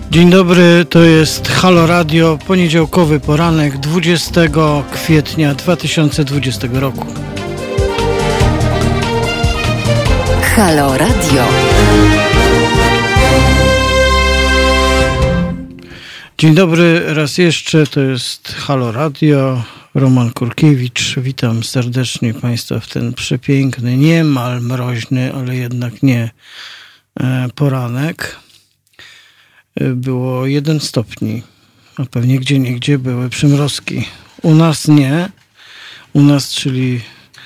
Dzień dobry, to jest Halo Radio, poniedziałkowy poranek 20 kwietnia 2020 roku. Halo Radio. Dzień dobry, raz jeszcze, to jest Halo Radio, Roman Kurkiewicz. Witam serdecznie Państwa w ten przepiękny, niemal mroźny, ale jednak nie poranek. Było 1 stopień, a pewnie gdzieniegdzie były przymrozki. U nas nie. U nas, czyli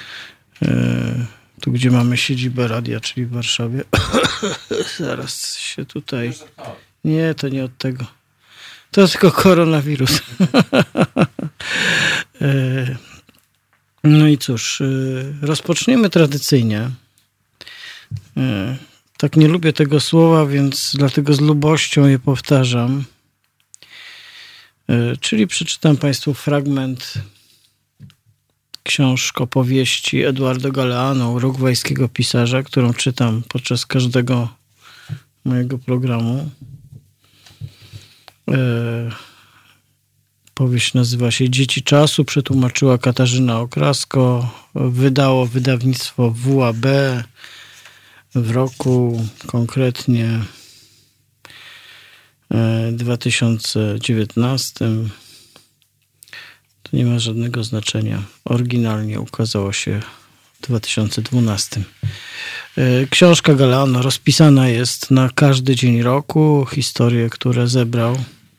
tu, gdzie mamy siedzibę radia, czyli w Warszawie. Zaraz się tutaj... Nie, to nie od tego. To tylko koronawirus. No i cóż, rozpoczniemy tradycyjnie. Tak nie lubię tego słowa, więc dlatego z lubością je powtarzam. Czyli przeczytam Państwu fragment książkopowieści Eduardo Galeano, urugwajskiego pisarza, którą czytam podczas każdego mojego programu. Powieść nazywa się Dzieci czasu, przetłumaczyła Katarzyna Okrasko, wydało wydawnictwo WAB w roku konkretnie 2019. To nie ma żadnego znaczenia. Oryginalnie ukazało się w 2012. Książka Galeano rozpisana jest na każdy dzień roku. Historie, które zebrał.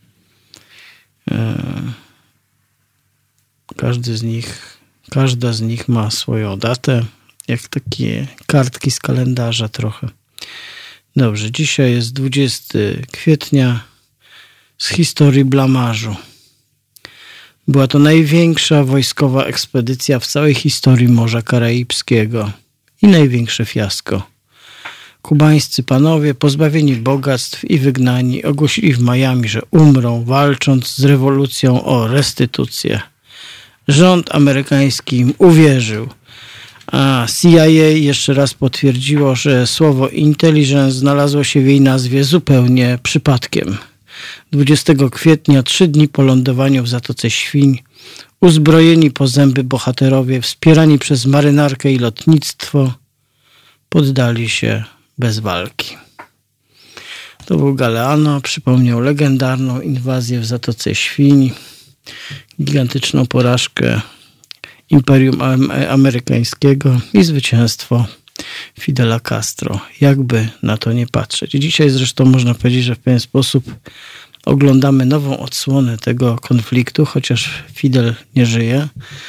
Każda z nich ma swoją datę. Jak takie kartki z kalendarza trochę. Dobrze, dzisiaj jest 20 kwietnia z historii blamażu. Była to największa wojskowa ekspedycja w całej historii Morza Karaibskiego i największe fiasko. Kubańscy panowie, pozbawieni bogactw i wygnani, ogłosili w Miami, że umrą, walcząc z rewolucją o restytucję. Rząd amerykański im uwierzył. A CIA jeszcze raz potwierdziło, że słowo intelligence znalazło się w jej nazwie zupełnie przypadkiem. 20 kwietnia, 3 dni po lądowaniu w Zatoce Świń, uzbrojeni po zęby bohaterowie, wspierani przez marynarkę i lotnictwo, poddali się bez walki. To był Galeano, przypomniał legendarną inwazję w Zatoce Świń, gigantyczną porażkę Imperium Amerykańskiego i zwycięstwo Fidela Castro. Jakby na to nie patrzeć. Dzisiaj zresztą można powiedzieć, że w pewien sposób oglądamy nową odsłonę tego konfliktu, chociaż Fidel nie żyje.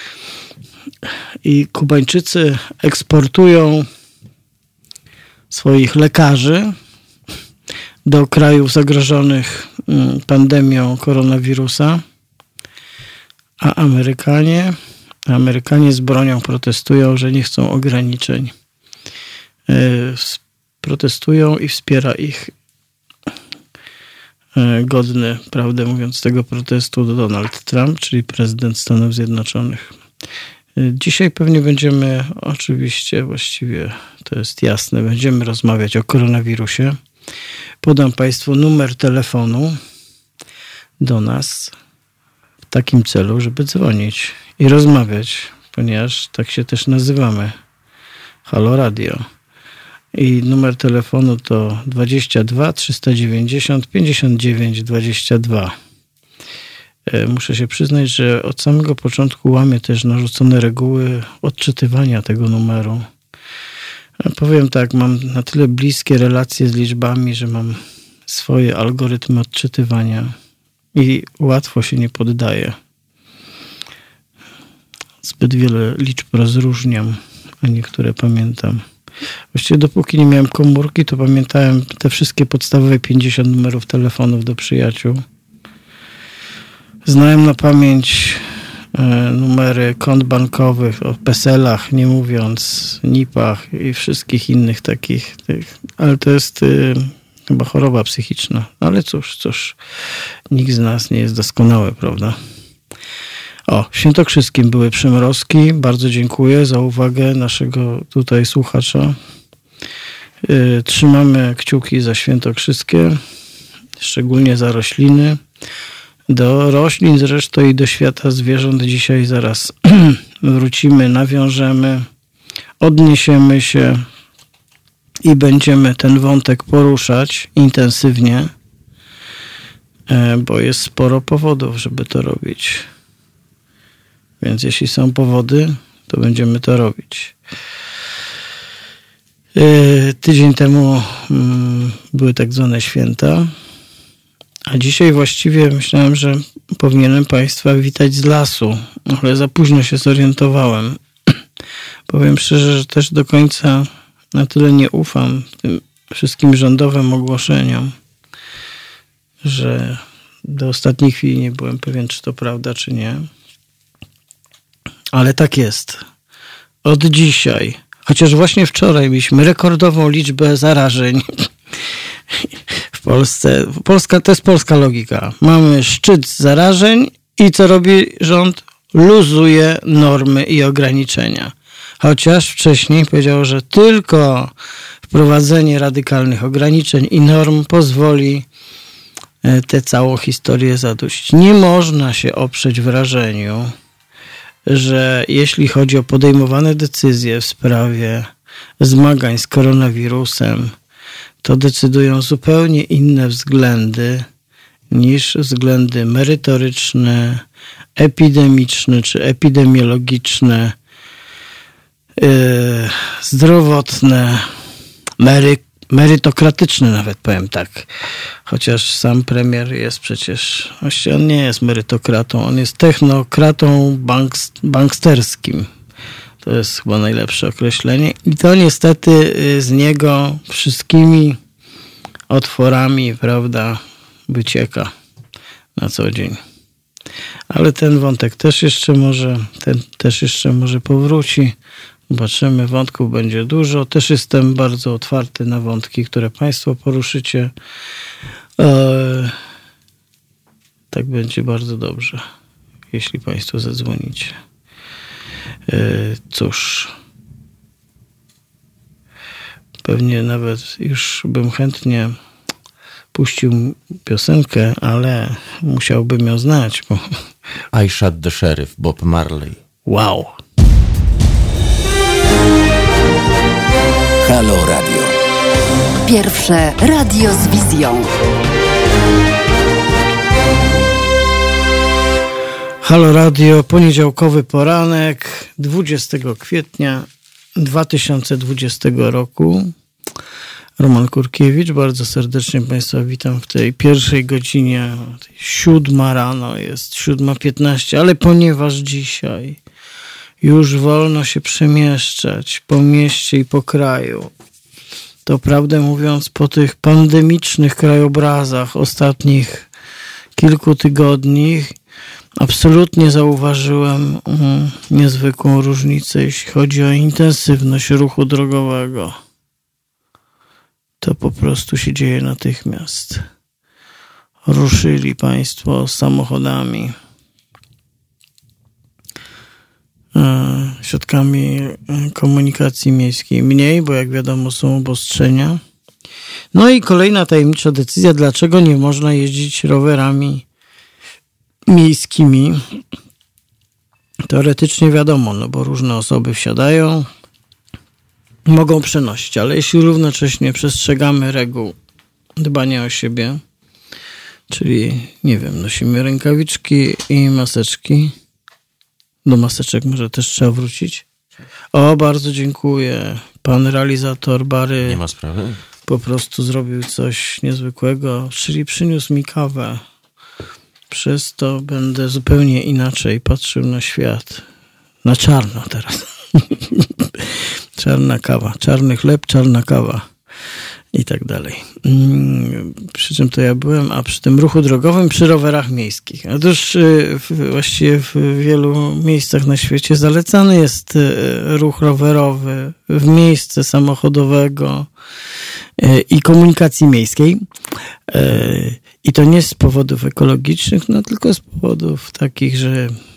I Kubańczycy eksportują swoich lekarzy do krajów zagrożonych pandemią koronawirusa, a Amerykanie z bronią protestują, że nie chcą ograniczeń. Protestują i wspiera ich godny, prawdę mówiąc, tego protestu Donald Trump, czyli prezydent Stanów Zjednoczonych. Dzisiaj pewnie będziemy, oczywiście, właściwie to jest jasne, będziemy rozmawiać o koronawirusie. Podam Państwu numer telefonu do nas w takim celu, żeby dzwonić i rozmawiać, ponieważ tak się też nazywamy. Halo Radio. I numer telefonu to 22 390 59 22. Muszę się przyznać, że od samego początku łamię też narzucone reguły odczytywania tego numeru. Powiem tak, mam na tyle bliskie relacje z liczbami, że mam swoje algorytmy odczytywania i łatwo się nie poddaję. Zbyt wiele liczb rozróżniam, a niektóre pamiętam. Właściwie dopóki nie miałem komórki, to pamiętałem te wszystkie podstawowe 50 numerów telefonów do przyjaciół. Znałem na pamięć numery kont bankowych, o PESEL-ach, nie mówiąc, NIP-ach i wszystkich innych takich. Ale to jest chyba choroba psychiczna. Ale cóż, nikt z nas nie jest doskonały, prawda? W Świętokrzyskim były przymrozki. Bardzo dziękuję za uwagę naszego tutaj słuchacza. Trzymamy kciuki za Świętokrzyskie. szczególnie za rośliny. Do roślin zresztą i do świata zwierząt dzisiaj zaraz wrócimy, nawiążemy, odniesiemy się i będziemy ten wątek poruszać intensywnie, bo jest sporo powodów, żeby to robić. Więc jeśli są powody, to będziemy to robić. Tydzień temu były tak zwane święta, a dzisiaj właściwie myślałem, że powinienem Państwa witać z lasu, ale za późno się zorientowałem. Powiem szczerze, że też do końca na tyle nie ufam tym wszystkim rządowym ogłoszeniom, że do ostatniej chwili nie byłem pewien, czy to prawda, czy nie. Ale tak jest. Od dzisiaj, chociaż właśnie wczoraj mieliśmy rekordową liczbę zarażeń w Polsce. To jest polska logika. Mamy szczyt zarażeń i co robi rząd? Luzuje normy i ograniczenia. Chociaż wcześniej powiedział, że tylko wprowadzenie radykalnych ograniczeń i norm pozwoli tę całą historię zadusić. Nie można się oprzeć wrażeniu, że jeśli chodzi o podejmowane decyzje w sprawie zmagań z koronawirusem, to decydują zupełnie inne względy niż względy merytoryczne, epidemiczne czy epidemiologiczne, zdrowotne, merytokratyczne nawet, powiem tak. Chociaż sam premier jest przecież, właściwie on nie jest merytokratą, on jest technokratą banksterskim. To jest chyba najlepsze określenie. I to niestety z niego wszystkimi otworami, prawda, wycieka na co dzień. Ale ten wątek też jeszcze może powróci. Zobaczymy, wątków będzie dużo. Też jestem bardzo otwarty na wątki, które Państwo poruszycie. Tak będzie bardzo dobrze, jeśli Państwo zadzwonicie. Cóż, pewnie nawet już bym chętnie puścił piosenkę, ale musiałbym ją znać, bo... I Shot the Sheriff, Bob Marley. Wow. Halo Radio. Pierwsze radio z wizją. Halo Radio, poniedziałkowy poranek 20 kwietnia 2020 roku. Roman Kurkiewicz, bardzo serdecznie Państwa witam w tej pierwszej godzinie, 7 rano, jest 7:15, ale ponieważ dzisiaj już wolno się przemieszczać po mieście i po kraju, to prawdę mówiąc po tych pandemicznych krajobrazach ostatnich kilku tygodni absolutnie zauważyłem niezwykłą różnicę, jeśli chodzi o intensywność ruchu drogowego. To po prostu się dzieje natychmiast. Ruszyli Państwo samochodami, środkami komunikacji miejskiej mniej, bo jak wiadomo są obostrzenia. No i kolejna tajemnicza decyzja, dlaczego nie można jeździć rowerami miejskimi. Teoretycznie wiadomo, no bo różne osoby wsiadają, mogą przenosić, ale jeśli równocześnie przestrzegamy reguł dbania o siebie, czyli, nie wiem, nosimy rękawiczki i maseczki, do maseczek może też trzeba wrócić. O, bardzo dziękuję. Pan realizator Bary Nie ma sprawy. po prostu zrobił coś niezwykłego, czyli przyniósł mi kawę. Przez to będę zupełnie inaczej patrzył na świat. Na czarno teraz. Czarna kawa, czarny chleb, czarna kawa i tak dalej. Przy czym to ja byłem? A przy tym ruchu drogowym, przy rowerach miejskich. Otóż właściwie w wielu miejscach na świecie zalecany jest ruch rowerowy w miejsce samochodowego i komunikacji miejskiej. I to nie z powodów ekologicznych, no tylko z powodów takich, że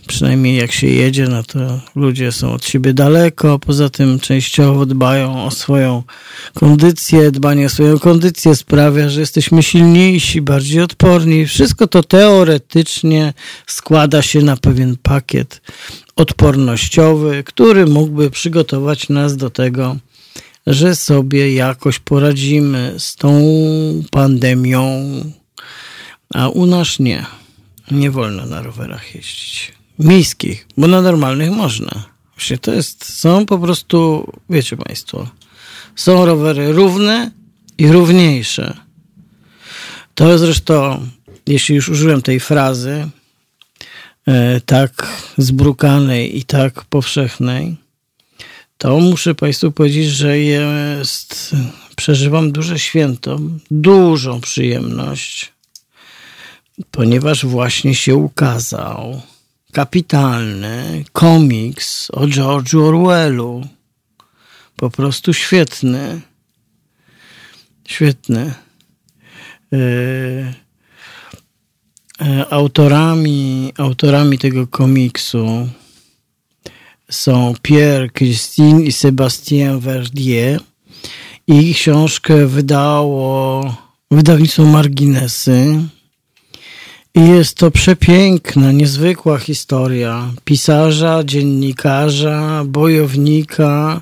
Przynajmniej jak się jedzie, no to ludzie są od siebie daleko. Poza tym częściowo dbają o swoją kondycję. Dbanie o swoją kondycję sprawia, że jesteśmy silniejsi, bardziej odporni. Wszystko to teoretycznie składa się na pewien pakiet odpornościowy, który mógłby przygotować nas do tego, że sobie jakoś poradzimy z tą pandemią. A u nas nie. Nie wolno na rowerach jeździć. Miejskich, bo na normalnych można. Właśnie są po prostu, wiecie Państwo, są rowery równe i równiejsze. To zresztą, jeśli już użyłem tej frazy, tak zbrukanej i tak powszechnej, to muszę Państwu powiedzieć, że przeżywam duże święto, dużą przyjemność, ponieważ właśnie się ukazał kapitalny komiks o George'u Orwellu. Po prostu świetny. Świetny. Autorami tego komiksu są Pierre, Christine i Sébastien Verdier. I książkę wydało wydawnictwo Marginesy. I jest to przepiękna, niezwykła historia pisarza, dziennikarza, bojownika.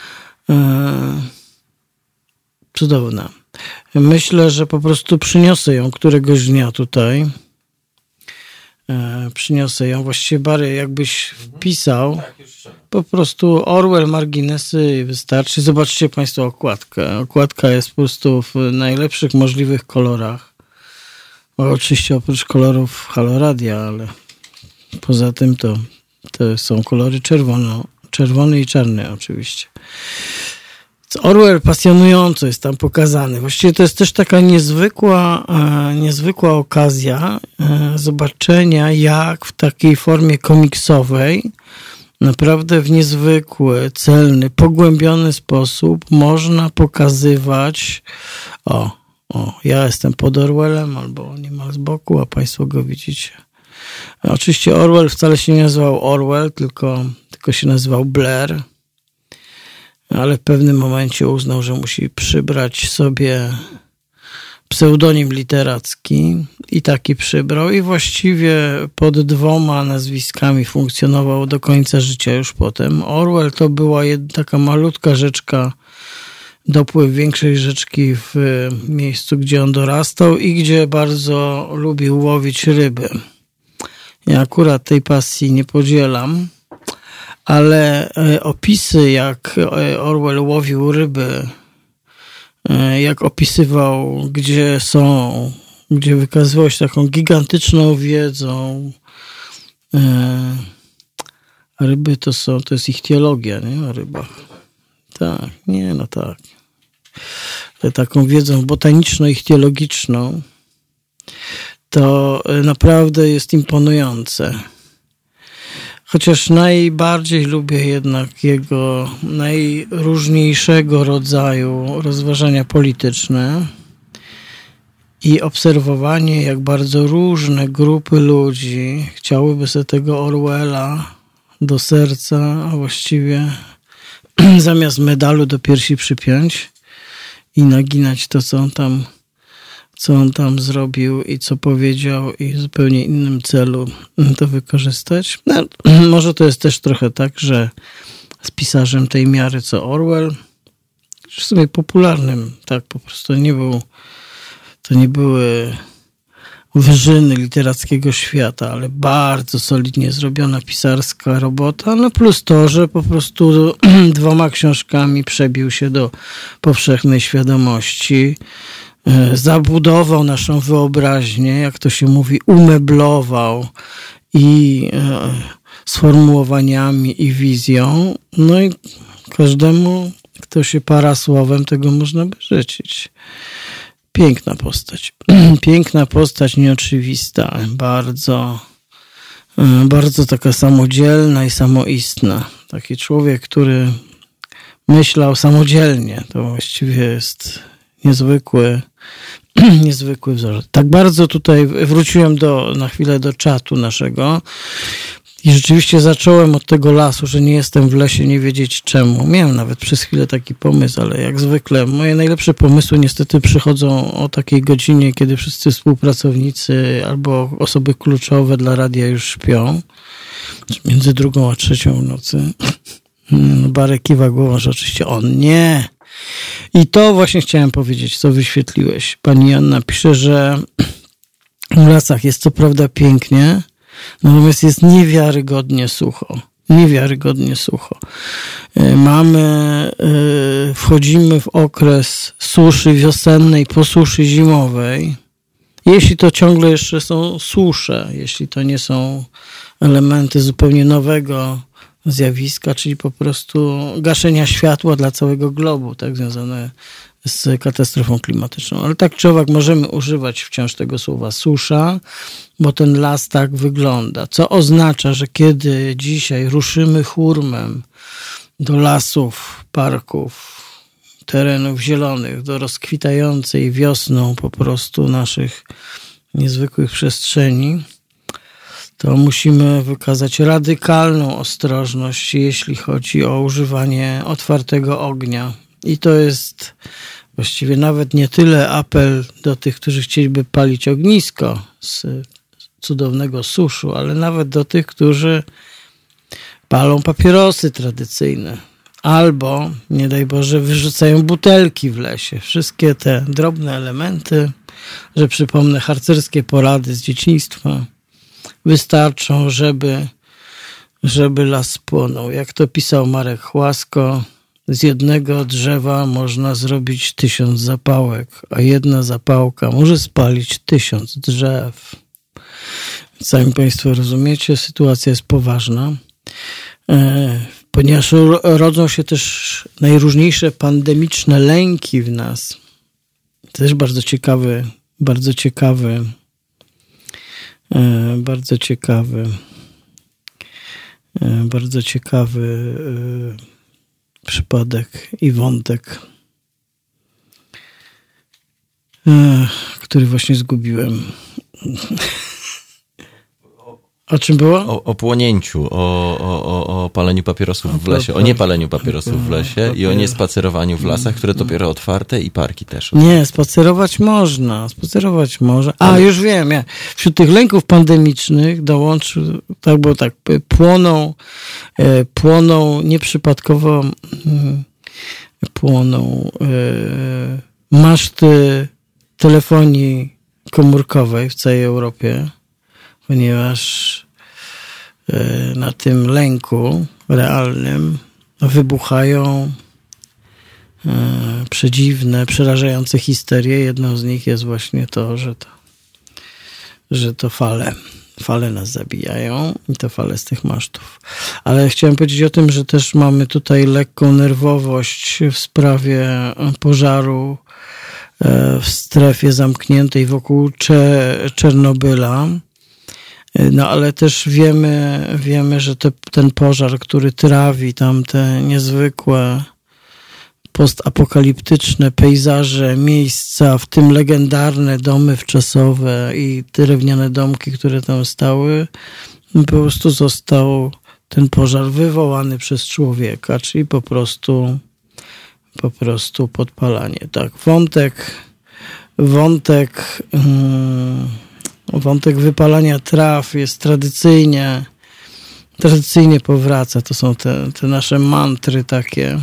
Cudowna. Myślę, że po prostu przyniosę ją któregoś dnia tutaj. Przyniosę ją. Właściwie Bary, jakbyś wpisał po prostu Orwell, Marginesy i wystarczy. Zobaczcie Państwo okładkę. Okładka jest po prostu w najlepszych możliwych kolorach. Oczywiście oprócz kolorów Halo Radia, ale poza tym to są kolory czerwony i czarny oczywiście. Orwell pasjonująco jest tam pokazany. Właściwie to jest też taka niezwykła okazja zobaczenia, jak w takiej formie komiksowej naprawdę w niezwykły, celny, pogłębiony sposób można pokazywać ja jestem pod Orwellem albo niemal z boku, a Państwo go widzicie. Oczywiście Orwell wcale się nie nazywał Orwell, tylko się nazywał Blair, ale w pewnym momencie uznał, że musi przybrać sobie pseudonim literacki i taki przybrał i właściwie pod 2 nazwiskami funkcjonował do końca życia już potem. Orwell to była taka malutka rzeczka, dopływ większej rzeczki w miejscu, gdzie on dorastał i gdzie bardzo lubił łowić ryby. Ja akurat tej pasji nie podzielam, ale opisy, jak Orwell łowił ryby, jak opisywał, gdzie wykazywał się taką gigantyczną wiedzą. Ryby to jest ich teologia, nie? O rybach. Tak, tak. Taką wiedzą botaniczno-ichtiologiczną, to naprawdę jest imponujące. Chociaż najbardziej lubię jednak jego najróżniejszego rodzaju rozważania polityczne i obserwowanie, jak bardzo różne grupy ludzi chciałyby sobie tego Orwella do serca, a właściwie zamiast medalu do piersi przypiąć i naginać to, co on tam zrobił i co powiedział i w zupełnie innym celu to wykorzystać. No, może to jest też trochę tak, że z pisarzem tej miary co Orwell, w sumie popularnym, tak po prostu to nie były wyżyny literackiego świata, ale bardzo solidnie zrobiona pisarska robota, no plus to, że po prostu 2 książkami przebił się do powszechnej świadomości, zabudował naszą wyobraźnię, jak to się mówi, umeblował i sformułowaniami i wizją, no i każdemu, kto się para słowem, tego można by życzyć. Piękna postać, nieoczywista, bardzo, bardzo taka samodzielna i samoistna. Taki człowiek, który myślał samodzielnie, to właściwie jest niezwykły wzorzec. Tak bardzo tutaj wróciłem na chwilę do czatu naszego. I rzeczywiście zacząłem od tego lasu, że nie jestem w lesie, nie wiedzieć czemu. Miałem nawet przez chwilę taki pomysł, ale jak zwykle moje najlepsze pomysły niestety przychodzą o takiej godzinie, kiedy wszyscy współpracownicy albo osoby kluczowe dla radia już śpią. Między 2 a 3 w nocy. Barek kiwa głową, że oczywiście on nie. I to właśnie chciałem powiedzieć, co wyświetliłeś. Pani Anna pisze, że w lasach jest co prawda pięknie, natomiast jest niewiarygodnie sucho. Niewiarygodnie sucho. Wchodzimy w okres suszy wiosennej po suszy zimowej. Jeśli to ciągle jeszcze są susze, jeśli to nie są elementy zupełnie nowego zjawiska, czyli po prostu gaszenia światła dla całego globu, tak, związane z katastrofą klimatyczną. Ale tak czy owak możemy używać wciąż tego słowa susza, bo ten las tak wygląda. Co oznacza, że kiedy dzisiaj ruszymy hurmem do lasów, parków, terenów zielonych, do rozkwitającej wiosną po prostu naszych niezwykłych przestrzeni, to musimy wykazać radykalną ostrożność, jeśli chodzi o używanie otwartego ognia. I to jest właściwie nawet nie tyle apel do tych, którzy chcieliby palić ognisko z cudownego suszu, ale nawet do tych, którzy palą papierosy tradycyjne. Albo, nie daj Boże, wyrzucają butelki w lesie. Wszystkie te drobne elementy, że przypomnę harcerskie porady z dzieciństwa, wystarczą, żeby las spłonął. Jak to pisał Marek Chłasko, z jednego drzewa można zrobić 1000 zapałek, a jedna zapałka może spalić 1000 drzew. Sami Państwo rozumiecie, sytuacja jest poważna, ponieważ rodzą się też najróżniejsze pandemiczne lęki w nas. Też bardzo ciekawy przypadek i wątek, który właśnie zgubiłem. O czym było? O płonięciu, o paleniu papierosów w lesie, o niepaleniu papierosów w lesie i o niespacerowaniu w lasach, które dopiero otwarte i parki też. Nie, spacerować można. A, już wiem, wśród tych lęków pandemicznych dołączył, tak, bo tak, płoną nieprzypadkowo, maszty telefonii komórkowej w całej Europie, ponieważ na tym lęku realnym wybuchają przedziwne, przerażające histerie. Jedną z nich jest właśnie to, że to fale nas zabijają i to fale z tych masztów. Ale chciałem powiedzieć o tym, że też mamy tutaj lekką nerwowość w sprawie pożaru w strefie zamkniętej wokół Czernobyla. No ale też wiemy, że ten pożar, który trawi tamte niezwykłe postapokaliptyczne pejzaże, miejsca, w tym legendarne domy wczesowe i drewniane domki, które tam stały, po prostu został ten pożar wywołany przez człowieka, czyli po prostu podpalanie. Tak, wątek wypalania traw jest tradycyjnie powraca. To są te nasze mantry takie.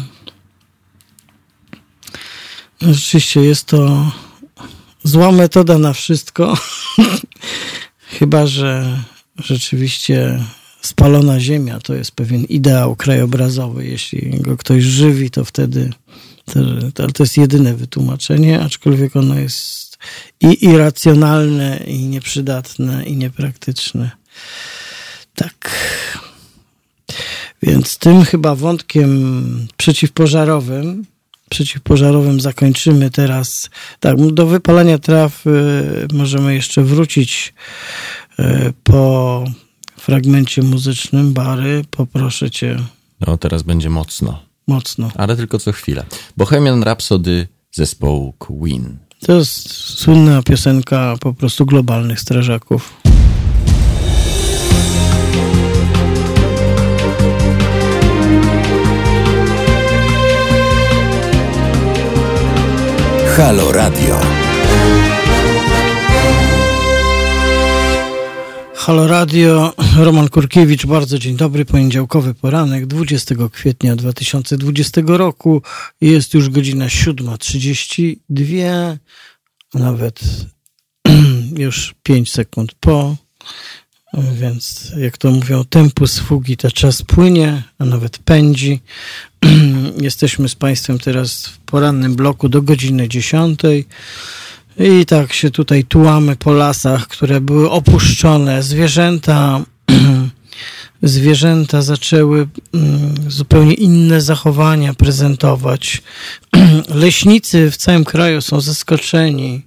Rzeczywiście jest to zła metoda na wszystko. Chyba że rzeczywiście spalona ziemia to jest pewien ideał krajobrazowy. Jeśli go ktoś żywi, to wtedy to jest jedyne wytłumaczenie, aczkolwiek ono jest i irracjonalne, i nieprzydatne, i niepraktyczne. Tak. Więc tym chyba wątkiem przeciwpożarowym zakończymy teraz. Tak, do wypalania traw możemy jeszcze wrócić po fragmencie muzycznym. Bary, poproszę cię. No, teraz będzie mocno. Ale tylko co chwilę. Bohemian Rhapsody zespołu Queen. To jest słynna piosenka po prostu globalnych strażaków. Halo Radio. Halo Radio, Roman Kurkiewicz, bardzo dzień dobry, poniedziałkowy poranek 20 kwietnia 2020 roku. Jest już godzina 7:32, nawet już 5 sekund po, więc jak to mówią, tempus fugit, a czas płynie, a nawet pędzi. Jesteśmy z Państwem teraz w porannym bloku do godziny 10. I tak się tutaj tułamy po lasach, które były opuszczone. Zwierzęta zaczęły zupełnie inne zachowania prezentować. Leśnicy w całym kraju są zaskoczeni.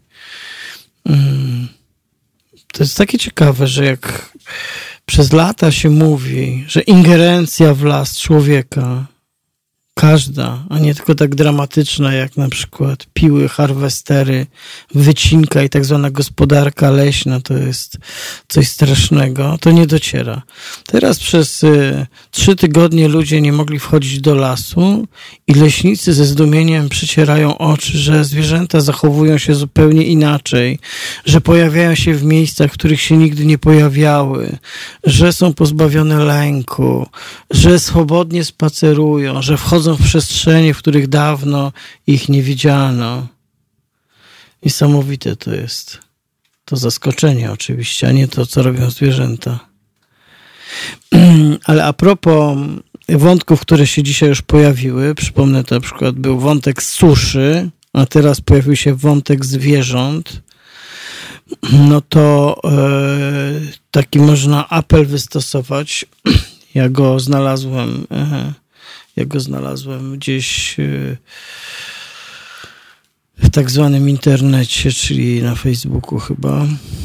To jest takie ciekawe, że jak przez lata się mówi, że ingerencja w las człowieka, każda, a nie tylko tak dramatyczna jak na przykład piły, harwestery, wycinka i tak zwana gospodarka leśna, to jest coś strasznego, to nie dociera. Teraz przez 3 tygodnie ludzie nie mogli wchodzić do lasu i leśnicy ze zdumieniem przecierają oczy, że zwierzęta zachowują się zupełnie inaczej, że pojawiają się w miejscach, w których się nigdy nie pojawiały, że są pozbawione lęku, że swobodnie spacerują, że wchodzą w przestrzenie, w których dawno ich nie widziano. Niesamowite to jest. To zaskoczenie oczywiście, a nie to, co robią zwierzęta. Ale a propos wątków, które się dzisiaj już pojawiły, przypomnę, to na przykład był wątek suszy, a teraz pojawił się wątek zwierząt, no to taki można apel wystosować. Ja go znalazłem gdzieś w tak zwanym internecie, czyli na Facebooku chyba.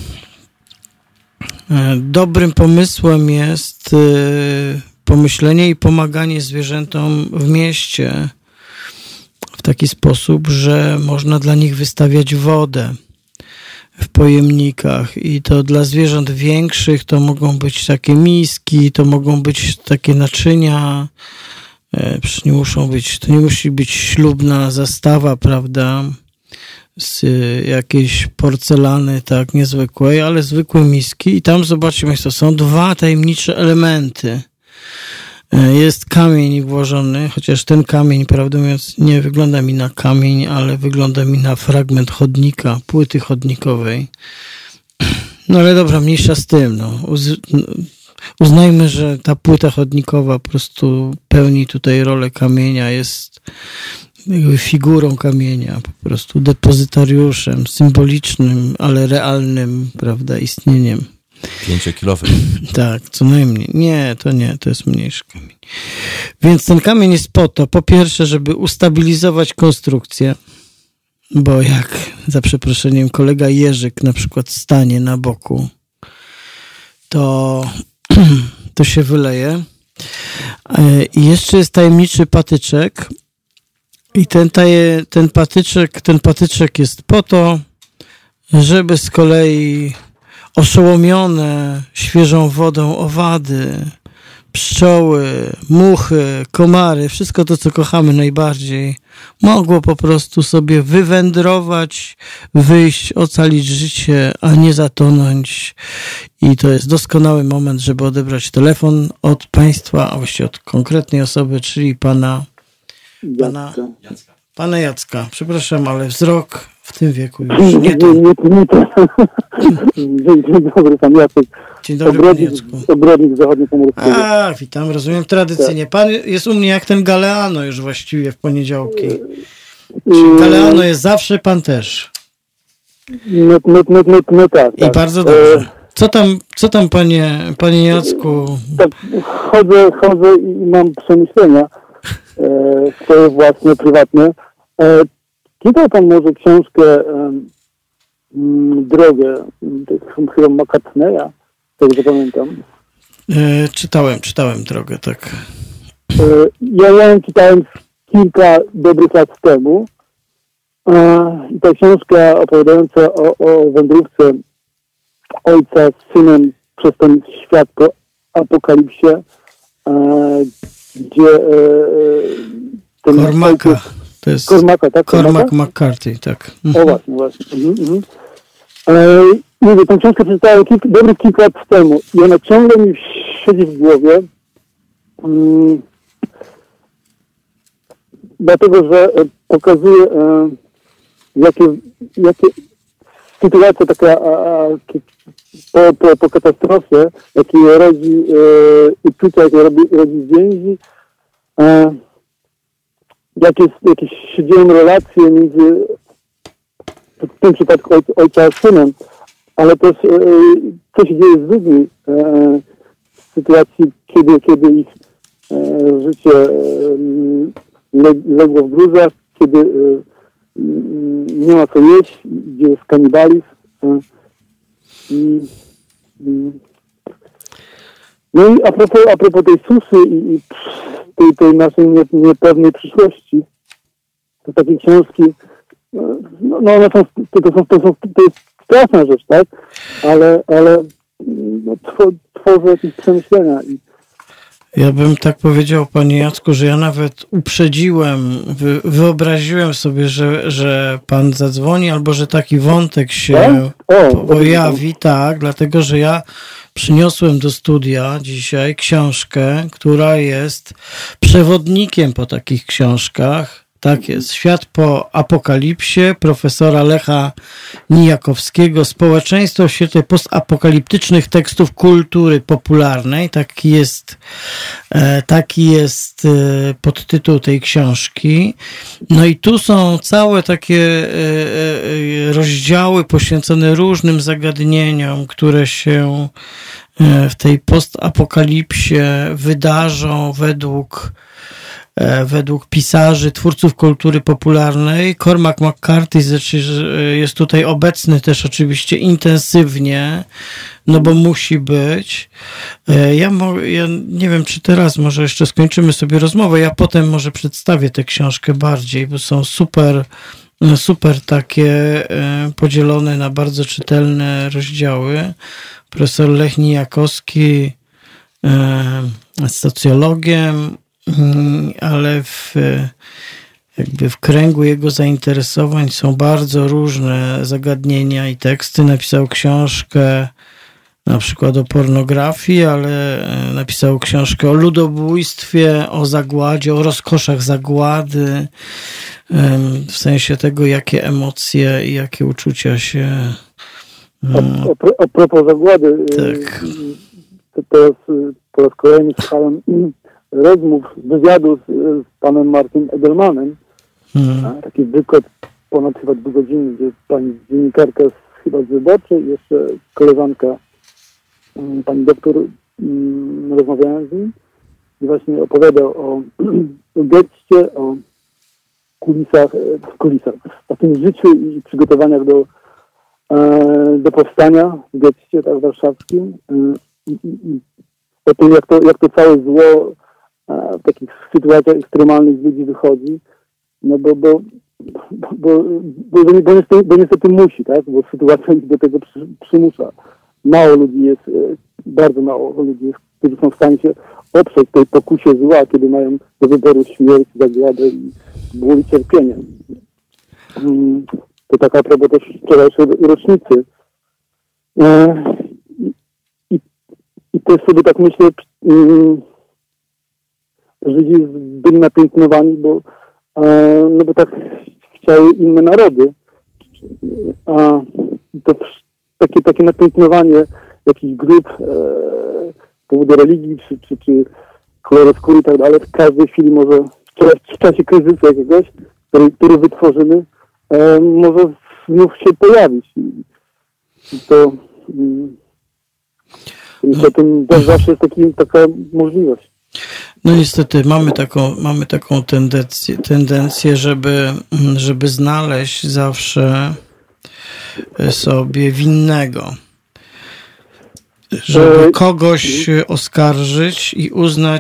Dobrym pomysłem jest pomyślenie i pomaganie zwierzętom w mieście w taki sposób, że można dla nich wystawiać wodę w pojemnikach i to dla zwierząt większych to mogą być takie miski, to mogą być takie naczynia. To nie musi być ślubna zastawa, prawda, z jakiejś porcelany, tak, niezwykłej, ale zwykłe miski i tam, zobaczcie Państwo, są 2 tajemnicze elementy. Jest kamień włożony, chociaż ten kamień, prawdę mówiąc, nie wygląda mi na kamień, ale wygląda mi na fragment chodnika, płyty chodnikowej. No ale dobra, mniejsza z tym, no. Uznajmy, że ta płyta chodnikowa po prostu pełni tutaj rolę kamienia, jest jakby figurą kamienia, po prostu depozytariuszem, symbolicznym, ale realnym, prawda, istnieniem. 5-kilowy. Tak, co najmniej. Nie, to jest mniejszy kamień. Więc ten kamień jest po to, po pierwsze, żeby ustabilizować konstrukcję, bo jak, za przeproszeniem, kolega Jerzyk na przykład stanie na boku, to się wyleje. I jeszcze jest tajemniczy patyczek i ten patyczek jest po to, żeby z kolei oszołomione świeżą wodą owady, pszczoły, muchy, komary, wszystko to, co kochamy najbardziej, mogło po prostu sobie wywędrować, wyjść, ocalić życie, a nie zatonąć. I to jest doskonały moment, żeby odebrać telefon od Państwa, a właściwie od konkretnej osoby, czyli pana Jacka. Przepraszam, ale wzrok w tym wieku już nie to. Dzień dobry, pan Jacek. Dzień dobry, panie Jacku. Obrodnik zachodniopomorskiego. Witam, rozumiem tradycyjnie. Pan jest u mnie jak ten Galeano już właściwie w poniedziałki. Czyli Galeano jest zawsze, pan też. No tak. I bardzo dobrze. Co tam panie Jacku? Tak, chodzę i mam przemyślenia swoje własne, prywatne. Czytał pan może książkę Drogę, chyba McCartneya, tak zapamiętam. Czytałem Drogę, tak. Ja ją czytałem kilka dobrych lat temu. I ta książka opowiadająca o wędrówce ojca z synem przez ten świat po apokalipsie, gdzie ten Kormaka. ojciec, To jest Cormaca, tak? Cormac McCarthy, tak. O właśnie. Mówię, tę książkę przeczytałem kilka lat temu i ona ciągle mi siedzi w głowie, dlatego, że pokazuje, jakie sytuacja taka po katastrofie, jakie rodzi uczucia, jakie rodzi więzi, jakie się dzieją relacje między, w tym przypadku ojca a synem, ale też co się dzieje z ludźmi w sytuacji, kiedy ich życie legło w gruzach, kiedy nie ma co jeść, gdzie jest kanibalizm. No i a propos tej suszy i tej naszej niepewnej przyszłości, to takie książki, no one są, to jest straszna rzecz, tak? Ale tworzą jakieś przemyślenia. Ja bym tak powiedział, panie Jacku, że ja nawet uprzedziłem, wyobraziłem sobie, że pan zadzwoni, albo że taki wątek się pojawi, tak, dlatego, że ja przyniosłem do studia dzisiaj książkę, która jest przewodnikiem po takich książkach. Tak jest. Świat po apokalipsie profesora Lecha Nijakowskiego. Społeczeństwo w świetle postapokaliptycznych tekstów kultury popularnej. Taki jest podtytuł tej książki. No i tu są całe takie rozdziały poświęcone różnym zagadnieniom, które się w tej postapokalipsie wydarzą według pisarzy, twórców kultury popularnej. Cormac McCarthy jest tutaj obecny też oczywiście intensywnie, no bo musi być. Ja nie wiem, czy teraz może jeszcze skończymy sobie rozmowę, ja potem może przedstawię tę książkę bardziej, bo są super takie podzielone na bardzo czytelne rozdziały. Profesor Lech Nijakowski jest socjologiem, ale w kręgu jego zainteresowań są bardzo różne zagadnienia i teksty. Napisał książkę na przykład o pornografii, ale napisał książkę o ludobójstwie, o zagładzie, o rozkoszach zagłady, w sensie tego, jakie emocje i jakie uczucia się... A propos zagłady, tak. Teraz po raz kolejny słuchałem rozmów, wywiadu z panem Markiem Edelmanem. Taki wykład ponad chyba 2 godziny, gdzie pani dziennikarka chyba z Wyborczej i jeszcze koleżanka pani doktor rozmawiałem z nim i właśnie opowiadał o getcie, o kulisach, o tym życiu i przygotowaniach do powstania w getcie tak warszawskim i o tym, jak to całe zło w takich sytuacjach ekstremalnych z ludzi wychodzi, no bo niestety musi, tak? Bo sytuacja ich do tego przymusza. Mało ludzi jest, bardzo mało ludzi jest, którzy są w stanie się oprzeć tej pokusie zła, kiedy mają do wyboru śmierć, zagładę i ból i cierpienie. To tak a propos też wczorajszej rocznicy. I też sobie tak myślę, Żydzi byli napiętnowani, bo tak chciały inne narody. A to takie napiętnowanie jakichś grup z powodu religii czy koloru skóry i tak dalej, w każdej chwili może w czasie kryzysu jakiegoś, który wytworzymy, może znów się pojawić. I to zawsze jest taka możliwość. No niestety mamy taką tendencję, żeby znaleźć zawsze sobie winnego. Żeby kogoś oskarżyć i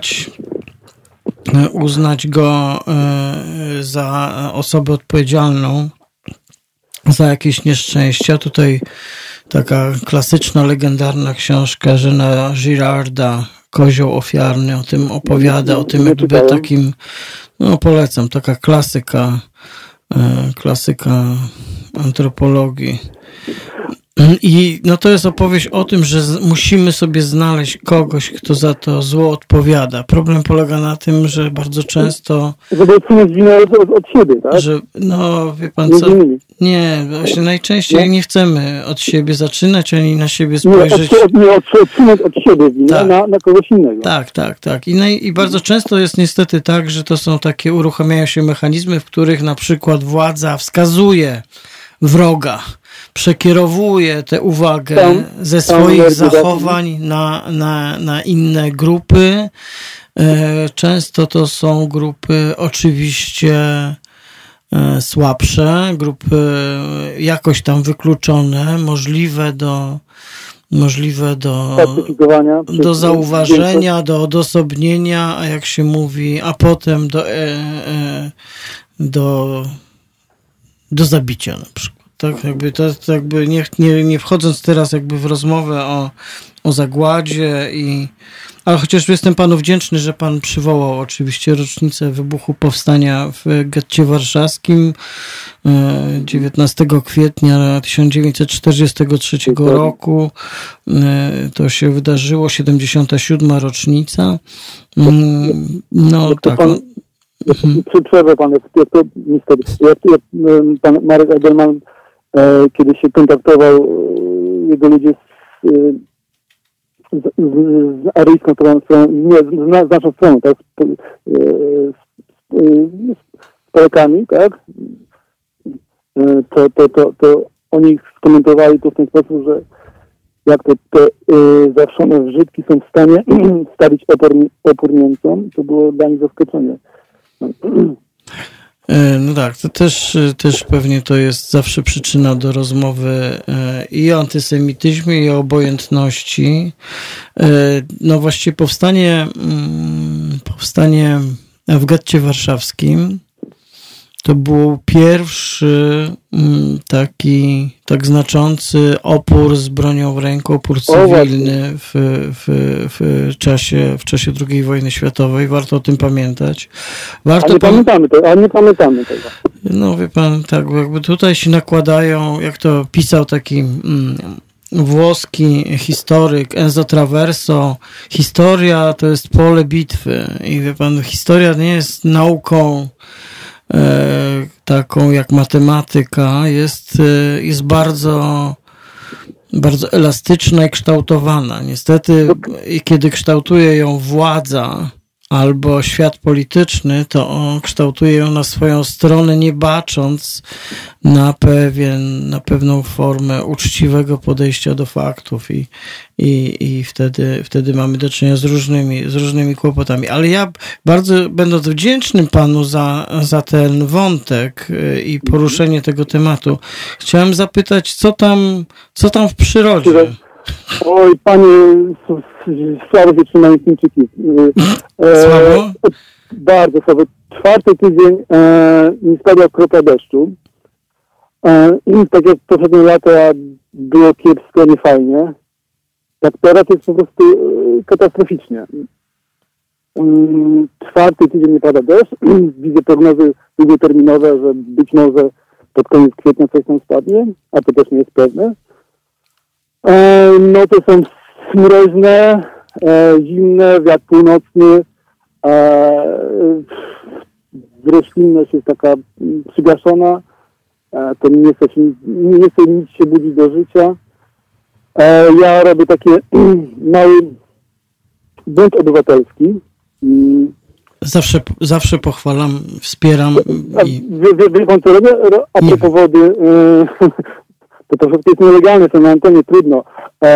uznać go za osobę odpowiedzialną za jakieś nieszczęścia. Tutaj taka klasyczna, legendarna książka Jeana Girarda, Kozioł ofiarny, o tym opowiada, o tym jakby takim, no polecam, taka klasyka klasyka antropologii. I no to jest opowieść o tym, że musimy sobie znaleźć kogoś, kto za to zło odpowiada. Problem polega na tym, że bardzo często... Żeby odsunąć winę od siebie, tak? Że, no, wie pan co? Nie, właśnie najczęściej nie chcemy od siebie zaczynać, ani na siebie spojrzeć. Nie odsunąć od siebie winę tak. na kogoś innego. Tak. I bardzo często jest niestety tak, że to są takie, uruchamiają się mechanizmy, w których na przykład władza wskazuje wroga, przekierowuje tę uwagę ze swoich zachowań na inne grupy. Często to są grupy oczywiście słabsze, grupy jakoś tam wykluczone, możliwe do zauważenia, do odosobnienia, a jak się mówi, a potem do zabicia na przykład. Tak, jakby nie wchodząc teraz jakby w rozmowę o zagładzie ale chociaż jestem panu wdzięczny, że pan przywołał oczywiście rocznicę wybuchu powstania w getcie warszawskim 19 kwietnia 1943 roku. To się wydarzyło, 77. rocznica. No tak. Przerwę pan, jak pan Marek Edelman kiedy się kontaktował, jego ludzie z aryjską stroną, nie, z naszą stroną, tak, z Polakami, tak, to oni skomentowali to w ten sposób, że jak te zawszone wrzutki są w stanie stawić opór Niemcom, to było dla nich zaskoczenie. No tak, to też pewnie to jest zawsze przyczyna do rozmowy i o antysemityzmie, i o obojętności. No właściwie powstanie w getcie warszawskim to był pierwszy taki tak znaczący opór z bronią w ręku, opór cywilny w czasie II wojny światowej. Warto o tym pamiętać. Nie pamiętamy tego. No wie pan, tak, jakby tutaj się nakładają, jak to pisał taki włoski historyk Enzo Traverso, historia to jest pole bitwy i wie pan, historia nie jest nauką taką jak matematyka, jest bardzo, bardzo elastyczna i kształtowana. Niestety, kiedy kształtuje ją władza albo świat polityczny, to on kształtuje ją na swoją stronę, nie bacząc na pewną formę uczciwego podejścia do faktów i wtedy mamy do czynienia z różnymi kłopotami. Ale ja bardzo, będąc wdzięcznym panu za ten wątek i poruszenie tego tematu, chciałem zapytać, co tam w przyrodzie? Oj, panie, słabo się trzymają Chińczyki. Słabo? Bardzo słabo. 4. tydzień nie spadła kropla deszczu. I tak jak poprzednie lata było kiepsko, niefajnie. Tak teraz jest po prostu katastroficznie. 4. tydzień nie pada deszcz. Widzę prognozy długoterminowe, że być może pod koniec kwietnia coś tam spadnie, a to też nie jest pewne. No to są mroźne, zimne, wiatr północny, roślinność jest taka przygaszona, to nie chce nic się budzić do życia. Ja robię taki mały bunt obywatelski. Zawsze pochwalam, wspieram. Wie pan co robię? A propos wody, to troszeczkę jest nielegalne, to na antenie trudno.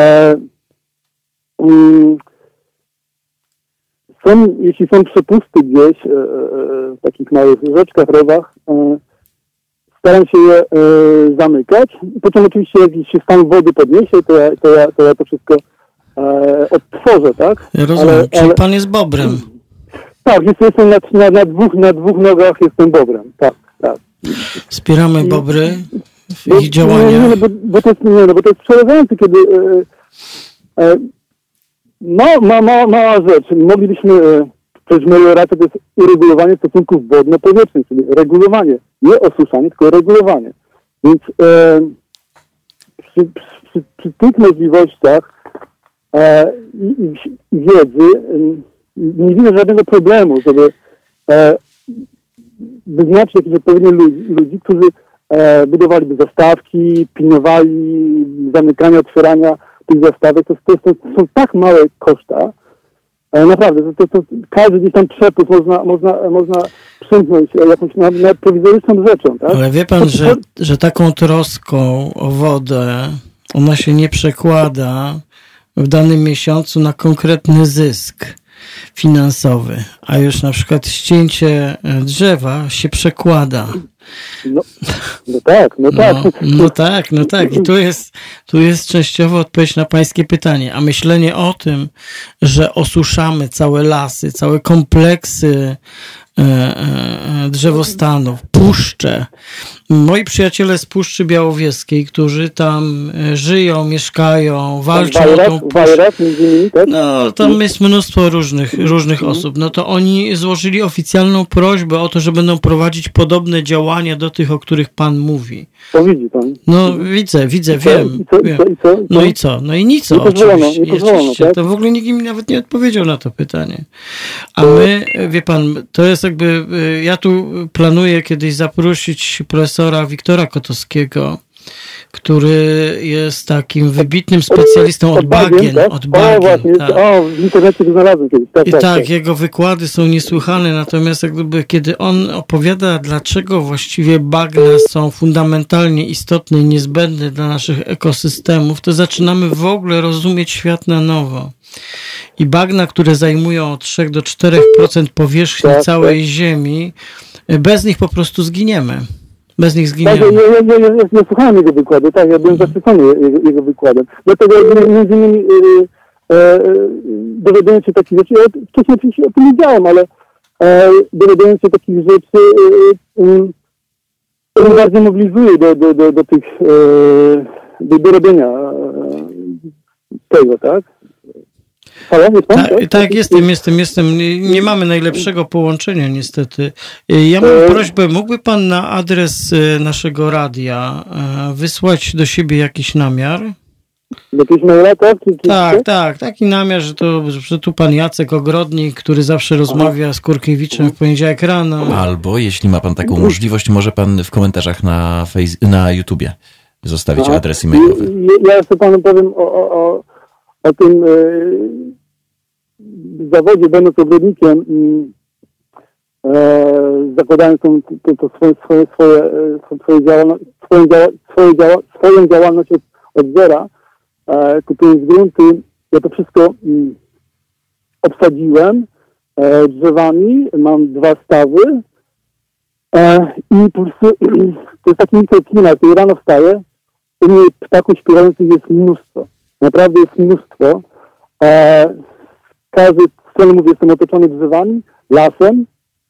Jeśli są przepusty gdzieś w takich małych rzeczkach, rowach, staram się je zamykać. Po czym oczywiście jak się stan wody podniesie, to ja to wszystko odtworzę, tak? Ja rozumiem, czyli pan jest bobrem. Tak, jestem na dwóch nogach, jestem bobrem, tak. Wspieramy bobry w ich działaniach. Bo to jest przerażające, kiedy mała rzecz. Moglibyśmy przecież melioracja to jest uregulowanie stosunków wodno-powietrznych, czyli regulowanie, nie osuszanie, tylko regulowanie. Więc przy tych możliwościach i wiedzy nie widzę żadnego problemu, żeby wyznaczyć jakichś odpowiednich ludzi, którzy budowaliby zastawki, pilnowali zamykania, otwierania tych zastawek. To są tak małe koszta. Naprawdę, to każdy gdzieś tam przepływ można przymknąć jakąś nawet prowizoryczną rzeczą. Tak? Ale wie pan, że taką troską o wodę ona się nie przekłada w danym miesiącu na konkretny zysk finansowy, a już na przykład ścięcie drzewa się przekłada. No tak. I tu jest częściowo odpowiedź na pańskie pytanie. A myślenie o tym, że osuszamy całe lasy, całe kompleksy drzewostanów, puszcze. Moi przyjaciele z Puszczy Białowieskiej, którzy tam żyją, mieszkają, walczą o tą puszczę. No, tam jest mnóstwo różnych osób. No to oni złożyli oficjalną prośbę o to, że będą prowadzić podobne działania do tych, o których pan mówi. To widzi pan. No widzę, wiem. No i co? No i nic, oczywiście. Tak? To w ogóle nikt mi nawet nie odpowiedział na to pytanie. A my, wie pan, to jest jakby, ja tu planuję kiedyś zaprosić profesora Wiktora Kotowskiego, który jest takim wybitnym specjalistą od bagien. Tak? Od bagien, właśnie, tak. W internecie to znalazłem kiedyś. Tak, jego wykłady są niesłychane, natomiast jak gdyby, kiedy on opowiada, dlaczego właściwie bagna są fundamentalnie istotne i niezbędne dla naszych ekosystemów, to zaczynamy w ogóle rozumieć świat na nowo. I bagna, które zajmują od 3 do 4% powierzchni całej Ziemi, bez nich po prostu zginiemy. Bez nich zginiemy. Tak, ja słuchałem jego wykładu, tak, ja byłem zachwycony jego wykładem. Dlatego między innymi dowiadując się takich rzeczy, ja wcześniej oczywiście o tym nie wiedziałem, ale dowiadując się takich rzeczy, to mnie bardzo mobilizuje do tych, do robienia tego, tak? Tak, jestem. Nie mamy najlepszego połączenia niestety. Ja mam prośbę, mógłby pan na adres naszego radia wysłać do siebie jakiś namiar? Jakiś maila, tak? Tak, taki namiar, że tu pan Jacek Ogrodnik, który zawsze rozmawia z Kurkiewiczem w poniedziałek rano. Albo, jeśli ma pan taką możliwość, może pan w komentarzach na YouTubie zostawić adres e-mailowy. Ja jeszcze panu powiem o tym zawodzie, będąc ogrodnikiem, zakładając swoją działalność od zera, kupując grunty, ja to wszystko obsadziłem drzewami, mam 2 stawy i po prostu to jest taki mikroklimat, kiedy rano wstaję, u mnie ptaków śpiewających jest mnóstwo. Naprawdę jest mnóstwo. Każdy stronę, mówię, jestem otoczony drzewami, lasem.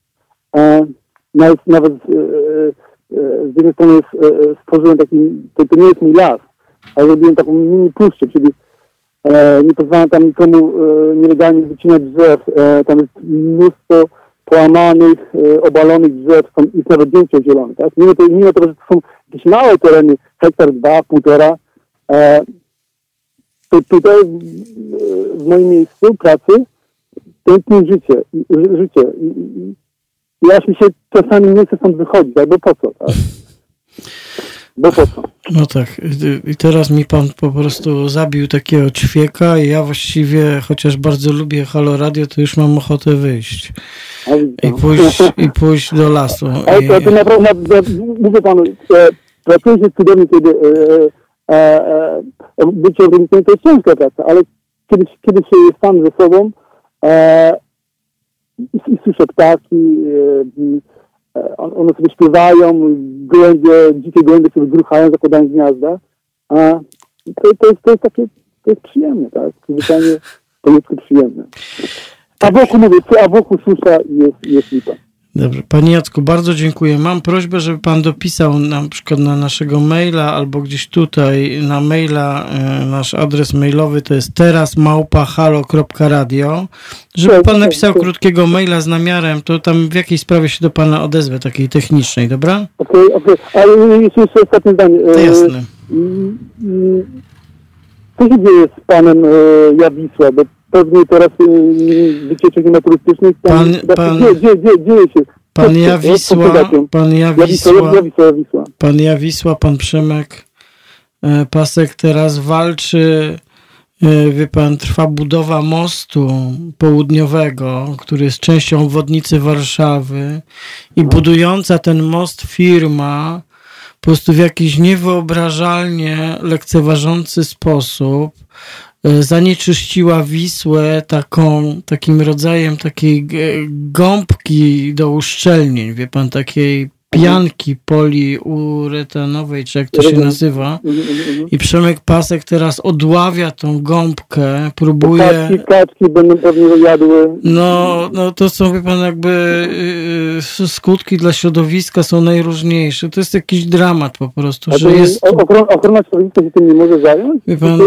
Nawet z jednej strony stworzyłem taki, to nie jest mój las, ale zrobiłem taką mini puszczę, czyli nie pozwalam tam nikomu nielegalnie wycinać drzew. Tam jest mnóstwo połamanych, obalonych drzew, jest nawet zdjęcia zielone. Tak? Mimo to, że to są jakieś małe tereny, 1, 2, 1,5, to tutaj w moim miejscu pracy tętnię życie. I aż mi się czasami nie chce stąd wychodzić, albo po co, tak? Bo po co? No tak. I teraz mi pan po prostu zabił takiego ćwieka i ja właściwie, chociaż bardzo lubię Halo Radio, to już mam ochotę wyjść. I pójść do lasu. Ale to naprawdę, mówię panu, pracuje się cudownie, kiedy bycie organizatorem to jest ciężka praca, ale kiedy się jest sam ze sobą i słyszę ptaki, one sobie śpiewają, dzikie gołębie sobie gruchają, zakładają gniazda, to jest przyjemne, tak? To jest przyjemne. A wokół susza i jest lipa. Dobrze. Panie Jacku, bardzo dziękuję. Mam prośbę, żeby pan dopisał na przykład na naszego maila albo gdzieś tutaj na maila, nasz adres mailowy to jest teraz@halo.radio, żeby pan napisał krótkiego maila z namiarem, to tam w jakiej sprawie się do pana odezwę, takiej technicznej, dobra? Okej. Ale jeszcze ostatnie zdanie. To jasne. Co się dzieje z panem Jawisła? Bo pewnie teraz wycieczek turystycznych dzieje się. Pan Jawisła, pan Przemek Pasek teraz walczy, wie pan, trwa budowa mostu południowego, który jest częścią obwodnicy Warszawy i budująca ten most firma po prostu w jakiś niewyobrażalnie lekceważący sposób zanieczyściła Wisłę takim rodzajem takiej gąbki do uszczelnień, wie pan, takiej pianki poliuretanowej, czy jak to się nazywa. I Przemek Pasek teraz odławia tą gąbkę, próbuje... Kaczki będą pewnie jadły. No to są, wie pan, jakby skutki dla środowiska są najróżniejsze. To jest jakiś dramat po prostu, że jest... Ochrona środowiska się tym nie może zająć? Wie pan,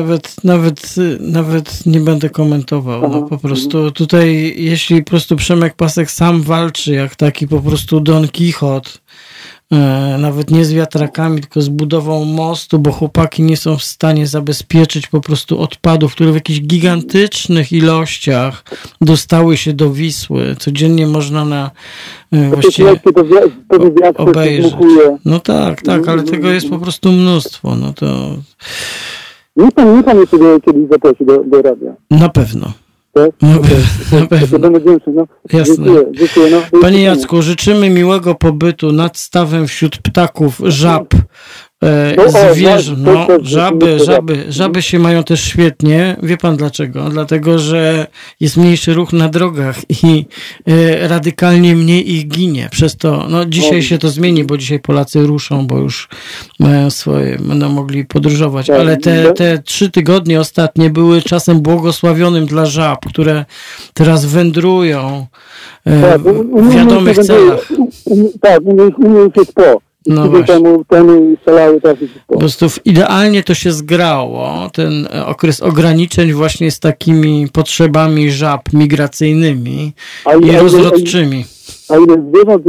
nawet nie będę komentował. No, po prostu tutaj, jeśli po prostu Przemek Pasek sam walczy, jak taki po prostu Don Quixote, nawet nie z wiatrakami, tylko z budową mostu, bo chłopaki nie są w stanie zabezpieczyć po prostu odpadów, które w jakichś gigantycznych ilościach dostały się do Wisły. Codziennie można właściwie obejrzeć. No tak, ale tego jest po prostu mnóstwo. No to... Nie pan jeszcze kiedyś zaprosi do radia. Na pewno. Tak? Na pewno. Będę wdzięczny. Jasne. Dziękuję. Panie Jacku, życzymy miłego pobytu nad stawem wśród ptaków, żab, zwierząt. Żaby się mają też świetnie. Wie pan dlaczego? Dlatego, że jest mniejszy ruch na drogach i radykalnie mniej ich ginie. Przez to, dzisiaj się to zmieni, bo dzisiaj Polacy ruszą, bo już mają swoje, będą mogli podróżować. Ale te 3 tygodnie ostatnie były czasem błogosławionym dla żab, które teraz wędrują w wiadomych celach. Tak, u nich jest No właśnie. Temu szalały trafić. Po prostu idealnie to się zgrało, ten okres ograniczeń właśnie z takimi potrzebami żab migracyjnymi i rozrodczymi. A ile zwierząt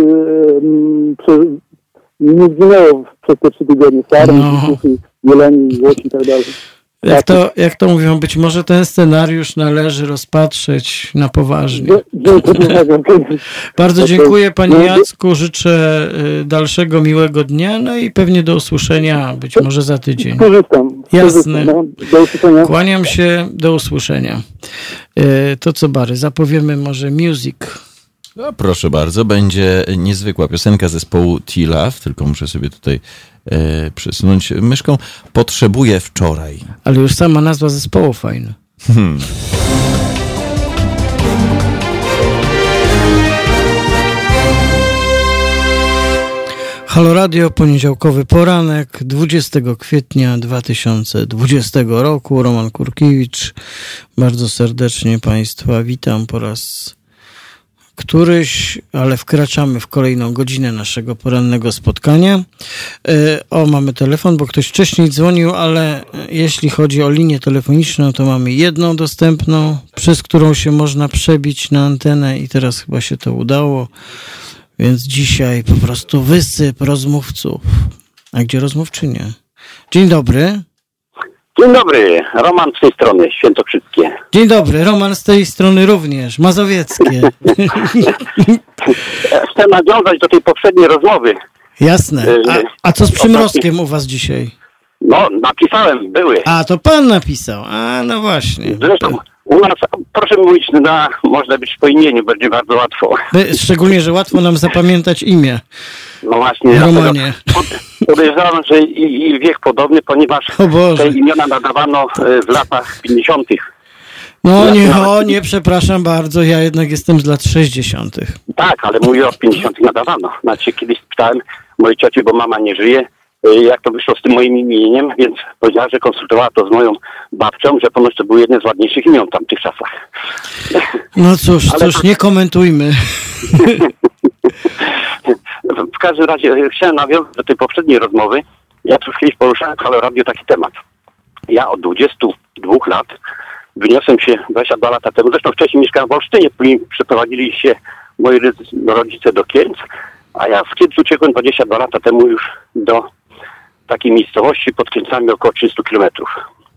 nie zginęło przez te 3 tygodnie? Sarny, jeleni, łosi i tak dalej. Jak to mówią, być może ten scenariusz należy rozpatrzeć na poważnie. Bardzo dziękuję panie Jacku, życzę dalszego miłego dnia, no i pewnie do usłyszenia, być może za tydzień. Korzystam. Jasne. Do usłyszenia. Kłaniam się, do usłyszenia. To co, Bary, zapowiemy może music. No, proszę bardzo, będzie niezwykła piosenka zespołu T-Love, tylko muszę sobie tutaj przesunąć myszką. Potrzebuję wczoraj. Ale już sama nazwa zespołu fajna. Halo Radio, poniedziałkowy poranek, 20 kwietnia 2020 roku. Roman Kurkiewicz. Bardzo serdecznie Państwa witam po raz któryś, ale wkraczamy w kolejną godzinę naszego porannego spotkania. Mamy telefon, bo ktoś wcześniej dzwonił, ale jeśli chodzi o linię telefoniczną, to mamy jedną dostępną, przez którą się można przebić na antenę i teraz chyba się to udało, więc dzisiaj po prostu wysyp rozmówców. A gdzie rozmówczynie? Dzień dobry. Dzień dobry, Roman z tej strony, Świętokrzyskie. Dzień dobry, Roman z tej strony również, mazowieckie. Chcę nawiązać do tej poprzedniej rozmowy. Jasne. A co z przymrozkiem u was dzisiaj? No, napisałem, były. A, to pan napisał. A, no właśnie. Zresztą u nas, proszę mówić, można być po imieniu, będzie bardzo łatwo. Szczególnie, że łatwo nam zapamiętać imię. No właśnie. Romanie. Podejrzewam, że i wiek podobny, ponieważ te imiona nadawano w latach 50. No nie, przepraszam bardzo, ja jednak jestem z lat 60. Tak, ale mówię o 50. nadawano. Znaczy, kiedyś pytałem mojej cioci, bo mama nie żyje, jak to wyszło z tym moim imieniem, więc powiedziała, że konsultowała to z moją babcią, że ponoć to były jedne z ładniejszych imion w tamtych czasach. No cóż, nie komentujmy. W każdym razie chciałem nawiązać do tej poprzedniej rozmowy. Ja już kiedyś poruszałem w Halo Radio taki temat. Ja od 22 lat wyniosłem się 22 lata temu. Zresztą wcześniej mieszkałem w Olsztynie, później przeprowadzili się moi rodzice do Kielc, a ja w Kielcu uciekłem 22 lata temu już do takiej miejscowości pod Kielcami około 300 kilometrów.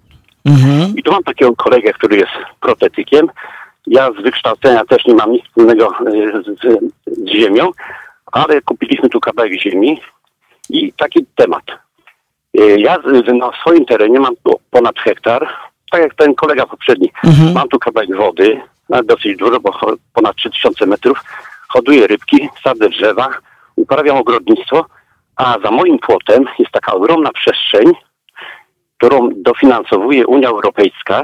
I tu mam takiego kolegę, który jest protetykiem. Ja z wykształcenia też nie mam nic wspólnego z ziemią, ale kupiliśmy tu kawałek ziemi i taki temat. Ja na swoim terenie mam tu ponad hektar, tak jak ten kolega poprzedni. Mam tu kawałek wody, dosyć dużo, bo ponad 3000 metrów. Hoduję rybki, sadzę drzewa, uprawiam ogrodnictwo, a za moim płotem jest taka ogromna przestrzeń, którą dofinansowuje Unia Europejska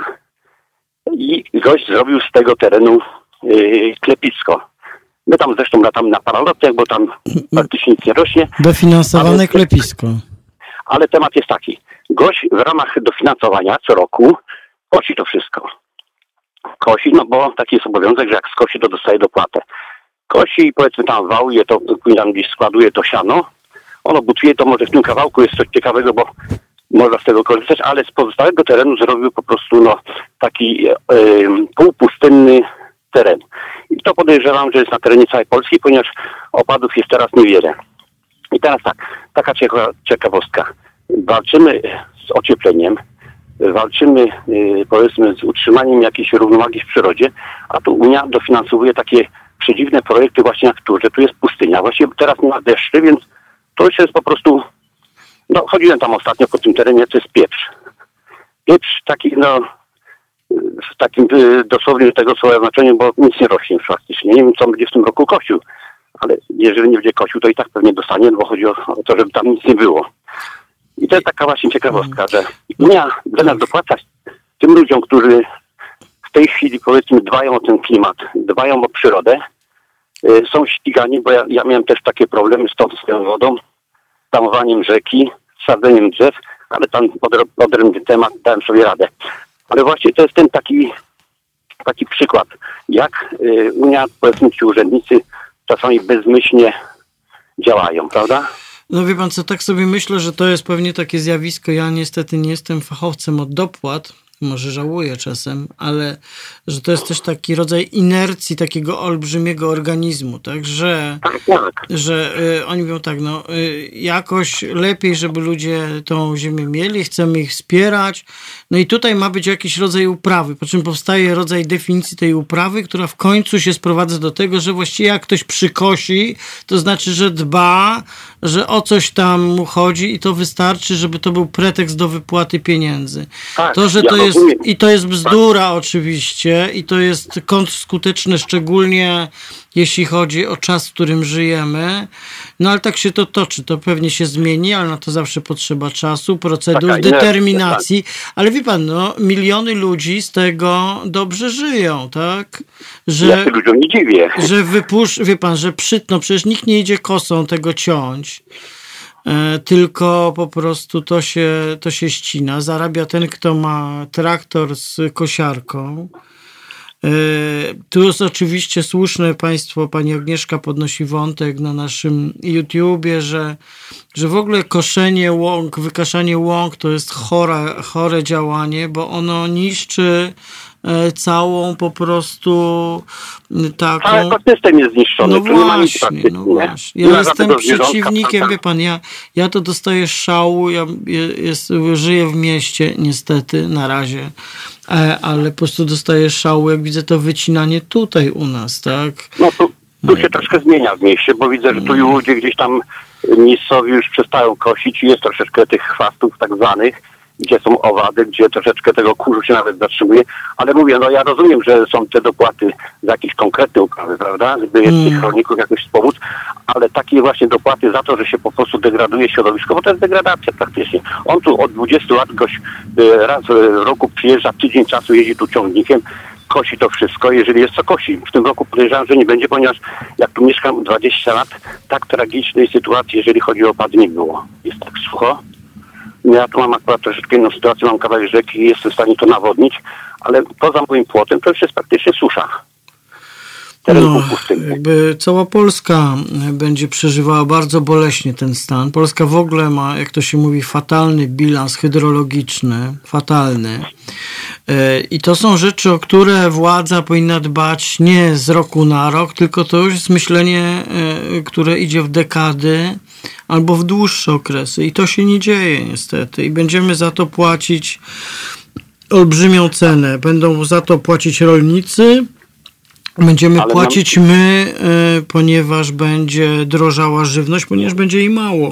i gość zrobił z tego terenu klepisko. My tam zresztą latamy na paralotach, bo tam praktycznie nic nie rośnie. Dofinansowane klepisko. Ale temat jest taki. Gość w ramach dofinansowania co roku kosi to wszystko. Kosi, no bo taki jest obowiązek, że jak skosi, to dostaje dopłatę. Kosi i powiedzmy tam wałuje to, tam gdzieś składuje to siano. Ono butuje to, może w tym kawałku jest coś ciekawego, bo można z tego korzystać, ale z pozostałego terenu zrobił po prostu taki półpustynny teren. I to podejrzewam, że jest na terenie całej Polski, ponieważ opadów jest teraz niewiele. I teraz tak, taka ciekawostka. Walczymy z ociepleniem, walczymy powiedzmy z utrzymaniem jakiejś równowagi w przyrodzie, a tu Unia dofinansowuje takie przedziwne projekty właśnie jak tu, że tu jest pustynia. Właściwie teraz nie ma deszczy, więc to już jest po prostu, chodziłem tam ostatnio po tym terenie, to jest pieprz. Pieprz taki, w takim dosłownie tego słowa znaczeniu, bo nic nie rośnie już faktycznie. Nie wiem, co będzie w tym roku kosił, ale jeżeli nie będzie kosił, to i tak pewnie dostanie, bo chodzi o to, żeby tam nic nie było. I to jest taka właśnie ciekawostka, że Unia zamiast dopłacać tym ludziom, którzy w tej chwili powiedzmy dbają o ten klimat, dbają o przyrodę, są ścigani, bo ja miałem też takie problemy z tą swoją wodą, tamowaniem rzeki, sadzeniem drzew, ale tam odrębny temat, dałem sobie radę. Ale właśnie to jest ten taki przykład, jak Unia, powiedzmy ci urzędnicy czasami bezmyślnie działają, prawda? No wie pan co, tak sobie myślę, że to jest pewnie takie zjawisko, ja niestety nie jestem fachowcem od dopłat, może żałuję czasem, ale że to jest też taki rodzaj inercji takiego olbrzymiego organizmu, tak, że oni mówią tak, jakoś lepiej, żeby ludzie tą ziemię mieli, chcemy ich wspierać, no i tutaj ma być jakiś rodzaj uprawy, po czym powstaje rodzaj definicji tej uprawy, która w końcu się sprowadza do tego, że właściwie jak ktoś przykosi, to znaczy, że dba, że o coś tam mu chodzi i to wystarczy, żeby to był pretekst do wypłaty pieniędzy. Tak, to, że to jest, i to jest bzdura oczywiście i to jest kontrskuteczne, szczególnie jeśli chodzi o czas, w którym żyjemy, ale tak się to toczy, to pewnie się zmieni, ale na to zawsze potrzeba czasu, procedur, determinacji, ale wie pan, miliony ludzi z tego dobrze żyją, tak? Ja się ludziom nie dziwię. Że wie pan, że przecież nikt nie idzie kosą tego ciąć, tylko po prostu to się ścina. Zarabia ten, kto ma traktor z kosiarką. Tu jest oczywiście słuszne pani Agnieszka podnosi wątek na naszym YouTubie, że w ogóle koszenie łąk, wykaszanie łąk to jest chore działanie, bo ono niszczy całą po prostu taką... Ale ekosystem jest zniszczony. No właśnie. Ja jestem przeciwnikiem, wie pan, ja to dostaję szału, żyję w mieście niestety na razie, ale po prostu dostaję szału, jak widzę to wycinanie tutaj u nas, tak? Tu się troszkę zmienia w mieście, bo widzę, że tu ludzie gdzieś tam miejscowi już przestają kosić i jest troszeczkę tych chwastów tak zwanych, gdzie są owady, gdzie troszeczkę tego kurzu się nawet zatrzymuje, ale mówię, ja rozumiem, że są te dopłaty za jakieś konkretne uprawy, prawda, żeby tych rolników jakoś wspomóc, ale takie właśnie dopłaty za to, że się po prostu degraduje środowisko, bo to jest degradacja praktycznie. On tu od 20 lat goś raz w roku przyjeżdża, tydzień czasu jeździ tu ciągnikiem, kosi to wszystko, jeżeli jest co kosi. W tym roku podejrzewam, że nie będzie, ponieważ jak tu mieszkam 20 lat, tak tragicznej sytuacji, jeżeli chodzi o opady, nie było. Jest tak sucho. Ja tu mam akurat troszeczkę inną sytuację, mam kawałek rzeki i jestem w stanie to nawodnić, ale poza moim płotem to już jest praktycznie susza. teren No, pustynny. jakby cała Polska będzie przeżywała bardzo boleśnie ten stan. Polska w ogóle ma, jak to się mówi, fatalny bilans hydrologiczny. Fatalny. I to są rzeczy, o które władza powinna dbać nie z roku na rok, tylko to już jest myślenie, które idzie w dekady albo w dłuższe okresy. I to się nie dzieje niestety. I będziemy za to płacić olbrzymią cenę. Będą za to płacić rolnicy, będziemy płacić my, ponieważ będzie drożała żywność, ponieważ będzie jej mało.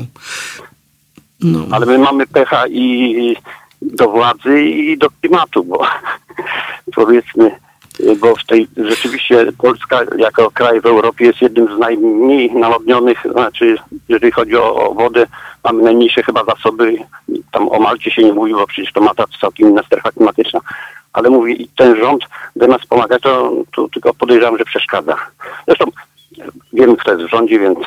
No. Ale my mamy pecha i do władzy i do klimatu, bo powiedzmy, bo w tej rzeczywiście Polska jako kraj w Europie jest jednym z najmniej nalodnionych, znaczy jeżeli chodzi o wodę, mamy najmniejsze chyba zasoby, tam o Malcie się nie mówi, bo przecież to Malta to całkiem inna strefa klimatyczna, ale mówi, ten rząd zamiast pomagać, to tylko podejrzewam, że przeszkadza. Zresztą wiemy, kto jest w rządzie, więc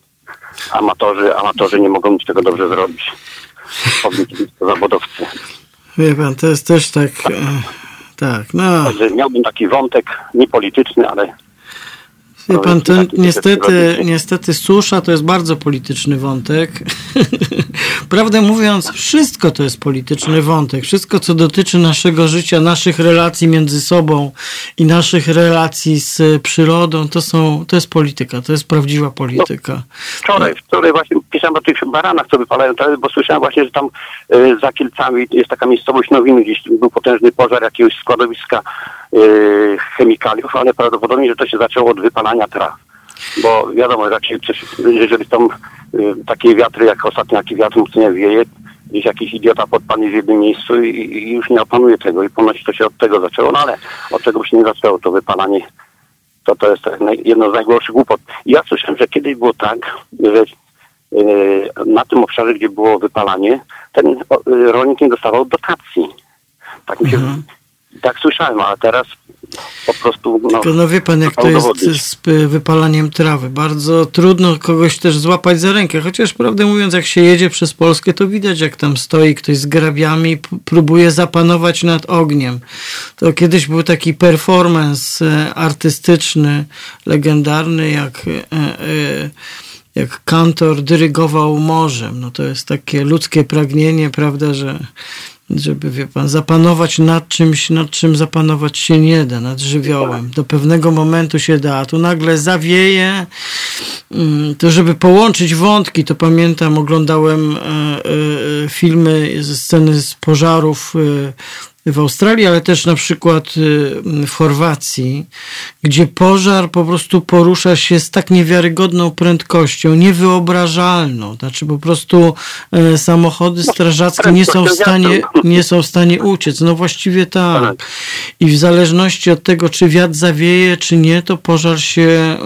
amatorzy nie mogą nic tego dobrze zrobić. Powinni być to zawodowcy. Wie pan, to jest też tak, tak, no. Także miałbym taki wątek, nie polityczny, ale... Wie pan, to niestety susza to jest bardzo polityczny wątek. Prawdę mówiąc, wszystko to jest polityczny wątek. Wszystko, co dotyczy naszego życia, naszych relacji między sobą i naszych relacji z przyrodą, to jest polityka, to jest prawdziwa polityka. Wczoraj właśnie pisałem o tych baranach, co wypalają trawę, bo słyszałem właśnie, że tam za Kielcami jest taka miejscowość Nowiny, gdzieś był potężny pożar jakiegoś składowiska chemikaliów, ale prawdopodobnie, że to się zaczęło od wypalania traw. Bo wiadomo, jeżeli są takie wiatry, jak ostatnio jaki wiatr mocno wieje, gdzieś jakiś idiota podpadnie w jednym miejscu i już nie opanuje tego i ponoć to się od tego zaczęło, no ale od czego by się nie zaczęło, to wypalanie, to jest jedno z najgorszych głupot. I ja słyszałem, że kiedyś było tak, że na tym obszarze, gdzie było wypalanie, ten rolnik nie dostawał dotacji. Tak mi się... Tak słyszałem, ale teraz po prostu... No wie pan, jak to jest z wypalaniem trawy. Bardzo trudno kogoś też złapać za rękę. Chociaż prawdę mówiąc, jak się jedzie przez Polskę, to widać, jak tam stoi ktoś z grabiami i próbuje zapanować nad ogniem. To kiedyś był taki performance artystyczny, legendarny, jak kantor dyrygował morzem. No to jest takie ludzkie pragnienie, prawda, żeby, wie pan, zapanować nad czymś, nad czym zapanować się nie da, nad żywiołem. Do pewnego momentu się da, a tu nagle zawieje. To żeby połączyć wątki, to pamiętam, oglądałem filmy ze sceny z pożarów w Australii, ale też na przykład w Chorwacji, gdzie pożar po prostu porusza się z tak niewiarygodną prędkością, niewyobrażalną. Znaczy po prostu samochody strażackie nie są w stanie uciec. No właściwie tak. I w zależności od tego, czy wiatr zawieje, czy nie, to pożar się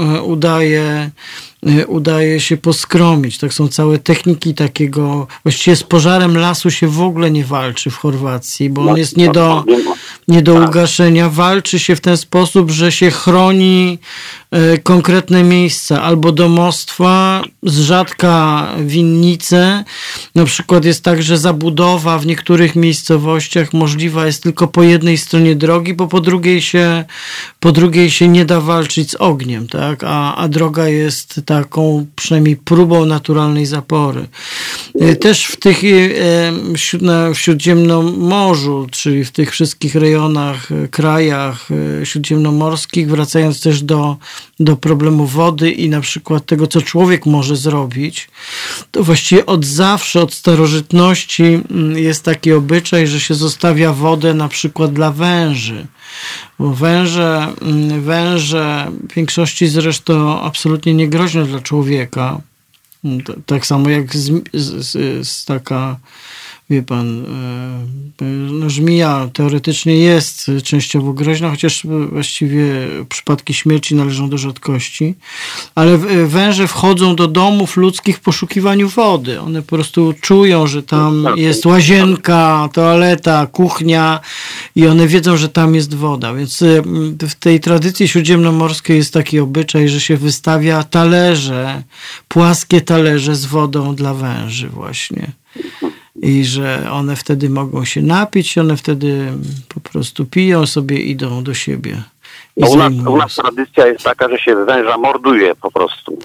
udaje się poskromić. Tak są całe techniki takiego, właściwie z pożarem lasu się w ogóle nie walczy w Chorwacji, bo on jest nie do ugaszenia. Walczy się w ten sposób, że się chroni konkretne miejsca, albo domostwa, z rzadka winnice. Na przykład jest tak, że zabudowa w niektórych miejscowościach możliwa jest tylko po jednej stronie drogi, bo po drugiej się nie da walczyć z ogniem, tak? A droga jest taką przynajmniej próbą naturalnej zapory. Też w tych w Śródziemnym Morzu, czyli w tych wszystkich rejonach, krajach śródziemnomorskich, wracając też do problemu wody i na przykład tego, co człowiek może zrobić, to właściwie od zawsze, od starożytności jest taki obyczaj, że się zostawia wodę na przykład dla węży. Bo węże w większości zresztą absolutnie niegroźne dla człowieka. Tak samo jak taka, wie pan, żmija teoretycznie jest częściowo groźna, chociaż właściwie przypadki śmierci należą do rzadkości. Ale węże wchodzą do domów ludzkich w poszukiwaniu wody. One po prostu czują, że tam jest łazienka, toaleta, kuchnia i one wiedzą, że tam jest woda. Więc w tej tradycji śródziemnomorskiej jest taki obyczaj, że się wystawia talerze, płaskie talerze z wodą dla węży właśnie. I że one wtedy mogą się napić, one wtedy po prostu piją sobie, idą do siebie. i No zajmują u nas tradycja jest taka, że się węża morduje po prostu.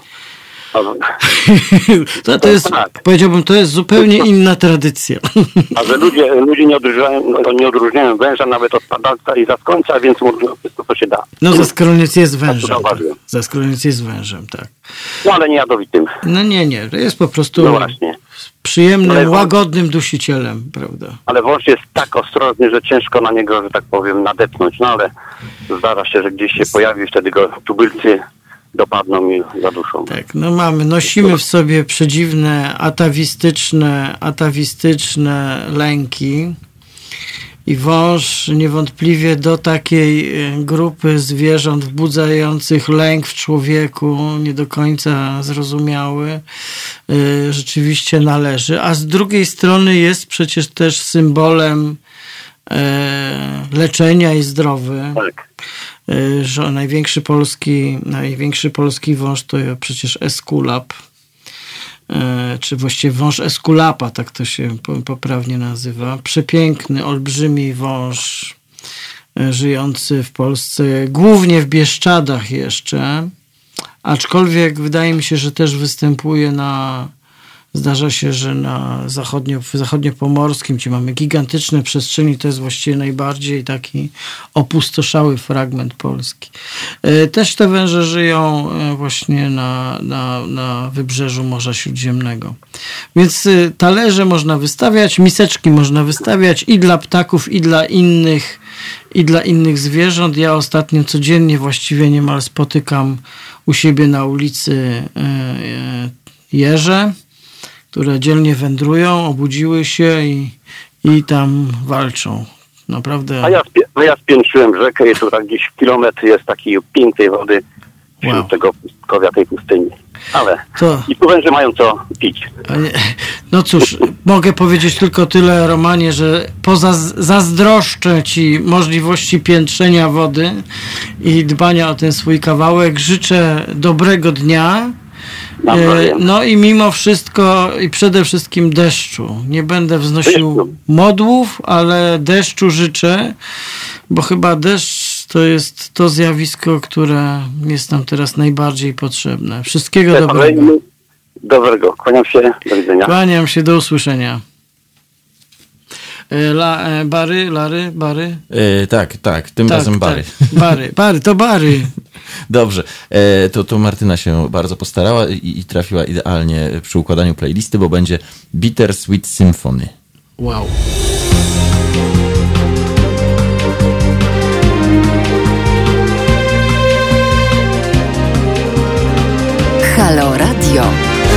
to jest, tak. powiedziałbym, to jest zupełnie inna tradycja. A że ludzie nie odróżniają węża nawet od padalca i zaskońca, więc mordują wszystko, co się da. No zaskroniec jest wężem. Tak, zauważyłem. Zaskroniec jest wężem, tak. No ale nie jadowitym. No nie, to jest po prostu No właśnie. przyjemnym, Ale łagodnym dusicielem, prawda? Ale wąż jest tak ostrożny, że ciężko na niego, że tak powiem, nadepnąć. No ale zdarza się, że gdzieś się pojawi, wtedy go tubylcy dopadną i zaduszą. Tak, nosimy w sobie przedziwne, atawistyczne lęki i wąż niewątpliwie do takiej grupy zwierząt wzbudzających lęk w człowieku, nie do końca zrozumiały, rzeczywiście należy. A z drugiej strony jest przecież też symbolem leczenia i zdrowia. Tak. Że największy polski wąż to przecież eskulap, czy właściwie wąż eskulapa, tak to się poprawnie nazywa. Przepiękny, olbrzymi wąż żyjący w Polsce, głównie w Bieszczadach jeszcze, aczkolwiek wydaje mi się, że też występuje zdarza się, że w zachodniopomorskim, gdzie mamy gigantyczne przestrzenie, to jest właściwie najbardziej taki opustoszały fragment Polski. Też te węże żyją właśnie na wybrzeżu Morza Śródziemnego. Więc talerze można wystawiać, miseczki można wystawiać i dla ptaków, i dla innych zwierząt. Ja ostatnio codziennie właściwie niemal spotykam u siebie na ulicy jeże, które dzielnie wędrują, obudziły się i tam walczą. Naprawdę. A ja spiętrzyłem rzekę i tu tak gdzieś kilometr jest takiej pięknej wody wśród tego pustkowia, tej pustyni. Ale i tu węże mają co pić. No cóż, mogę powiedzieć tylko tyle, Romanie, że zazdroszczę Ci możliwości piętrzenia wody i dbania o ten swój kawałek. Życzę dobrego dnia. No i mimo wszystko i przede wszystkim deszczu. Nie będę wznosił modłów, ale deszczu życzę, bo chyba deszcz to jest to zjawisko, które jest nam teraz najbardziej potrzebne. Wszystkiego dobrego. Dobrego. Kłaniam się. Do widzenia. Kłaniam się. Do usłyszenia. Bary? Tak. Tym razem bary. Tak. Bary. Dobrze. To Martyna się bardzo postarała i trafiła idealnie przy układaniu playlisty, bo będzie Bittersweet Symphony. Wow. Halo Radio.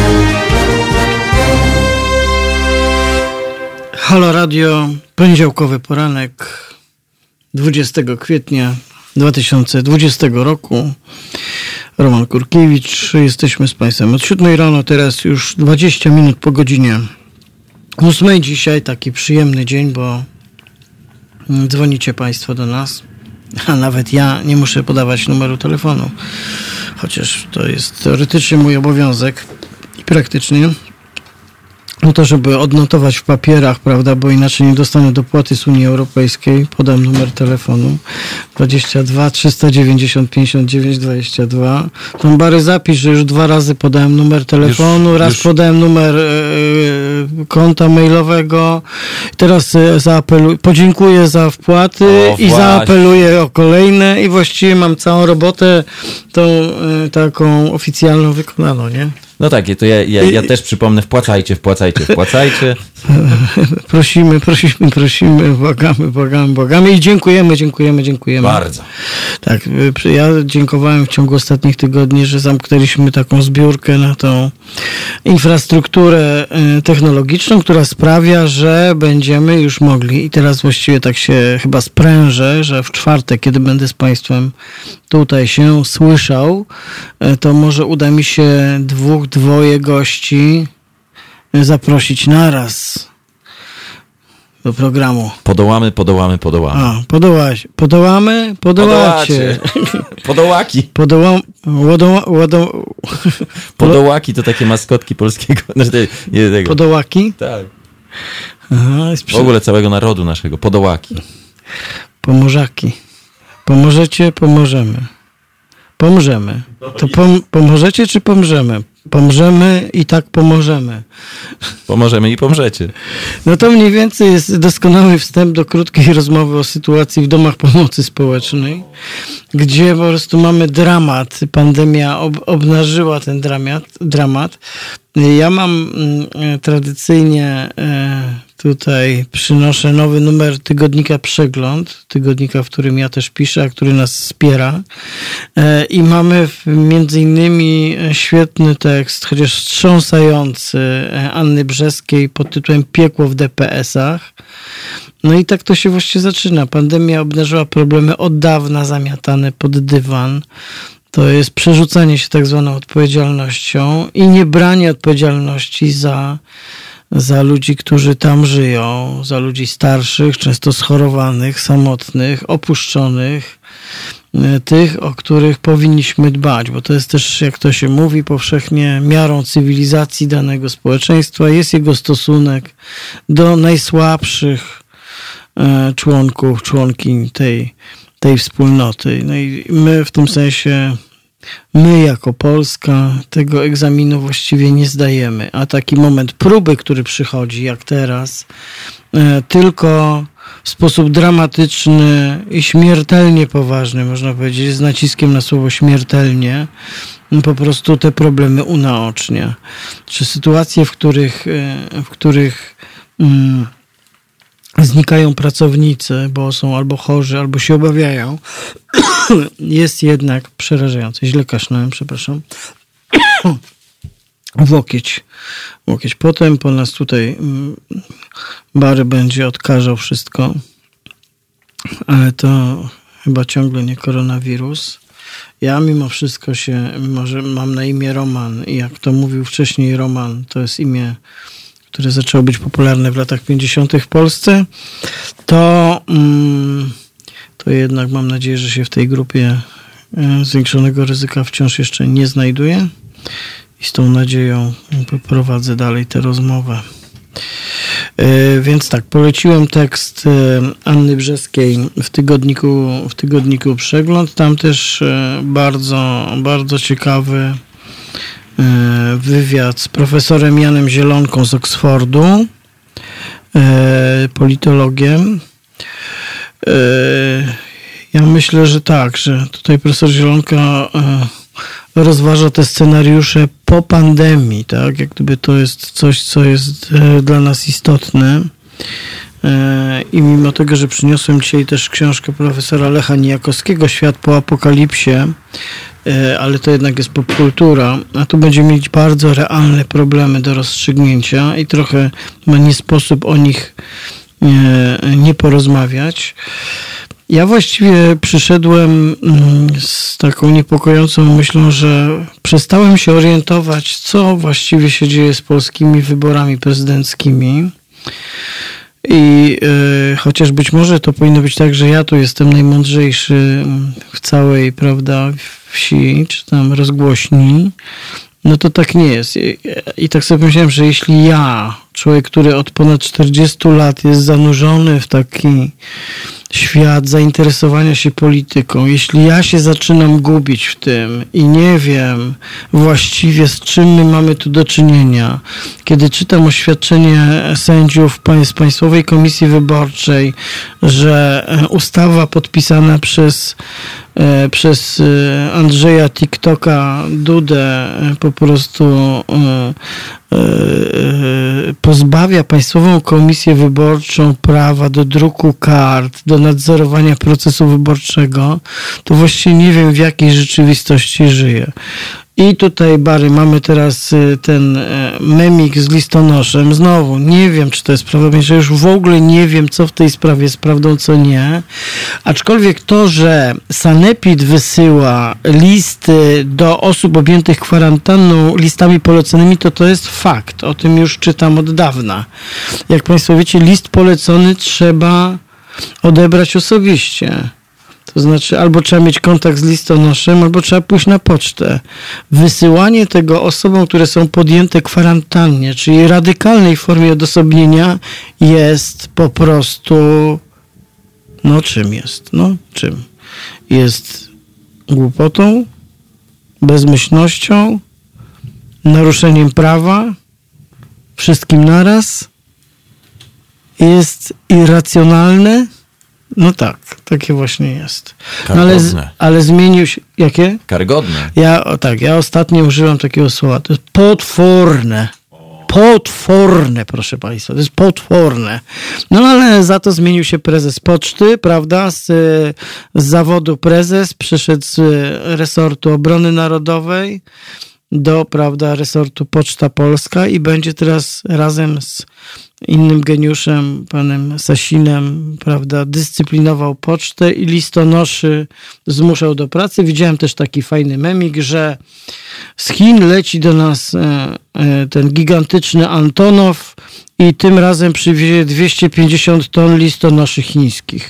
Halo Radio, poniedziałkowy poranek 20 kwietnia 2020 roku. Roman Kurkiewicz, jesteśmy z Państwem od 7 rano, teraz już 20 minut po godzinie 8. Dzisiaj taki przyjemny dzień, bo dzwonicie Państwo do nas, a nawet ja nie muszę podawać numeru telefonu, chociaż to jest teoretycznie mój obowiązek i praktycznie. No to, żeby odnotować w papierach, prawda, bo inaczej nie dostanę dopłaty z Unii Europejskiej. Podam numer telefonu 22 390 59 22. Tą Bary zapisz, że już 2 razy podałem numer telefonu, raz podałem numer konta mailowego. Teraz podziękuję za wpłaty i zaapeluję o kolejne i właściwie mam całą robotę tą taką oficjalną wykonaną, nie? No tak, to ja też przypomnę, wpłacajcie. Prosimy, błagamy i dziękujemy. Bardzo. Tak, ja dziękowałem w ciągu ostatnich tygodni, że zamknęliśmy taką zbiórkę na tą infrastrukturę technologiczną, która sprawia, że będziemy już mogli i teraz właściwie tak się chyba sprężę, że w czwartek, kiedy będę z Państwem tutaj się słyszał, to może uda mi się dwoje gości zaprosić naraz do programu. Podołamy. A, podołacie. Podołaki. Podołaki to takie maskotki polskiego. Podołaki? Tak. Aha, w ogóle całego narodu naszego. Podołaki. Pomorzaki. Pomożecie? Pomożemy. Pomrzemy. To pomożecie czy pomrzemy? Pomrzemy i tak pomożemy. Pomożemy i pomrzecie. No to mniej więcej jest doskonały wstęp do krótkiej rozmowy o sytuacji w domach pomocy społecznej, gdzie po prostu mamy dramat. Pandemia obnażyła ten dramat. Ja mam tradycyjnie tutaj przynoszę nowy numer tygodnika Przegląd, tygodnika, w którym ja też piszę, a który nas wspiera. I mamy między innymi świetny tekst, chociaż wstrząsający, Anny Brzeskiej pod tytułem Piekło w DPS-ach. No i tak to się właściwie zaczyna. Pandemia obnażyła problemy od dawna zamiatane pod dywan. To jest przerzucanie się tak zwaną odpowiedzialnością i nie branie odpowiedzialności za ludzi, którzy tam żyją, za ludzi starszych, często schorowanych, samotnych, opuszczonych, tych, o których powinniśmy dbać, bo to jest też, jak to się mówi powszechnie, miarą cywilizacji danego społeczeństwa jest jego stosunek do najsłabszych członków, członkiń tej wspólnoty. No i my w tym sensie, my jako Polska tego egzaminu właściwie nie zdajemy, a taki moment próby, który przychodzi jak teraz, tylko w sposób dramatyczny i śmiertelnie poważny, można powiedzieć, z naciskiem na słowo śmiertelnie, po prostu te problemy unaocznia. Czy sytuacje, w których znikają pracownicy, bo są albo chorzy, albo się obawiają, jest jednak przerażające. Źle kaszlałem, przepraszam. W łokieć. Potem po nas tutaj Bary będzie odkażał wszystko, ale to chyba ciągle nie koronawirus. Ja mimo wszystko może mam na imię Roman i jak to mówił wcześniej Roman, to jest imię, które zaczęło być popularne w latach 50. w Polsce, to jednak mam nadzieję, że się w tej grupie zwiększonego ryzyka wciąż jeszcze nie znajduję i z tą nadzieją prowadzę dalej tę rozmowę. Więc tak, poleciłem tekst Anny Brzeskiej w tygodniku Przegląd. Tam też bardzo, bardzo ciekawy wywiad z profesorem Janem Zielonką z Oksfordu, politologiem. Ja myślę, że tak, że tutaj profesor Zielonka rozważa te scenariusze po pandemii, tak? Jak gdyby to jest coś, co jest dla nas istotne. I mimo tego, że przyniosłem dzisiaj też książkę profesora Lecha Nijakowskiego, Świat po apokalipsie, ale to jednak jest popkultura, a tu będziemy mieć bardzo realne problemy do rozstrzygnięcia i trochę nie sposób o nich nie porozmawiać. Ja właściwie przyszedłem z taką niepokojącą myślą, że przestałem się orientować, co właściwie się dzieje z polskimi wyborami prezydenckimi. I chociaż być może to powinno być tak, że ja tu jestem najmądrzejszy w całej, prawda, wsi, czy tam rozgłośni, no to tak nie jest. I tak sobie myślałem, że jeśli ja, człowiek, który od ponad 40 lat jest zanurzony w taki świat zainteresowania się polityką, jeśli ja się zaczynam gubić w tym i nie wiem właściwie z czym my mamy tu do czynienia, kiedy czytam oświadczenie sędziów z Państwowej Komisji Wyborczej, że ustawa podpisana przez Andrzeja TikToka Dudę po prostu pozbawia Państwową Komisję Wyborczą prawa do druku kart, do nadzorowania procesu wyborczego, to właściwie nie wiem, w jakiej rzeczywistości żyję. I tutaj, Bary, mamy teraz ten memik z listonoszem. Znowu, nie wiem, czy to jest prawda, że już w ogóle nie wiem, co w tej sprawie jest prawdą, co nie. Aczkolwiek to, że Sanepid wysyła listy do osób objętych kwarantanną listami poleconymi, to jest fakt. O tym już czytam od dawna. Jak Państwo wiecie, list polecony trzeba odebrać osobiście. To znaczy albo trzeba mieć kontakt z listonoszem, albo trzeba pójść na pocztę. Wysyłanie tego osobom, które są podjęte kwarantannie, czyli radykalnej formie odosobnienia, jest po prostu... No czym jest? No czym? jest głupotą, bezmyślnością, naruszeniem prawa, wszystkim naraz, jest irracjonalne. No tak, takie właśnie jest. No ale zmienił się... Jakie? Karygodne. Ja ostatnio użyłem takiego słowa. To jest potworne. Potworne, proszę Państwa. To jest potworne. No ale za to zmienił się prezes poczty, prawda? Z zawodu prezes przyszedł z resortu obrony narodowej do, prawda, resortu Poczta Polska i będzie teraz razem z innym geniuszem, panem Sasinem, prawda, dyscyplinował pocztę i listonoszy zmuszał do pracy. Widziałem też taki fajny memik, że z Chin leci do nas ten gigantyczny Antonow i tym razem przywiezie 250 ton listonoszy chińskich.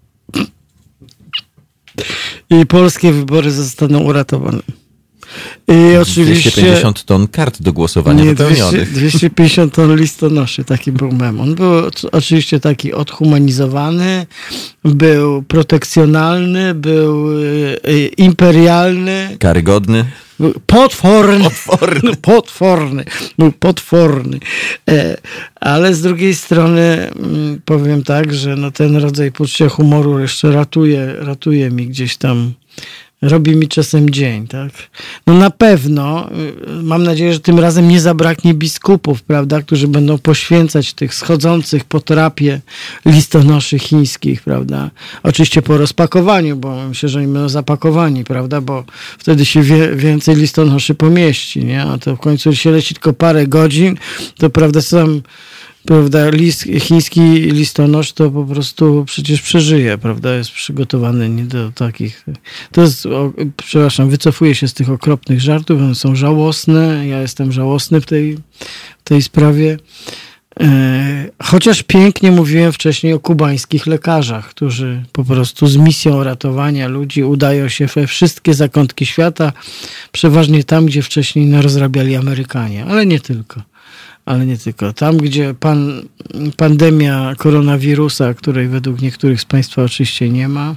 I polskie wybory zostaną uratowane. I oczywiście 250 ton kart do głosowania wypełnionych. 250 ton listonoszy, taki był mem. On był oczywiście taki odhumanizowany, był protekcjonalny, był imperialny. Karygodny. Był potworny. Był potworny. Ale z drugiej strony powiem tak, że no ten rodzaj poczucia humoru jeszcze ratuje mi gdzieś tam. Robi mi czasem dzień, tak? No na pewno, mam nadzieję, że tym razem nie zabraknie biskupów, prawda, którzy będą poświęcać tych schodzących po trapie listonoszy chińskich, prawda? Oczywiście po rozpakowaniu, bo myślę, że oni będą zapakowani, prawda, bo wtedy się więcej listonoszy pomieści, nie? A to w końcu się leci tylko parę godzin, to prawda, prawda, chiński listonosz to po prostu przecież przeżyje, prawda, jest przygotowany nie do takich... To jest, przepraszam, wycofuję się z tych okropnych żartów, one są żałosne, ja jestem żałosny w tej sprawie. Chociaż pięknie mówiłem wcześniej o kubańskich lekarzach, którzy po prostu z misją ratowania ludzi udają się we wszystkie zakątki świata, przeważnie tam, gdzie wcześniej narozrabiali Amerykanie, ale nie tylko. Tam, gdzie pandemia koronawirusa, której według niektórych z Państwa oczywiście nie ma,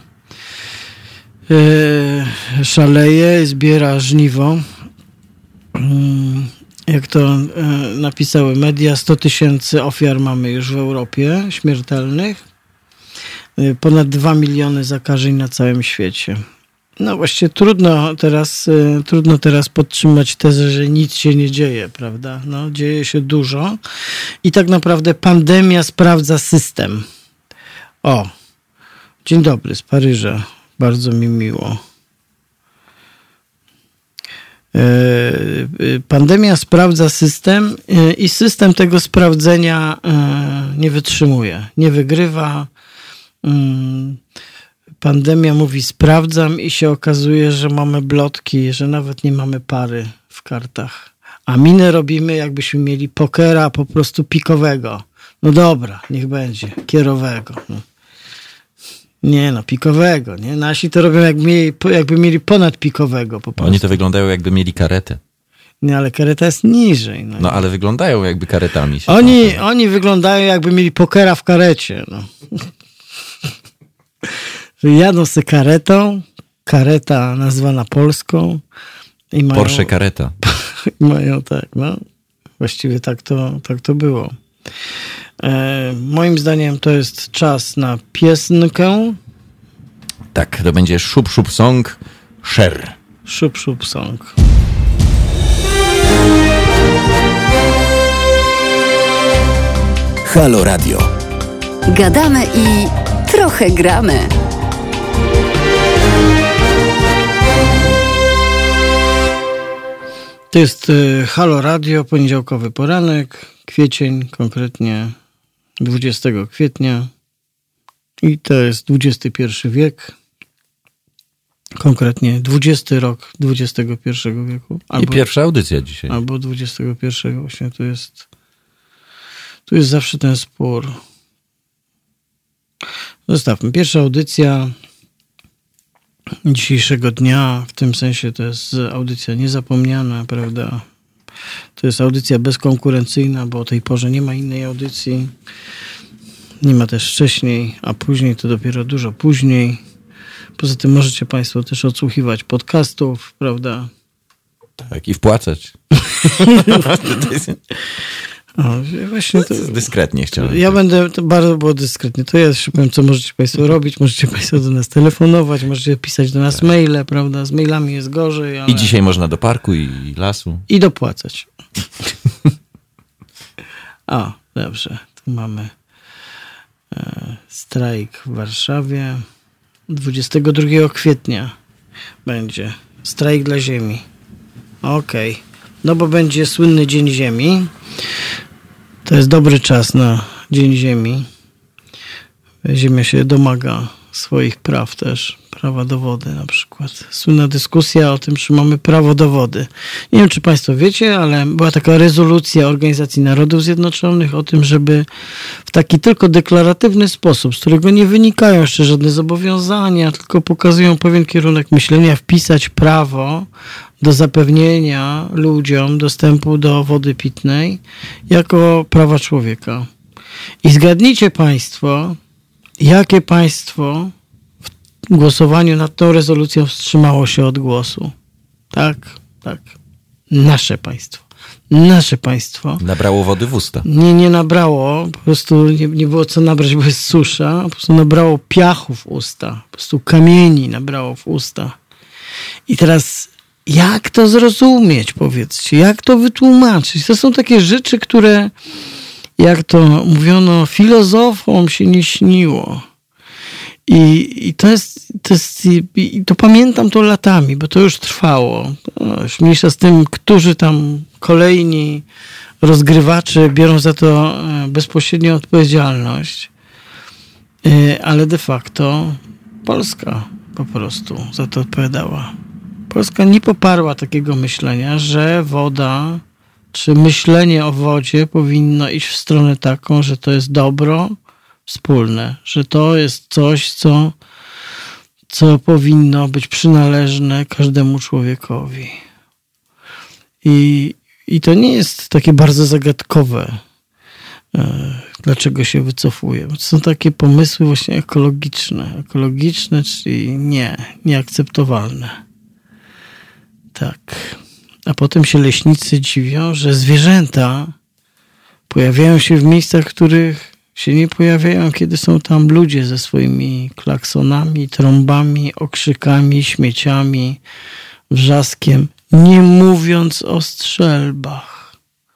szaleje, zbiera żniwo. Jak to napisały media, 100 000 ofiar mamy już w Europie śmiertelnych. Ponad 2 miliony zakażeń na całym świecie. No właściwie trudno teraz podtrzymać tezę, że nic się nie dzieje, prawda? No, dzieje się dużo i tak naprawdę pandemia sprawdza system. O, dzień dobry z Paryża, bardzo mi miło. Pandemia sprawdza system i system tego sprawdzenia nie wytrzymuje, nie wygrywa. Pandemia mówi sprawdzam i się okazuje, że mamy blotki, że nawet nie mamy pary w kartach. A minę robimy, jakbyśmy mieli pokera po prostu pikowego. No dobra, niech będzie, kierowego. No. Nie no, pikowego, nie? Nasi to robią jakby mieli ponad pikowego po prostu. Oni to wyglądają jakby mieli karetę. Nie, ale kareta jest niżej. No ale wyglądają jakby karetami. Oni wyglądają jakby mieli pokera w karecie, no. Jadą se karetą, kareta nazwana polską. I mają, Porsche kareta. Mają tak, no. Właściwie tak to było. Moim zdaniem to jest czas na piosenkę. Tak, to będzie Szup Szup Song Sher. Szup Szup Song. Halo Radio. Gadamy i trochę gramy. To jest Halo Radio, poniedziałkowy poranek, kwiecień, konkretnie 20 kwietnia i to jest XXI wiek, konkretnie 20 rok XXI wieku. I pierwsza audycja dzisiaj. Albo XXI, właśnie tu jest zawsze ten spór. Zostawmy. Pierwsza audycja dzisiejszego dnia, w tym sensie to jest audycja niezapomniana, prawda? To jest audycja bezkonkurencyjna, bo o tej porze nie ma innej audycji. Nie ma też wcześniej, a później to dopiero dużo później. Poza tym możecie Państwo też odsłuchiwać podcastów, prawda? Tak, i wpłacać. O, właśnie to dyskretnie chciałem. Ja będę, to bardzo było dyskretnie. To ja jeszcze powiem, co możecie Państwo robić. Możecie Państwo do nas telefonować, możecie pisać do nas maile, prawda? Z mailami jest gorzej, ale... I dzisiaj można do parku i lasu. I dopłacać. O, dobrze. Tu mamy strajk w Warszawie. 22 kwietnia będzie strajk dla ziemi. Okej. No bo będzie słynny Dzień Ziemi. To jest dobry czas na Dzień Ziemi. Ziemia się domaga swoich praw też. Prawa do wody na przykład. Słynna dyskusja o tym, czy mamy prawo do wody. Nie wiem, czy Państwo wiecie, ale była taka rezolucja Organizacji Narodów Zjednoczonych o tym, żeby w taki tylko deklaratywny sposób, z którego nie wynikają jeszcze żadne zobowiązania, tylko pokazują pewien kierunek myślenia, wpisać prawo do zapewnienia ludziom dostępu do wody pitnej jako prawa człowieka. I zgadnijcie Państwo, jakie państwo w głosowaniu nad tą rezolucją wstrzymało się od głosu. Tak. Nasze państwo. Nasze państwo. Nabrało wody w usta. Nie nabrało. Po prostu nie było co nabrać, bo jest susza. Po prostu nabrało piachu w usta. Po prostu kamieni nabrało w usta. I teraz jak to zrozumieć, powiedzcie? Jak to wytłumaczyć? To są takie rzeczy, które, jak to mówiono, filozofom się nie śniło. I to pamiętam to latami, bo to już trwało. Już mniejsza z tym, którzy tam kolejni rozgrywacze biorą za to bezpośrednią odpowiedzialność. Ale de facto Polska po prostu za to odpowiadała. Polska nie poparła takiego myślenia, że woda, czy myślenie o wodzie powinno iść w stronę taką, że to jest dobro wspólne, że to jest coś, co powinno być przynależne każdemu człowiekowi. I to nie jest takie bardzo zagadkowe, dlaczego się wycofuje. To są takie pomysły właśnie ekologiczne, czyli nieakceptowalne. Tak. A potem się leśnicy dziwią, że zwierzęta pojawiają się w miejscach, w których się nie pojawiają, kiedy są tam ludzie ze swoimi klaksonami, trąbami, okrzykami, śmieciami, wrzaskiem, nie mówiąc o strzelbach.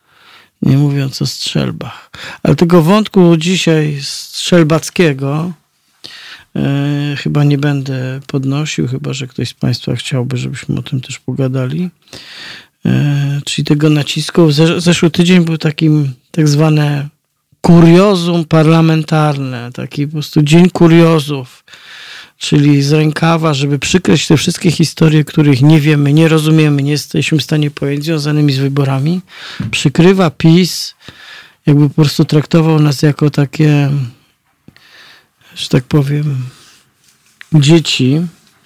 Ale tego wątku dzisiaj strzelbackiego chyba nie będę podnosił, chyba że ktoś z Państwa chciałby, żebyśmy o tym też pogadali. Czyli tego nacisku. Zeszły tydzień był takim tak zwane kuriozum parlamentarne, taki po prostu dzień kuriozów, czyli z rękawa, żeby przykryć te wszystkie historie, których nie wiemy, nie rozumiemy, nie jesteśmy w stanie pojąć, związanymi z wyborami. Przykrywa PiS, jakby po prostu traktował nas jako takie, że tak powiem, dzieci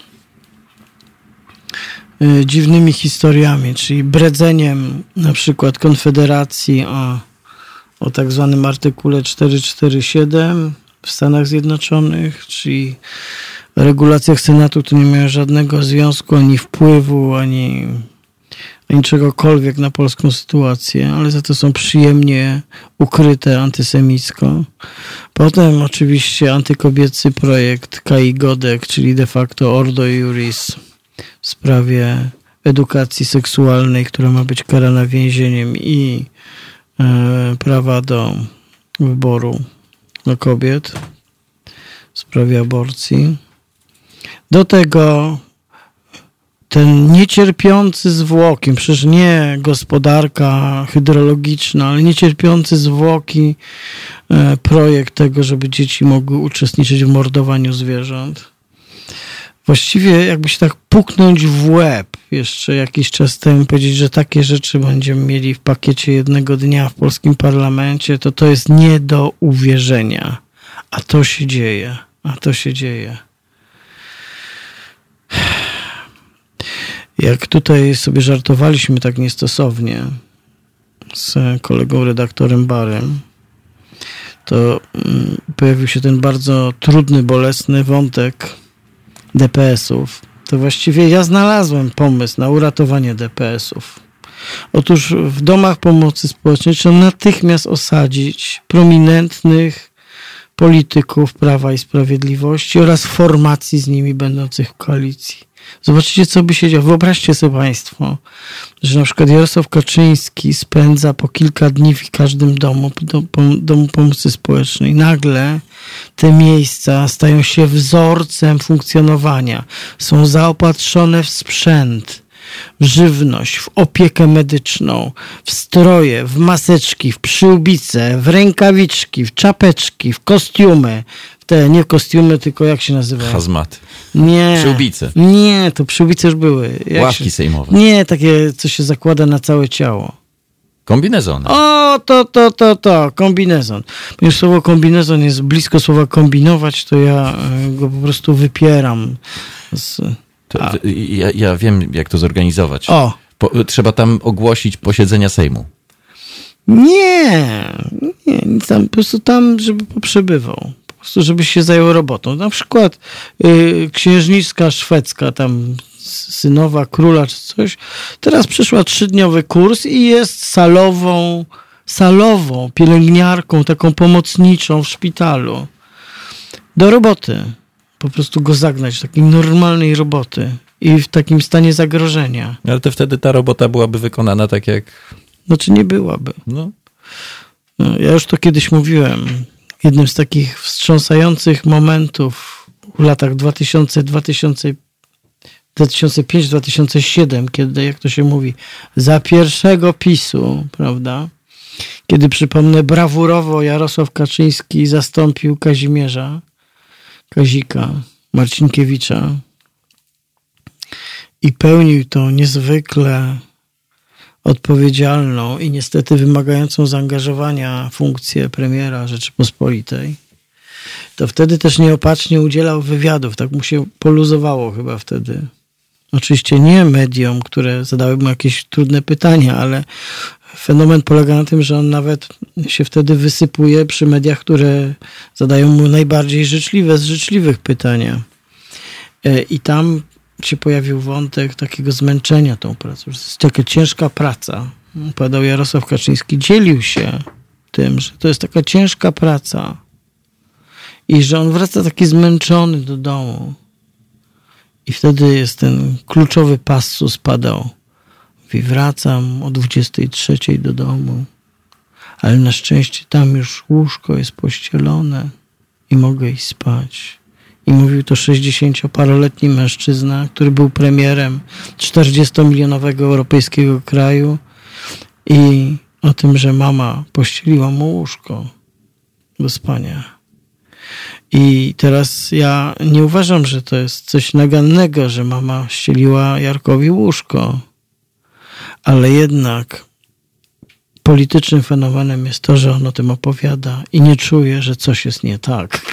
dziwnymi historiami, czyli bredzeniem na przykład Konfederacji o tak zwanym artykule 447 w Stanach Zjednoczonych, czyli regulacjach Senatu, które nie mają żadnego związku, ani wpływu, ani czegokolwiek na polską sytuację, ale za to są przyjemnie ukryte antysemicko. Potem oczywiście antykobiecy projekt Kai Godek, czyli de facto Ordo Iuris w sprawie edukacji seksualnej, która ma być karana więzieniem i prawa do wyboru dla kobiet w sprawie aborcji. Do tego ten niecierpiący zwłoki, przecież nie gospodarka hydrologiczna, ale niecierpiący zwłoki projekt tego, żeby dzieci mogły uczestniczyć w mordowaniu zwierząt. Właściwie jakby się tak puknąć w łeb jeszcze jakiś czas temu, powiedzieć, że takie rzeczy będziemy mieli w pakiecie jednego dnia w polskim parlamencie, to jest nie do uwierzenia. A to się dzieje. Jak tutaj sobie żartowaliśmy tak niestosownie z kolegą redaktorem Barem, to pojawił się ten bardzo trudny, bolesny wątek DPS-ów, to właściwie ja znalazłem pomysł na uratowanie DPS-ów. Otóż w domach pomocy społecznej trzeba natychmiast osadzić prominentnych polityków Prawa i Sprawiedliwości oraz formacji z nimi będących w koalicji. Zobaczycie, co by się działo. Wyobraźcie sobie państwo, że na przykład Jarosław Kaczyński spędza po kilka dni w każdym domu pomocy społecznej. Nagle te miejsca stają się wzorcem funkcjonowania. Są zaopatrzone w sprzęt, w żywność, w opiekę medyczną, w stroje, w maseczki, w przyłbice, w rękawiczki, w czapeczki, w kostiumy. Nie kostiumy, tylko jak się nazywa? Hazmaty. Nie. Przyłbice. Nie, to przyłbice już były. Ławki sejmowe. Nie, takie, co się zakłada na całe ciało. Kombinezony. O, to, kombinezon. Ponieważ słowo kombinezon jest blisko słowa kombinować, to ja go po prostu wypieram. Ja wiem, jak to zorganizować. Trzeba tam ogłosić posiedzenia Sejmu. Nie, nic tam, po prostu tam, żeby poprzebywał. Po prostu, żeby się zajął robotą. Na przykład księżniczka szwedzka, tam synowa króla czy coś, teraz przeszła 3-dniowy kurs i jest salową, pielęgniarką, taką pomocniczą w szpitalu. Do roboty. Po prostu go zagnać w takiej normalnej roboty i w takim stanie zagrożenia. Ale to wtedy ta robota byłaby wykonana tak jak... Znaczy nie byłaby. No, ja już to kiedyś mówiłem. Jednym z takich wstrząsających momentów w latach 2005-2007, kiedy, jak to się mówi, za pierwszego PiS-u, prawda? Kiedy, przypomnę, brawurowo Jarosław Kaczyński zastąpił Kazika Marcinkiewicza i pełnił tą niezwykle odpowiedzialną i niestety wymagającą zaangażowania funkcję premiera Rzeczypospolitej, to wtedy też nieopatrznie udzielał wywiadów. Tak mu się poluzowało chyba wtedy. Oczywiście nie mediom, które zadały mu jakieś trudne pytania, ale fenomen polega na tym, że on nawet się wtedy wysypuje przy mediach, które zadają mu najbardziej życzliwe z życzliwych pytania. I tam się pojawił wątek takiego zmęczenia tą pracą. To jest taka ciężka praca. Opowiadał Jarosław Kaczyński, dzielił się tym, że to jest taka ciężka praca i że on wraca taki zmęczony do domu. I wtedy jest ten kluczowy passus padał. Mówi, wracam o 23 do domu, ale na szczęście tam już łóżko jest pościelone i mogę iść spać. I mówił to 60-paroletni mężczyzna, który był premierem 40-milionowego europejskiego kraju i o tym, że mama pościeliła mu łóżko do spania. I teraz ja nie uważam, że to jest coś nagannego, że mama ścieliła Jarkowi łóżko, ale jednak politycznym fenomenem jest to, że on o tym opowiada i nie czuje, że coś jest nie tak.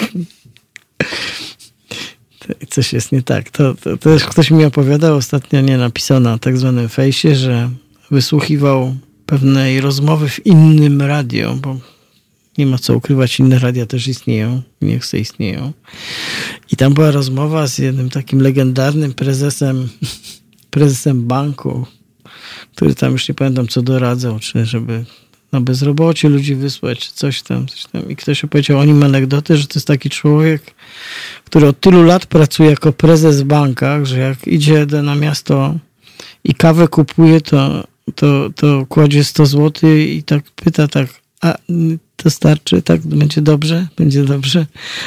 Coś jest nie tak. To też ktoś mi opowiadał ostatnio, napisał na tak zwanym fejsie, że wysłuchiwał pewnej rozmowy w innym radio, bo nie ma co ukrywać, inne radia też istnieją, niech se istnieją. I tam była rozmowa z jednym takim legendarnym prezesem banku, który tam już nie pamiętam co doradzał, czy żeby na bezrobocie ludzi wysłać, czy coś tam. I ktoś opowiedział o nim anegdotę, że to jest taki człowiek, który od tylu lat pracuje jako prezes w bankach, że jak idzie na miasto i kawę kupuje, to kładzie 100 zł i tak pyta a to starczy? Tak? Będzie dobrze? Będzie dobrze?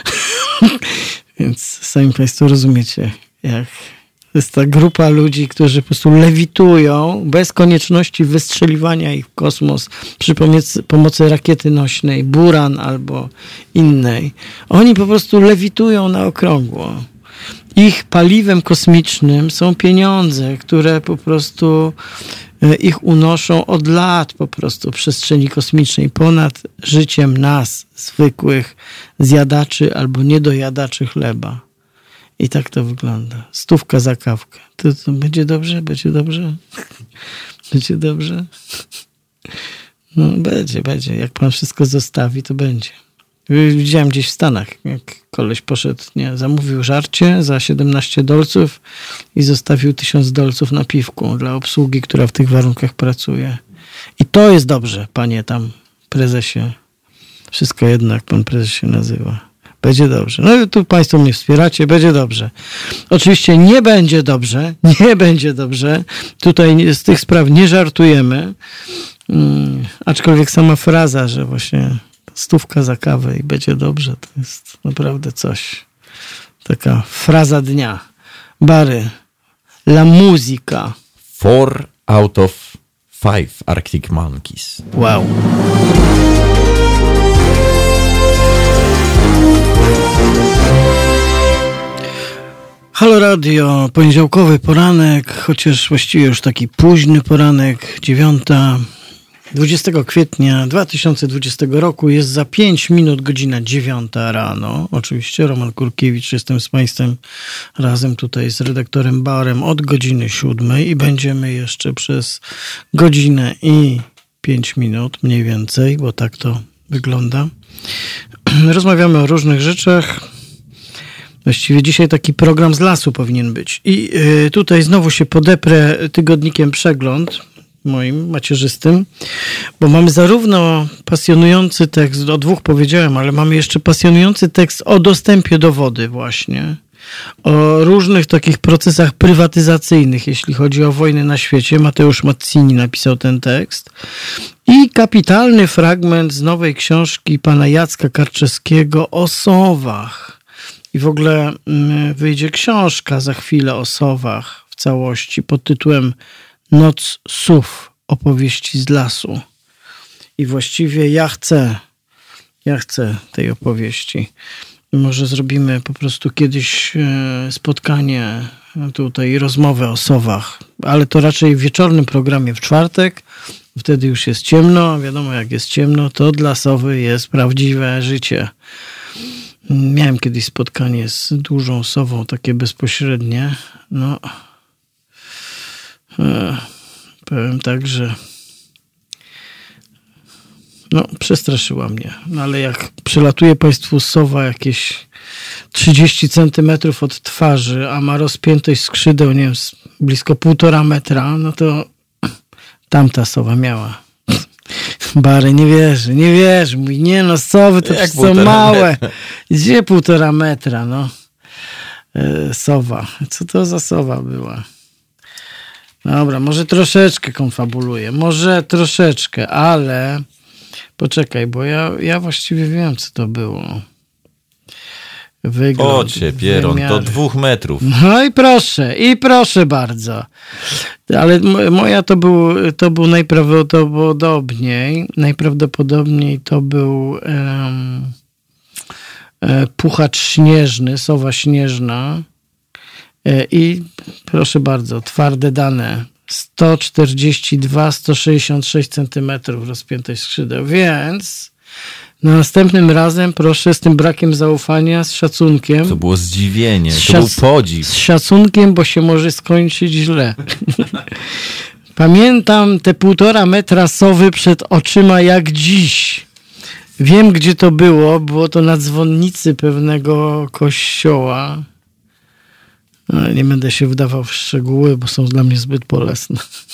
Więc sami państwo rozumiecie, jak to jest ta grupa ludzi, którzy po prostu lewitują bez konieczności wystrzeliwania ich w kosmos przy pomocy rakiety nośnej, Buran albo innej. Oni po prostu lewitują na okrągło. Ich paliwem kosmicznym są pieniądze, które po prostu ich unoszą od lat po prostu w przestrzeni kosmicznej ponad życiem nas, zwykłych zjadaczy albo niedojadaczy chleba. I tak to wygląda. 100 za kawkę. To będzie dobrze? Będzie dobrze? Będzie dobrze? No będzie. Jak pan wszystko zostawi, to będzie. Widziałem gdzieś w Stanach, jak koleś poszedł, zamówił żarcie za $17 i zostawił $1000 na piwku dla obsługi, która w tych warunkach pracuje. I to jest dobrze, panie tam prezesie. Wszystko jedno, jak pan prezes się nazywa. Będzie dobrze. No i tu państwo mnie wspieracie, będzie dobrze. Oczywiście nie będzie dobrze. Tutaj z tych spraw nie żartujemy. Aczkolwiek sama fraza, że właśnie 100 za kawę i będzie dobrze, to jest naprawdę coś. Taka fraza dnia. Bary. La musica. 4 out of 5 Arctic Monkeys. Wow. Halo Radio, poniedziałkowy poranek, chociaż właściwie już taki późny poranek, 20 kwietnia 2020 roku, jest za 5 minut godzina 9 rano. Oczywiście Roman Kurkiewicz, jestem z Państwem razem tutaj z redaktorem Barem od godziny 7 i będziemy jeszcze przez godzinę i 5 minut mniej więcej, bo tak to wygląda. Rozmawiamy o różnych rzeczach. Właściwie dzisiaj taki program z lasu powinien być. I tutaj znowu się podeprę tygodnikiem Przegląd, moim macierzystym, bo mamy zarówno pasjonujący tekst, o 2 powiedziałem, ale mamy jeszcze pasjonujący tekst o dostępie do wody właśnie, o różnych takich procesach prywatyzacyjnych, jeśli chodzi o wojnę na świecie. Mateusz Mazzini napisał ten tekst. I kapitalny fragment z nowej książki pana Jacka Karczewskiego o sowach. I w ogóle wyjdzie książka za chwilę o sowach w całości pod tytułem Noc sów, opowieści z lasu. I właściwie ja chcę tej opowieści. Może zrobimy po prostu kiedyś spotkanie tutaj, rozmowę o sowach, ale to raczej w wieczornym programie w czwartek. Wtedy już jest ciemno, a wiadomo, jak jest ciemno, to dla sowy jest prawdziwe życie. Miałem kiedyś spotkanie z dużą sową, takie bezpośrednie. No, powiem tak, że przestraszyła mnie. No, ale jak przelatuje państwu sowa jakieś 30 centymetrów od twarzy, a ma rozpiętość skrzydeł, nie wiem, blisko 1,5 metra, no to tamta sowa miała. Bary, nie wierzy. Mówi, nie no, sowy to są małe. Gdzie 1,5 metra, no. Sowa. Co to za sowa była? Dobra, może troszeczkę konfabuluję. Może troszeczkę, ale poczekaj, bo ja właściwie wiem, co to było. Wygląd, Ocie, pieron, do 2 metrów. No i proszę bardzo. Ale moja to był najprawdopodobniej to był puchacz śnieżny, sowa śnieżna. I proszę bardzo, twarde dane. 142-166 cm rozpiętość skrzydeł, więc następnym razem proszę z tym brakiem zaufania, z szacunkiem. To było zdziwienie, to był podziw. Z szacunkiem, bo się może skończyć źle. Pamiętam te 1,5 metra sowy przed oczyma jak dziś. Wiem, gdzie to było. Było to na dzwonnicy pewnego kościoła. Nie będę się wdawał w szczegóły, bo są dla mnie zbyt bolesne.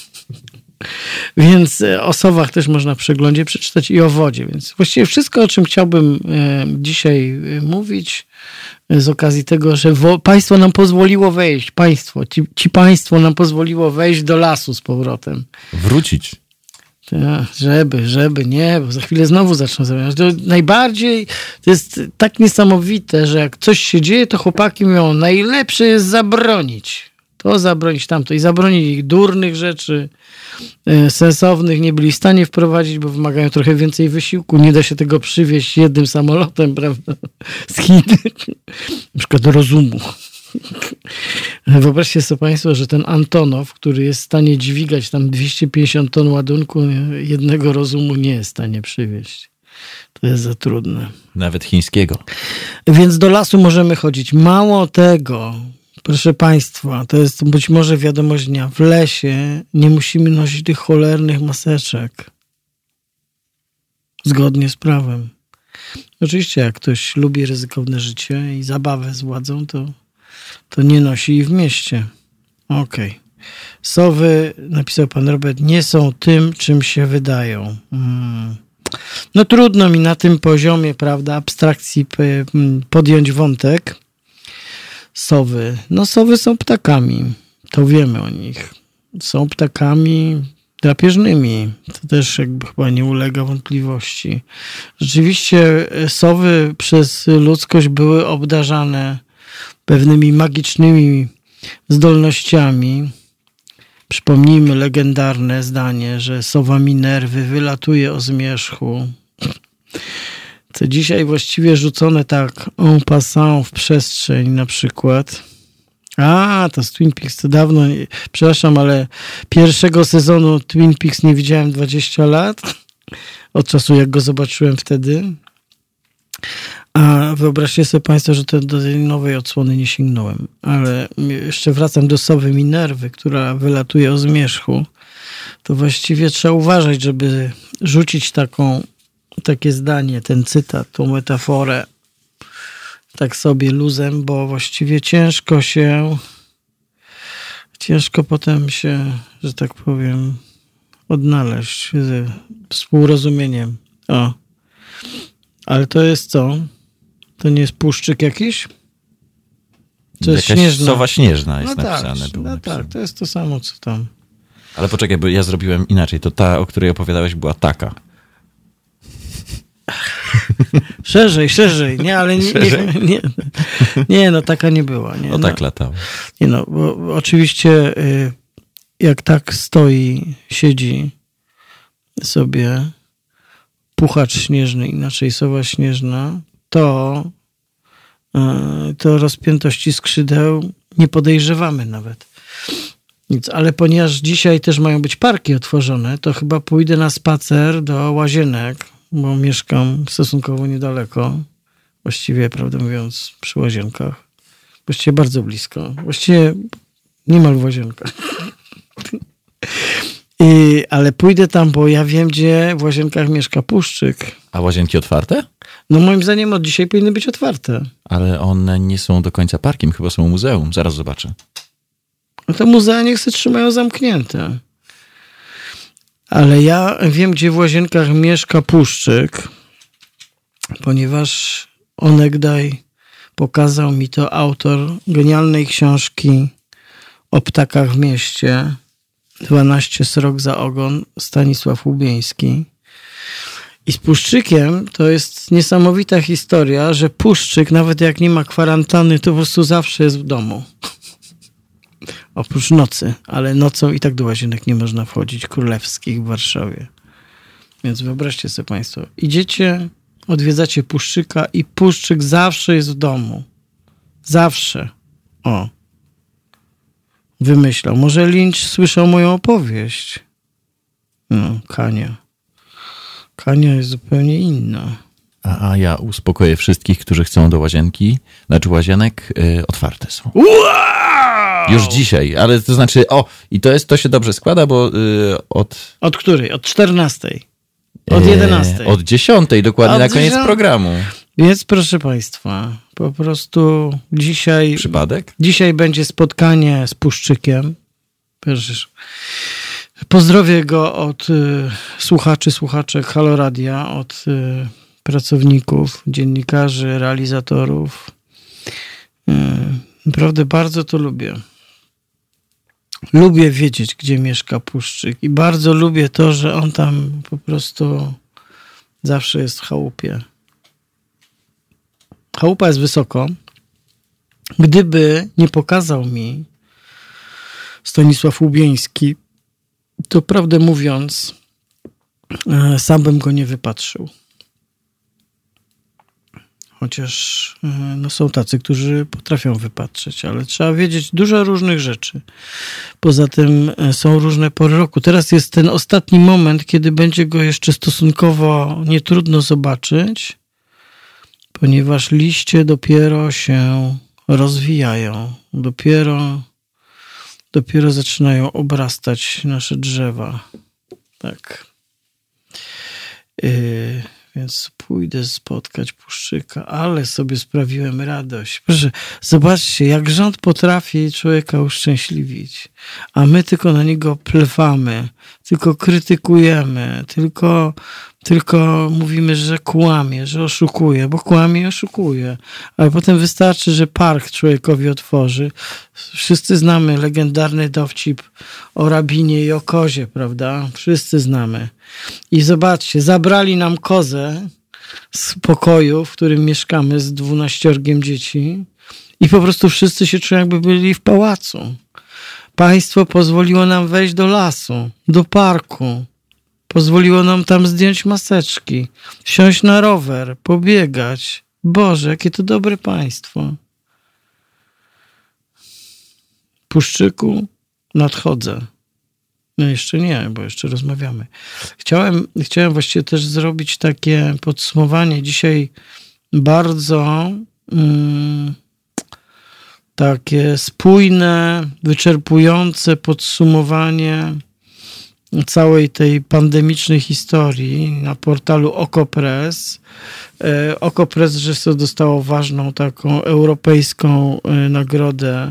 Więc o sowach też można w przeglądzie przeczytać i o wodzie. Więc właściwie wszystko, o czym chciałbym dzisiaj mówić z okazji tego, że państwo nam pozwoliło wejść, państwo nam pozwoliło wejść do lasu z powrotem. Wrócić. Żeby, nie, bo za chwilę znowu zaczną zabierać. Najbardziej to jest tak niesamowite, że jak coś się dzieje, to chłopaki mówią, najlepsze jest zabronić. To zabronić tamto i zabronić ich durnych rzeczy, sensownych nie byli w stanie wprowadzić, bo wymagają trochę więcej wysiłku. Nie da się tego przywieźć jednym samolotem, prawda, z Chin. Na przykład do rozumu. Wyobraźcie sobie państwo, że ten Antonow, który jest w stanie dźwigać tam 250 ton ładunku, jednego rozumu nie jest w stanie przywieźć. To jest za trudne. Nawet chińskiego. Więc do lasu możemy chodzić. Mało tego, proszę państwa, to jest być może wiadomość dnia. W lesie nie musimy nosić tych cholernych maseczek. Zgodnie z prawem. Oczywiście, jak ktoś lubi ryzykowne życie i zabawę z władzą, to nie nosi i w mieście. Okej. Sowy, napisał pan Robert, nie są tym, czym się wydają. No trudno mi na tym poziomie, prawda, abstrakcji podjąć wątek. Sowy. No sowy są ptakami. To wiemy o nich. Są ptakami drapieżnymi. To też jakby chyba nie ulega wątpliwości. Rzeczywiście sowy przez ludzkość były obdarzane pewnymi magicznymi zdolnościami. Przypomnijmy legendarne zdanie, że sowa Minerwy wylatuje o zmierzchu. Co dzisiaj właściwie rzucone tak en passant w przestrzeń na przykład. To z Twin Peaks to dawno, przepraszam, ale pierwszego sezonu Twin Peaks nie widziałem 20 lat. Od czasu jak go zobaczyłem wtedy. A wyobraźcie sobie państwo, że do tej nowej odsłony nie sięgnąłem. Ale jeszcze wracam do sowy Minerwy, która wylatuje o zmierzchu. To właściwie trzeba uważać, żeby rzucić takie zdanie, ten cytat, tą metaforę tak sobie luzem, bo właściwie ciężko potem się, że tak powiem, odnaleźć ze współrozumieniem. Ale to jest co? To nie jest puszczyk jakiś? To jest śnieżna. Sowa śnieżna jest napisane. Tak, to jest to samo, co tam. Ale poczekaj, bo ja zrobiłem inaczej. To ta, o której opowiadałeś, była taka. Szerzej. Nie, ale nie, no taka nie była. Nie, tak latała. Nie no, bo oczywiście jak tak siedzi sobie puchacz śnieżny, inaczej sowa śnieżna, to rozpiętości skrzydeł nie podejrzewamy nawet. Nic, ale ponieważ dzisiaj też mają być parki otworzone, to chyba pójdę na spacer do Łazienek, bo mieszkam stosunkowo niedaleko. Właściwie, prawdę mówiąc, przy Łazienkach. Właściwie bardzo blisko. Właściwie niemal w Łazienkach. Ale pójdę tam, bo ja wiem, gdzie w Łazienkach mieszka Puszczyk. A Łazienki otwarte? No moim zdaniem od dzisiaj powinny być otwarte. Ale one nie są do końca parkiem, chyba są muzeum. Zaraz zobaczę. No to muzea niech się trzymają zamknięte. Ale ja wiem, gdzie w Łazienkach mieszka Puszczyk, ponieważ onegdaj pokazał mi to autor genialnej książki o ptakach w mieście, 12 srok za ogon, Stanisław Łubieński. I z Puszczykiem to jest niesamowita historia, że Puszczyk, nawet jak nie ma kwarantanny, to po prostu zawsze jest w domu. Oprócz nocy, ale nocą i tak do Łazienek nie można wchodzić, królewskich w Warszawie. Więc wyobraźcie sobie państwo, idziecie, odwiedzacie Puszczyka i Puszczyk zawsze jest w domu. Zawsze. Wymyślał. Może Lynch słyszał moją opowieść. No, Kania jest zupełnie inna. A ja uspokoję wszystkich, którzy chcą do Łazienki. Znaczy Łazienek otwarte są. Wow! Już dzisiaj, ale to znaczy, i to się dobrze składa, bo Od której? Od 14. Od 11. Od 10, dokładnie na koniec programu. Więc proszę państwa, po prostu dzisiaj... Przypadek? Dzisiaj będzie spotkanie z Puszczykiem. Pozdrowię go od słuchaczek Halo Radia, od pracowników, dziennikarzy, realizatorów. Naprawdę bardzo to lubię. Lubię wiedzieć, gdzie mieszka Puszczyk i bardzo lubię to, że on tam po prostu zawsze jest w chałupie. Chałupa jest wysoko. Gdyby nie pokazał mi Stanisław Łubieński, to prawdę mówiąc, sam bym go nie wypatrzył. Chociaż są tacy, którzy potrafią wypatrzeć, ale trzeba wiedzieć dużo różnych rzeczy. Poza tym są różne pory roku. Teraz jest ten ostatni moment, kiedy będzie go jeszcze stosunkowo nietrudno zobaczyć, ponieważ liście dopiero się rozwijają. Dopiero zaczynają obrastać nasze drzewa. Tak. więc pójdę spotkać Puszczyka, ale sobie sprawiłem radość. Proszę, zobaczcie, jak rząd potrafi człowieka uszczęśliwić, a my tylko na niego plewamy, tylko krytykujemy, tylko mówimy, że kłamie, że oszukuje, bo kłamie i oszukuje. Ale potem wystarczy, że park człowiekowi otworzy. Wszyscy znamy legendarny dowcip o rabinie i o kozie, prawda? Wszyscy znamy. I zobaczcie, zabrali nam kozę z pokoju, w którym mieszkamy z 12 dzieci i po prostu wszyscy się czują, jakby byli w pałacu. Państwo pozwoliło nam wejść do lasu, do parku. Pozwoliło nam tam zdjąć maseczki, wsiąść na rower, pobiegać. Boże, jakie to dobre państwo. Puszczyku, nadchodzę. No jeszcze nie, bo jeszcze rozmawiamy. Chciałem właściwie też zrobić takie podsumowanie. Dzisiaj bardzo takie spójne, wyczerpujące podsumowanie całej tej pandemicznej historii na portalu Okopress. Okopress zresztą dostało ważną taką europejską nagrodę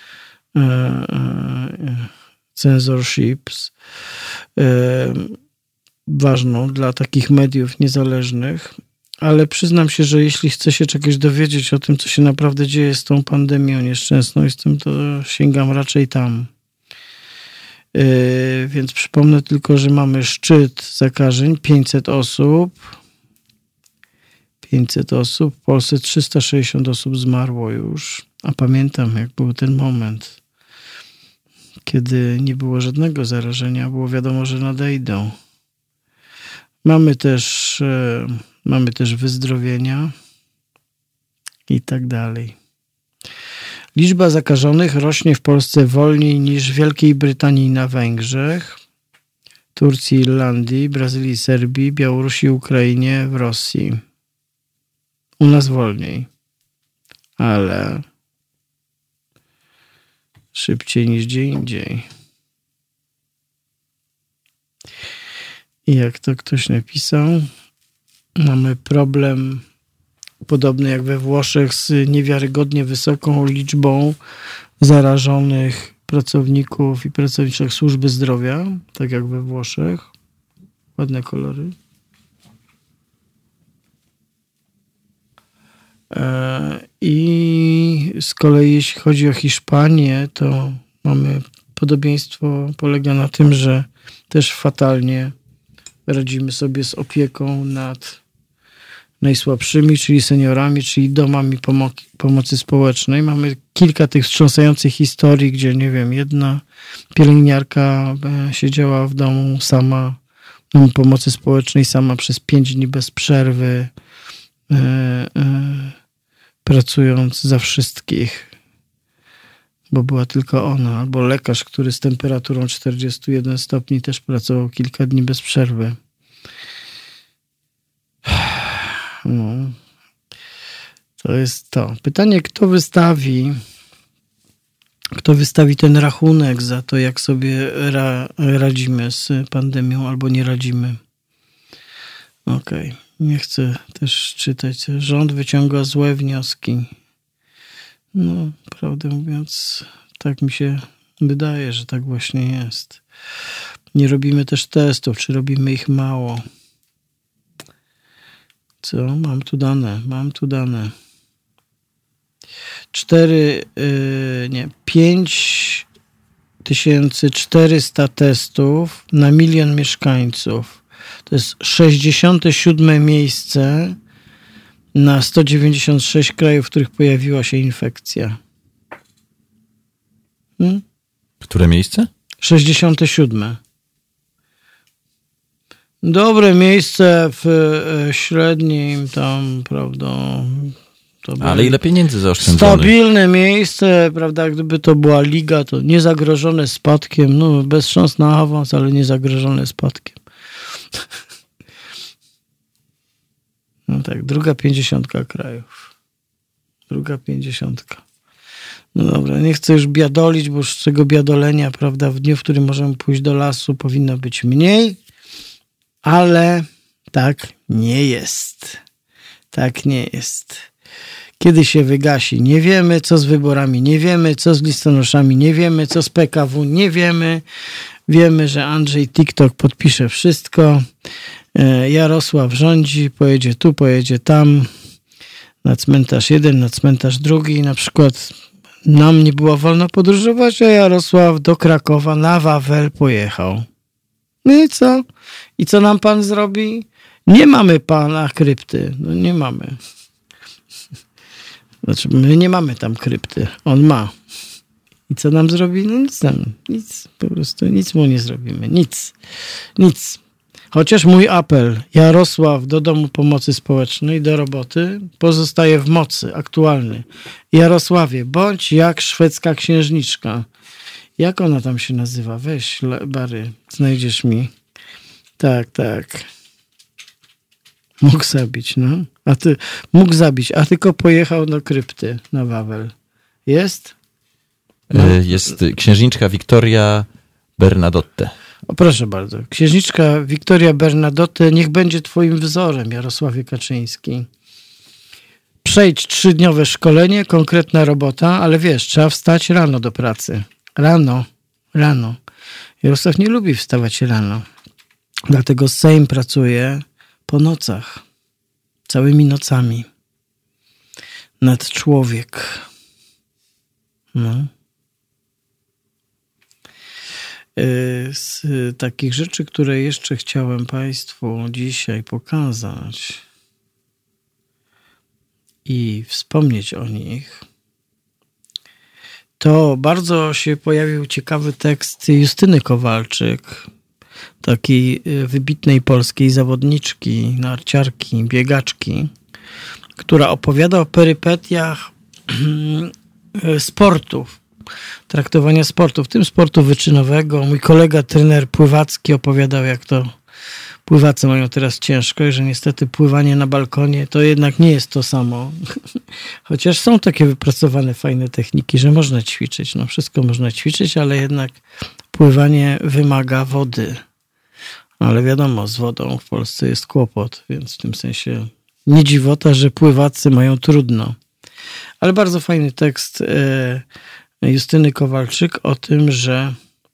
censorships, ważną dla takich mediów niezależnych, ale przyznam się, że jeśli chce się czegoś dowiedzieć o tym, co się naprawdę dzieje z tą pandemią nieszczęsną, to sięgam raczej tam. Więc przypomnę tylko, że mamy szczyt zakażeń, 500 osób. 500 osób, w Polsce 360 osób zmarło już. A pamiętam, jak był ten moment, kiedy nie było żadnego zarażenia, było wiadomo, że nadejdą. Mamy też wyzdrowienia i tak dalej. Liczba zakażonych rośnie w Polsce wolniej niż w Wielkiej Brytanii i na Węgrzech, Turcji, Irlandii, Brazylii, Serbii, Białorusi, Ukrainie, w Rosji. U nas wolniej, ale szybciej niż gdzie indziej. I jak to ktoś napisał, mamy problem podobny jak we Włoszech z niewiarygodnie wysoką liczbą zarażonych pracowników i pracowniczek służby zdrowia, tak jak we Włoszech. Ładne kolory. I z kolei jeśli chodzi o Hiszpanię, to mamy podobieństwo, polega na tym, że też fatalnie radzimy sobie z opieką nad najsłabszymi, czyli seniorami, czyli domami pomocy społecznej. Mamy kilka tych wstrząsających historii, gdzie, nie wiem, jedna pielęgniarka siedziała w domu sama, w domu pomocy społecznej sama przez 5 dni bez przerwy, pracując za wszystkich, bo była tylko ona. Albo lekarz, który z temperaturą 41 stopni też pracował kilka dni bez przerwy. No. To jest to. Pytanie, kto wystawi ten rachunek za to, jak sobie radzimy z pandemią albo nie radzimy. Okej. Nie chcę też czytać. Rząd wyciąga złe wnioski. No, prawdę mówiąc, tak mi się wydaje, że tak właśnie jest. Nie robimy też testów, czy robimy ich mało. Co? Mam tu dane. 5400 testów na 1 milion mieszkańców. To jest 67 miejsce na 196 krajów, w których pojawiła się infekcja. Które miejsce? 67. Dobre miejsce w średnim tam, prawda. Ale ile pieniędzy zaoszczędzonych? Stabilne miejsce, prawda, gdyby to była liga, to niezagrożone spadkiem, no bez szans na awans, ale niezagrożone spadkiem. No tak, druga 50 krajów. Druga 50. No dobra, nie chcę już biadolić, bo już z tego biadolenia, prawda, w dniu, w którym możemy pójść do lasu, powinno być mniej, ale tak, Nie jest. Tak nie jest. Kiedy się wygasi, nie wiemy, co z wyborami, nie wiemy, co z listonoszami, nie wiemy, co z PKW, nie wiemy. Wiemy, że Andrzej TikTok podpisze wszystko. Jarosław rządzi, pojedzie tu, pojedzie tam. Na cmentarz jeden, na cmentarz drugi. Na przykład nam nie było wolno podróżować, a Jarosław do Krakowa na Wawel pojechał. No i co? I co nam pan zrobi? Nie mamy pana krypty. No nie mamy. Znaczy, my nie mamy tam krypty. On ma. I co nam zrobi? No nic tam. Nic. Po prostu nic mu nie zrobimy. Nic. Chociaż mój apel, Jarosław do Domu Pomocy Społecznej, do roboty, pozostaje w mocy, aktualny. Jarosławie, bądź jak szwedzka księżniczka. Jak ona tam się nazywa? Weź, Bary, znajdziesz mi. Tak. Mógł zabić, no. A tylko pojechał do krypty na Wawel. Jest? No. Jest księżniczka Wiktoria Bernadotte. O, proszę bardzo. Księżniczka Wiktoria Bernadotte niech będzie twoim wzorem, Jarosławie Kaczyński. Przejdź 3-dniowe szkolenie, konkretna robota, ale wiesz, trzeba wstać rano do pracy. Rano. Jarosław nie lubi wstawać rano. Dlatego Sejm pracuje po nocach. Całymi nocami. Nad człowiek. No. Z takich rzeczy, które jeszcze chciałem Państwu dzisiaj pokazać i wspomnieć o nich, to bardzo się pojawił ciekawy tekst Justyny Kowalczyk, takiej wybitnej polskiej zawodniczki, narciarki, biegaczki, która opowiada o perypetiach sportów, traktowania sportu, w tym sportu wyczynowego. Mój kolega, trener pływacki, opowiadał, jak to pływacy mają teraz ciężko i że niestety pływanie na balkonie to jednak nie jest to samo. Chociaż są takie wypracowane fajne techniki, że można ćwiczyć. No wszystko można ćwiczyć, ale jednak pływanie wymaga wody. Ale wiadomo, z wodą w Polsce jest kłopot, więc w tym sensie nie dziwota, że pływacy mają trudno. Ale bardzo fajny tekst Justyny Kowalczyk o tym, że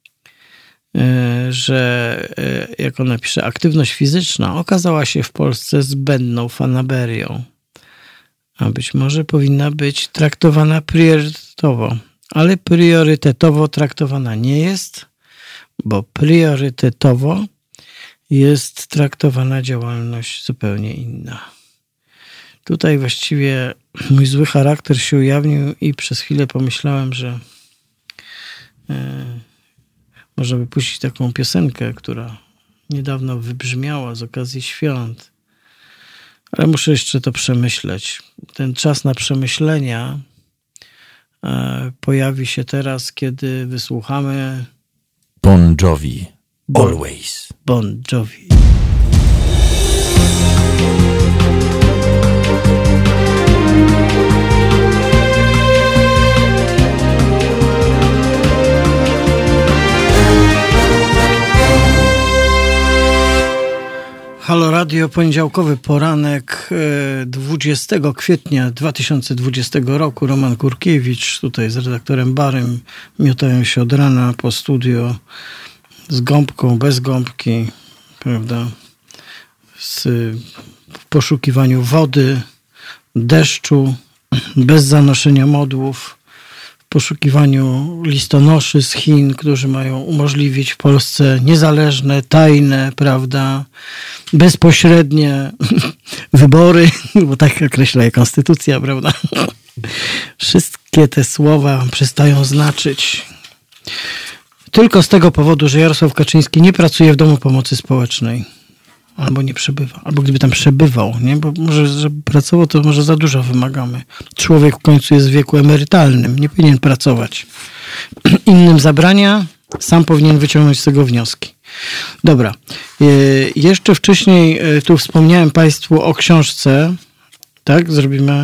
jak ona pisze, aktywność fizyczna okazała się w Polsce zbędną fanaberią, a być może powinna być traktowana priorytetowo, ale priorytetowo traktowana nie jest, bo priorytetowo jest traktowana działalność zupełnie inna. Tutaj właściwie mój zły charakter się ujawnił i przez chwilę pomyślałem, że można by puścić taką piosenkę, która niedawno wybrzmiała z okazji świąt. Ale muszę jeszcze to przemyśleć. Ten czas na przemyślenia pojawi się teraz, kiedy wysłuchamy Bon Jovi. Always. Bon Jovi. Halo Radio, poniedziałkowy poranek 20 kwietnia 2020 roku. Roman Kurkiewicz tutaj z redaktorem Barym miotają się od rana po studio z gąbką, bez gąbki, prawda? W poszukiwaniu wody, deszczu, bez zanoszenia modłów, w poszukiwaniu listonoszy z Chin, którzy mają umożliwić w Polsce niezależne, tajne, prawda, bezpośrednie wybory, bo tak określa je konstytucja, prawda? Wszystkie te słowa przestają znaczyć. Tylko z tego powodu, że Jarosław Kaczyński nie pracuje w Domu Pomocy Społecznej. Albo nie przebywa. Albo gdyby tam przebywał, nie? Bo może, żeby pracował, to może za dużo wymagamy. Człowiek w końcu jest w wieku emerytalnym. Nie powinien pracować. Innym zabrania, sam powinien wyciągnąć z tego wnioski. Dobra. Jeszcze wcześniej tu wspomniałem Państwu o książce. Tak? Zrobimy...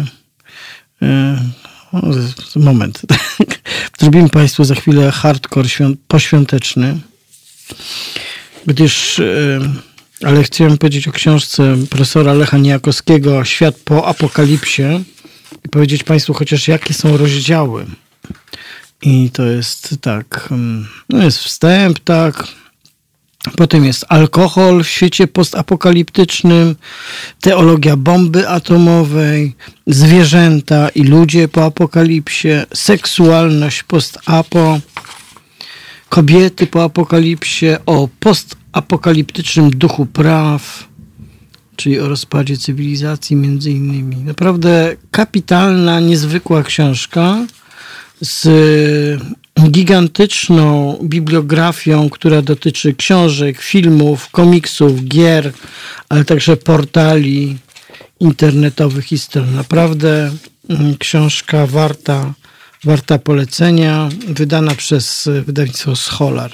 Moment. Zrobimy Państwu za chwilę hardcore poświąteczny, gdyż ale chciałem powiedzieć o książce profesora Lecha Niejakowskiego Świat po apokalipsie i powiedzieć Państwu chociaż jakie są rozdziały. I to jest tak, no jest wstęp, tak. Potem jest alkohol w świecie postapokaliptycznym, teologia bomby atomowej, zwierzęta i ludzie po apokalipsie, seksualność postapo, kobiety po apokalipsie, o postapokaliptycznym duchu praw, czyli o rozpadzie cywilizacji między innymi. Naprawdę kapitalna, niezwykła książka z gigantyczną bibliografią, która dotyczy książek, filmów, komiksów, gier, ale także portali internetowych i stron. Naprawdę książka warta polecenia, wydana przez wydawnictwo Scholar.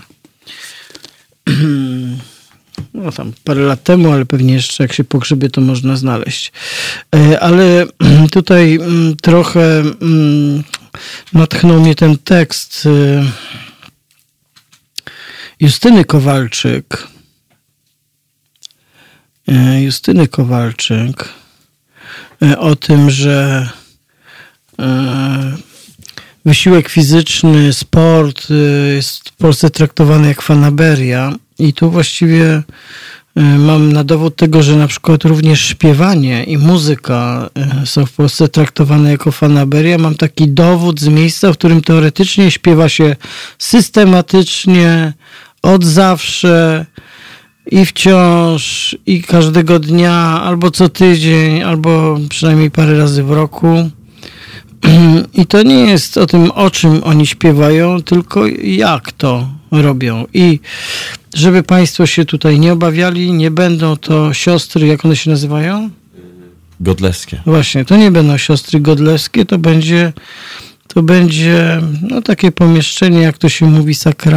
No tam parę lat temu, ale pewnie jeszcze jak się pogrzebie, to można znaleźć. Ale tutaj trochę natchnął mnie ten tekst Justyny Kowalczyk o tym, że wysiłek fizyczny, sport jest w Polsce traktowany jak fanaberia i tu właściwie mam na dowód tego, że na przykład również śpiewanie i muzyka są w Polsce traktowane jako fanaberia. Mam taki dowód z miejsca, w którym teoretycznie śpiewa się systematycznie, od zawsze i wciąż, i każdego dnia, albo co tydzień, albo przynajmniej parę razy w roku. I to nie jest o tym, o czym oni śpiewają, tylko jak to robią. I żeby Państwo się tutaj nie obawiali, nie będą to siostry, jak one się nazywają? Godlewskie. Właśnie, to nie będą siostry godlewskie, to będzie no takie pomieszczenie, jak to się mówi,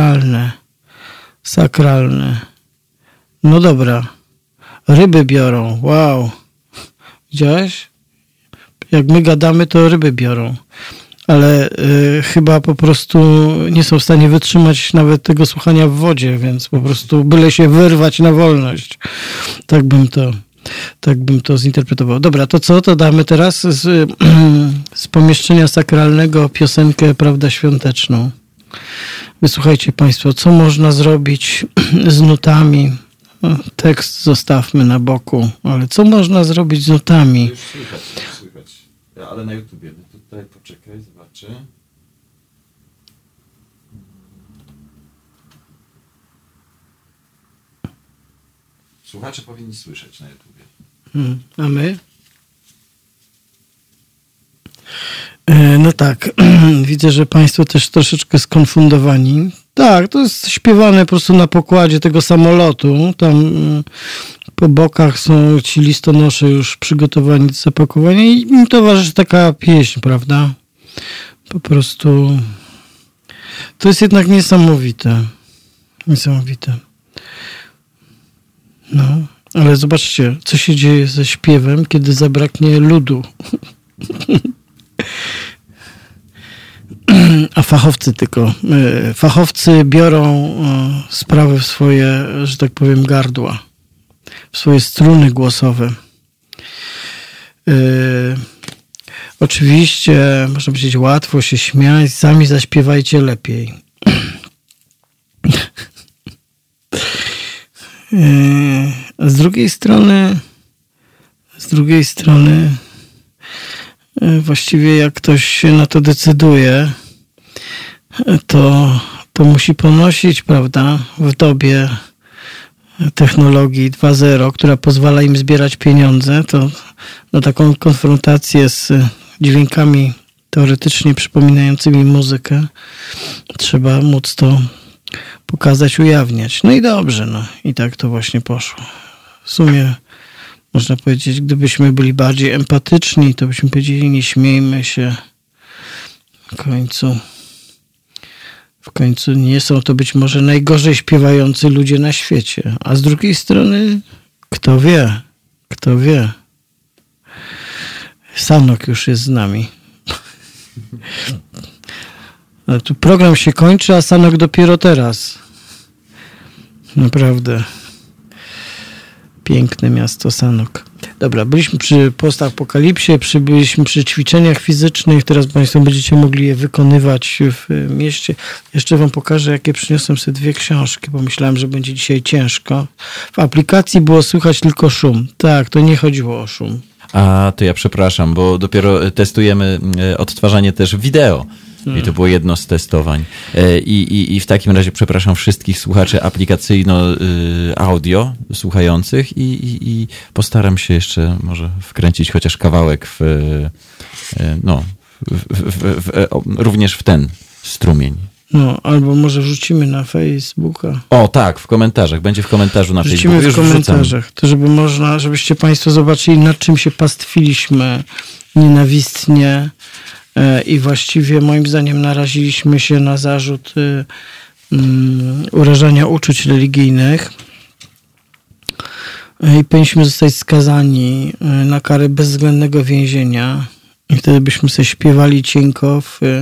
sakralne. No dobra. Ryby biorą. Wow. Widziałeś? Jak my gadamy, to ryby biorą. Ale chyba po prostu nie są w stanie wytrzymać nawet tego słuchania w wodzie, więc po prostu byle się wyrwać na wolność. Tak bym to zinterpretował. Dobra, to co? To damy teraz z pomieszczenia sakralnego piosenkę Prawda Świąteczną. Wysłuchajcie Państwo, co można zrobić z nutami. Tekst zostawmy na boku, ale co można zrobić z nutami? Już słychać. Ale na YouTubie. Tutaj poczekaj, zobaczę. Słuchacze powinni słyszeć na YouTubie. A my? No tak, widzę, że Państwo też troszeczkę skonfundowani. Tak, to jest śpiewane po prostu na pokładzie tego samolotu. Tam po bokach są ci listonosze już przygotowani do zapakowania i im towarzyszy taka pieśń, prawda? Po prostu to jest jednak niesamowite. No, ale zobaczcie, co się dzieje ze śpiewem, kiedy zabraknie ludu. A fachowcy biorą sprawy w swoje, że tak powiem, gardła, w swoje struny głosowe. Oczywiście, można powiedzieć, łatwo się śmiać, sami zaśpiewajcie lepiej. A z drugiej strony właściwie jak ktoś się na to decyduje, to musi ponosić, prawda, w dobie technologii 2.0, która pozwala im zbierać pieniądze, to na taką konfrontację z dźwiękami teoretycznie przypominającymi muzykę trzeba móc to pokazać, ujawniać. No i dobrze, no i tak to właśnie poszło. W sumie można powiedzieć, gdybyśmy byli bardziej empatyczni, to byśmy powiedzieli, nie śmiejmy się. W końcu nie są to być może najgorzej śpiewający ludzie na świecie. A z drugiej strony, kto wie. Sanok już jest z nami. Ale tu program się kończy, a Sanok dopiero teraz. Naprawdę. Piękne miasto Sanok. Dobra, byliśmy przy postapokalipsie, byliśmy przy ćwiczeniach fizycznych, teraz Państwo będziecie mogli je wykonywać w mieście. Jeszcze Wam pokażę, jakie przyniosłem sobie 2 książki, bo myślałem, że będzie dzisiaj ciężko. W aplikacji było słychać tylko szum. Tak, to nie chodziło o szum. A, to ja przepraszam, bo dopiero testujemy odtwarzanie też wideo. I to było jedno z testowań. I w takim razie przepraszam wszystkich słuchaczy aplikacyjno-audio słuchających i postaram się jeszcze może wkręcić chociaż kawałek również w ten strumień. No, albo może wrzucimy na Facebooka. O tak, w komentarzach. Będzie w komentarzu na Facebooku. Wrzucimy w komentarzach, to żebyście Państwo zobaczyli, nad czym się pastwiliśmy nienawistnie i właściwie moim zdaniem naraziliśmy się na zarzut urażania uczuć religijnych i powinniśmy zostać skazani na karę bezwzględnego więzienia i wtedy byśmy sobie śpiewali cienko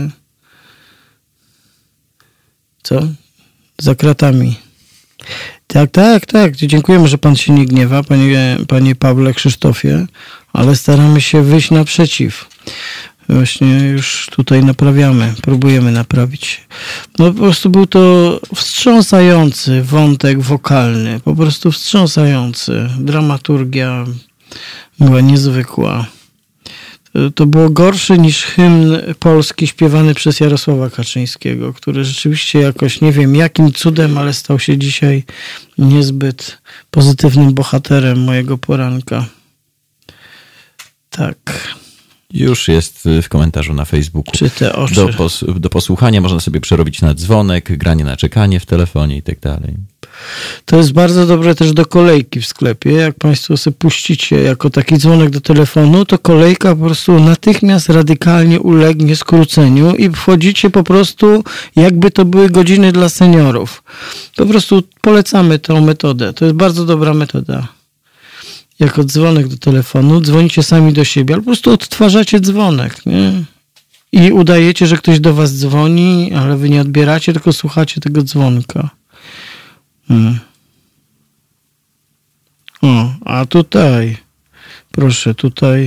za kratami. Tak. Dziękujemy, że Pan się nie gniewa, panie Pawle Krzysztofie, ale staramy się wyjść naprzeciw. Właśnie już tutaj próbujemy naprawić. No po prostu był to wstrząsający wątek wokalny, po prostu wstrząsający. Dramaturgia była niezwykła. To było gorsze niż hymn polski śpiewany przez Jarosława Kaczyńskiego, który rzeczywiście jakoś, nie wiem jakim cudem, ale stał się dzisiaj niezbyt pozytywnym bohaterem mojego poranka. Tak. Już jest w komentarzu na Facebooku. Czy te oczy? Do posłuchania można sobie przerobić na dzwonek, granie na czekanie w telefonie i tak dalej. To jest bardzo dobre też do kolejki w sklepie. Jak Państwo sobie puścicie jako taki dzwonek do telefonu, to kolejka po prostu natychmiast radykalnie ulegnie skróceniu i wchodzicie po prostu, jakby to były godziny dla seniorów. Po prostu polecamy tą metodę. To jest bardzo dobra metoda. Jako dzwonek do telefonu, dzwonicie sami do siebie, ale po prostu odtwarzacie dzwonek, nie? I udajecie, że ktoś do was dzwoni, ale wy nie odbieracie, tylko słuchacie tego dzwonka. O, a tutaj, proszę, tutaj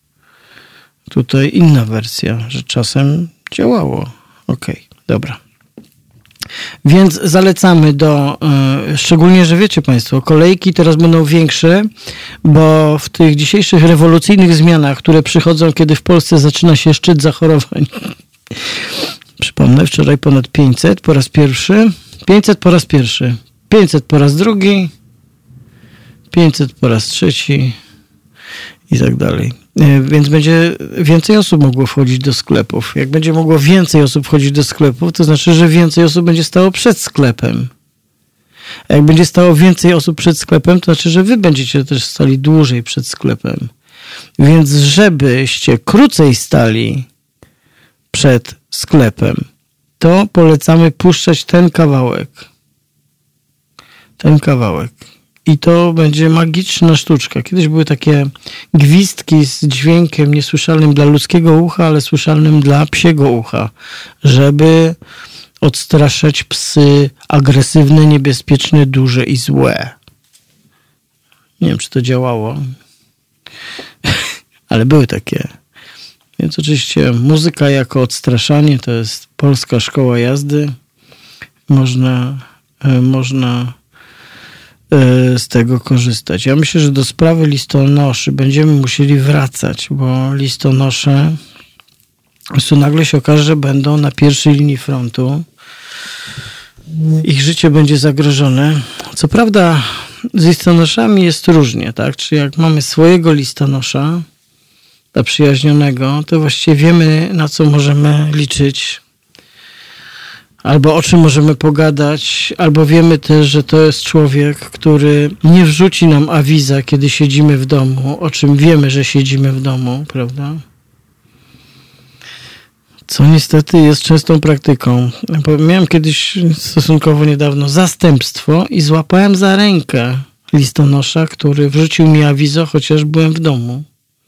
inna wersja, że czasem działało. Okej, dobra. Więc zalecamy szczególnie, że wiecie Państwo, kolejki teraz będą większe, bo w tych dzisiejszych rewolucyjnych zmianach, które przychodzą, kiedy w Polsce zaczyna się szczyt zachorowań. Przypomnę, wczoraj ponad 500 po raz pierwszy, 500 po raz pierwszy, 500 po raz drugi, 500 po raz trzeci i tak dalej. Więc będzie więcej osób mogło wchodzić do sklepów. Jak będzie mogło więcej osób wchodzić do sklepów, to znaczy, że więcej osób będzie stało przed sklepem. A jak będzie stało więcej osób przed sklepem, to znaczy, że wy będziecie też stali dłużej przed sklepem. Więc żebyście krócej stali przed sklepem, to polecamy puszczać ten kawałek. I to będzie magiczna sztuczka. Kiedyś były takie gwizdki z dźwiękiem niesłyszalnym dla ludzkiego ucha, ale słyszalnym dla psiego ucha, żeby odstraszać psy agresywne, niebezpieczne, duże i złe. Nie wiem, czy to działało, ale były takie. Więc oczywiście muzyka jako odstraszanie to jest polska szkoła jazdy. Można z tego korzystać. Ja myślę, że do sprawy listonoszy będziemy musieli wracać, bo listonosze nagle się okaże, że będą na pierwszej linii frontu. Ich życie będzie zagrożone. Co prawda z listonoszami jest różnie, tak? Czy jak mamy swojego listonosza zaprzyjaźnionego, to właściwie wiemy, na co możemy liczyć, albo o czym możemy pogadać, albo wiemy też, że to jest człowiek, który nie wrzuci nam awiza, kiedy siedzimy w domu, o czym wiemy, że siedzimy w domu, prawda? Co niestety jest częstą praktyką. Miałem kiedyś stosunkowo niedawno zastępstwo i złapałem za rękę listonosza, który wrzucił mi awizo, chociaż byłem w domu.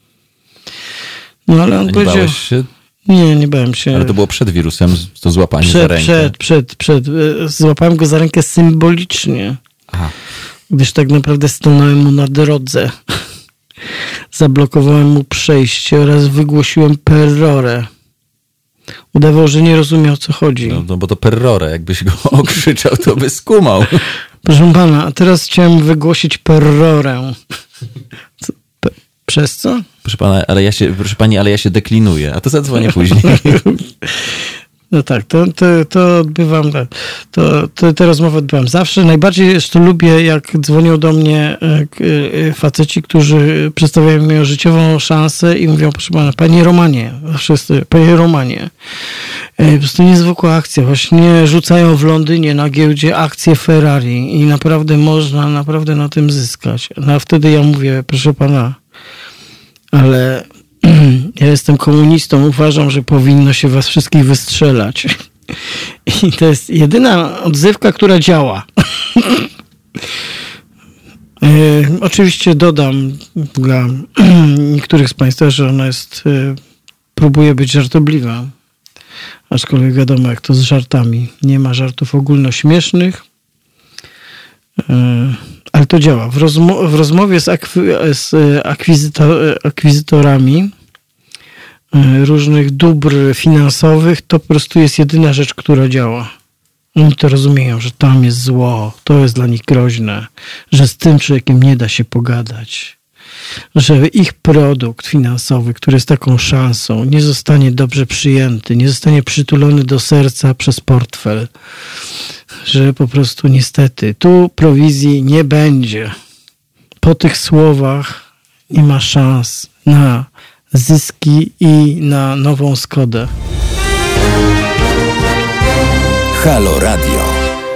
No ale on powiedział... Nie bałem się. Ale to było przed wirusem, to złapanie za rękę. Złapałem go za rękę symbolicznie. Aha. gdyż tak naprawdę stanąłem mu na drodze. Zablokowałem mu przejście oraz wygłosiłem perrorę. Udawał, że nie rozumiał, o co chodzi. No bo to perrore, jakbyś go okrzyczał, to by skumał. Proszę pana, a teraz chciałem wygłosić perrorę. Przez co? Proszę pani, ale ja się deklinuję, a to zadzwonię później. No tak, to odbywam, te rozmowy odbywam zawsze. Najbardziej zresztą lubię, jak dzwonią do mnie faceci, którzy przedstawiają moją życiową szansę i mówią, proszę pana, panie Romanie, zawsze jest, panie Romanie, po prostu niezwykła akcja. Właśnie rzucają w Londynie na giełdzie akcje Ferrari i naprawdę można na tym zyskać. No a wtedy ja mówię, proszę pana, ale ja jestem komunistą, uważam, że powinno się was wszystkich wystrzelać. I to jest jedyna odzywka, która działa. Oczywiście dodam dla niektórych z państwa, że ona próbuje być żartobliwa. Aczkolwiek wiadomo, jak to z żartami. Nie ma żartów ogólnośmiesznych. Ale to działa. W rozmowie z akwizytorami różnych dóbr finansowych to po prostu jest jedyna rzecz, która działa. Oni to rozumieją, że tam jest zło, to jest dla nich groźne, że z tym człowiekiem nie da się pogadać, że ich produkt finansowy, który jest taką szansą, nie zostanie dobrze przyjęty, nie zostanie przytulony do serca przez portfel, że po prostu niestety tu prowizji nie będzie. Po tych słowach nie ma szans na zyski i na nową Skodę. Halo Radio.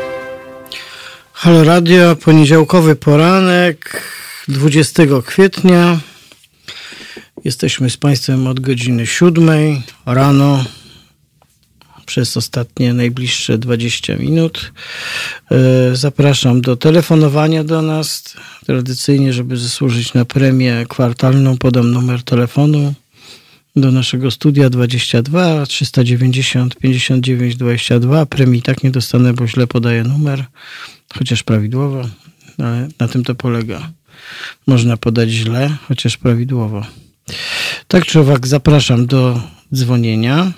Halo Radio, poniedziałkowy poranek 20 kwietnia. Jesteśmy z Państwem od godziny 7 rano przez ostatnie najbliższe 20 minut. Zapraszam do telefonowania do nas. Tradycyjnie, żeby zasłużyć na premię kwartalną, podam numer telefonu do naszego studia 22 390 59 22. Premii tak nie dostanę, bo źle podaję numer, chociaż prawidłowo, ale na tym to polega. Można podać źle, chociaż prawidłowo. Tak czy owak, zapraszam do dzwonienia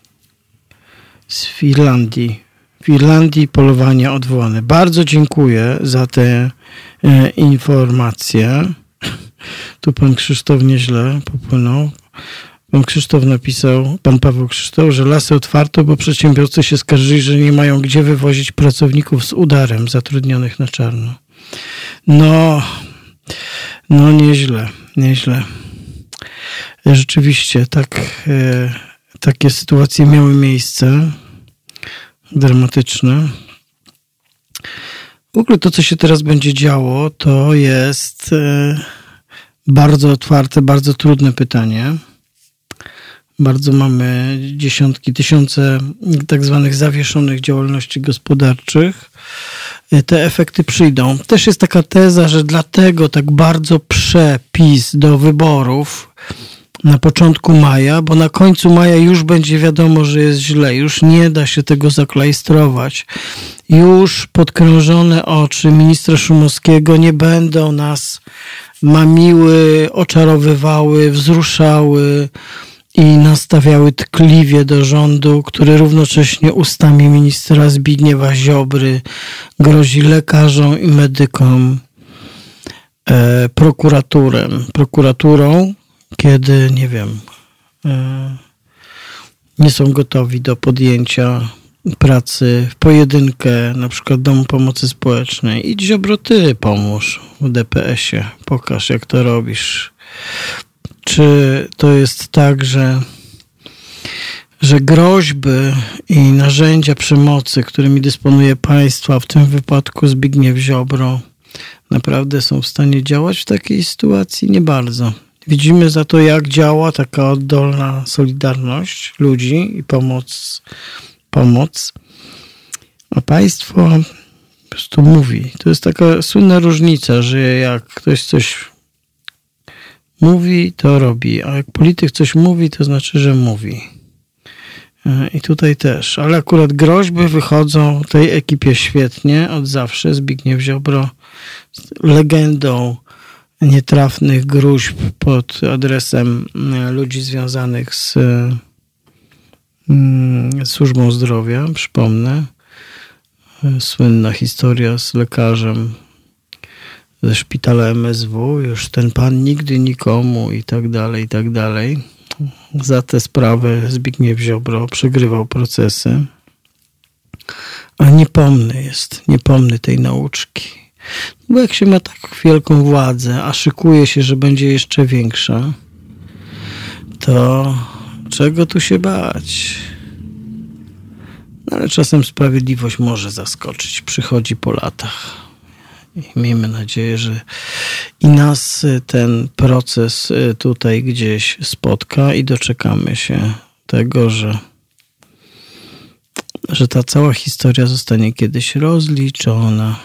z Finlandii. W Irlandii polowania odwołane. Bardzo dziękuję za te informacje. Tu pan Krzysztof nieźle popłynął. Pan Krzysztof napisał, pan Paweł Krzysztof, że lasy otwarto, bo przedsiębiorcy się skarżyli, że nie mają gdzie wywozić pracowników z udarem zatrudnionych na czarno. No nieźle. Rzeczywiście takie sytuacje miały miejsce. Dramatyczne. W ogóle to, co się teraz będzie działo, to jest bardzo otwarte, bardzo trudne pytanie. Bardzo mamy dziesiątki, tysiące tak zwanych zawieszonych działalności gospodarczych. Te efekty przyjdą. Też jest taka teza, że dlatego tak bardzo przepis do wyborów na początku maja, bo na końcu maja już będzie wiadomo, że jest źle. Już nie da się tego zaklajstrować. Już podkrążone oczy ministra Szumowskiego nie będą nas mamiły, oczarowywały, wzruszały i nastawiały tkliwie do rządu, który równocześnie ustami ministra Zbigniewa Ziobry grozi lekarzom i medykom prokuraturą, kiedy, nie wiem, nie są gotowi do podjęcia pracy w pojedynkę, na przykład Domu Pomocy Społecznej. Idź, Ziobro, ty pomóż w DPS-ie. Pokaż, jak to robisz. Czy to jest tak, że groźby i narzędzia przemocy, którymi dysponuje państwo, a w tym wypadku Zbigniew Ziobro, naprawdę są w stanie działać w takiej sytuacji? Nie bardzo. Widzimy za to, jak działa taka oddolna solidarność ludzi i pomoc. A państwo po prostu mówi. To jest taka słynna różnica, że jak ktoś coś mówi, to robi, a jak polityk coś mówi, to znaczy, że mówi. I tutaj też. Ale akurat groźby wychodzą tej ekipie świetnie, od zawsze. Zbigniew Ziobro legendą nietrafnych gróźb pod adresem ludzi związanych z służbą zdrowia. Przypomnę, słynna historia z lekarzem ze szpitala MSW, już ten pan nigdy nikomu i tak dalej, i tak dalej. Za tę sprawę Zbigniew Ziobro przegrywał procesy. A nie pomny tej nauczki. Bo jak się ma tak wielką władzę, a szykuje się, że będzie jeszcze większa, to czego tu się bać? No, ale czasem sprawiedliwość może zaskoczyć. Przychodzi po latach. I miejmy nadzieję, że i nas ten proces tutaj gdzieś spotka i doczekamy się tego, że ta cała historia zostanie kiedyś rozliczona.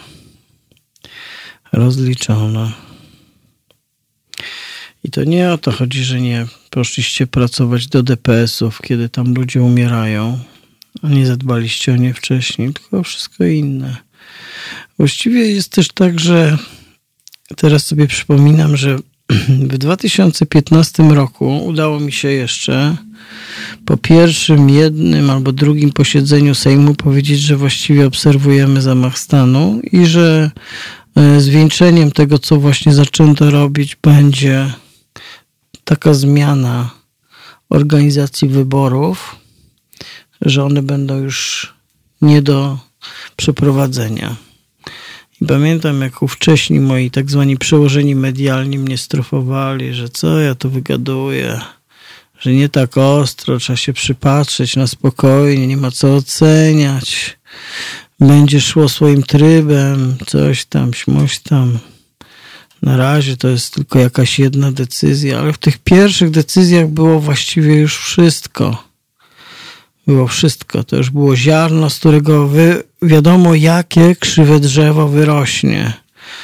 I to nie o to chodzi, że nie poszliście pracować do DPS-ów, kiedy tam ludzie umierają, a nie zadbaliście o nie wcześniej, tylko wszystko inne. Właściwie jest też tak, że teraz sobie przypominam, że w 2015 roku udało mi się jeszcze po pierwszym, jednym albo drugim posiedzeniu Sejmu powiedzieć, że właściwie obserwujemy zamach stanu i że zwieńczeniem tego, co właśnie zaczęto robić, będzie taka zmiana organizacji wyborów, że one będą już nie do przeprowadzenia. I pamiętam, jak ówcześni moi tak zwani przełożeni medialni mnie strofowali, że co ja tu wygaduję, że nie tak ostro, trzeba się przypatrzeć na spokojnie, nie ma co oceniać. Będzie szło swoim trybem, coś tam, śmoś tam. Na razie to jest tylko jakaś jedna decyzja, ale w tych pierwszych decyzjach było właściwie już wszystko. Było wszystko. To już było ziarno, z którego wiadomo, jakie krzywe drzewo wyrośnie.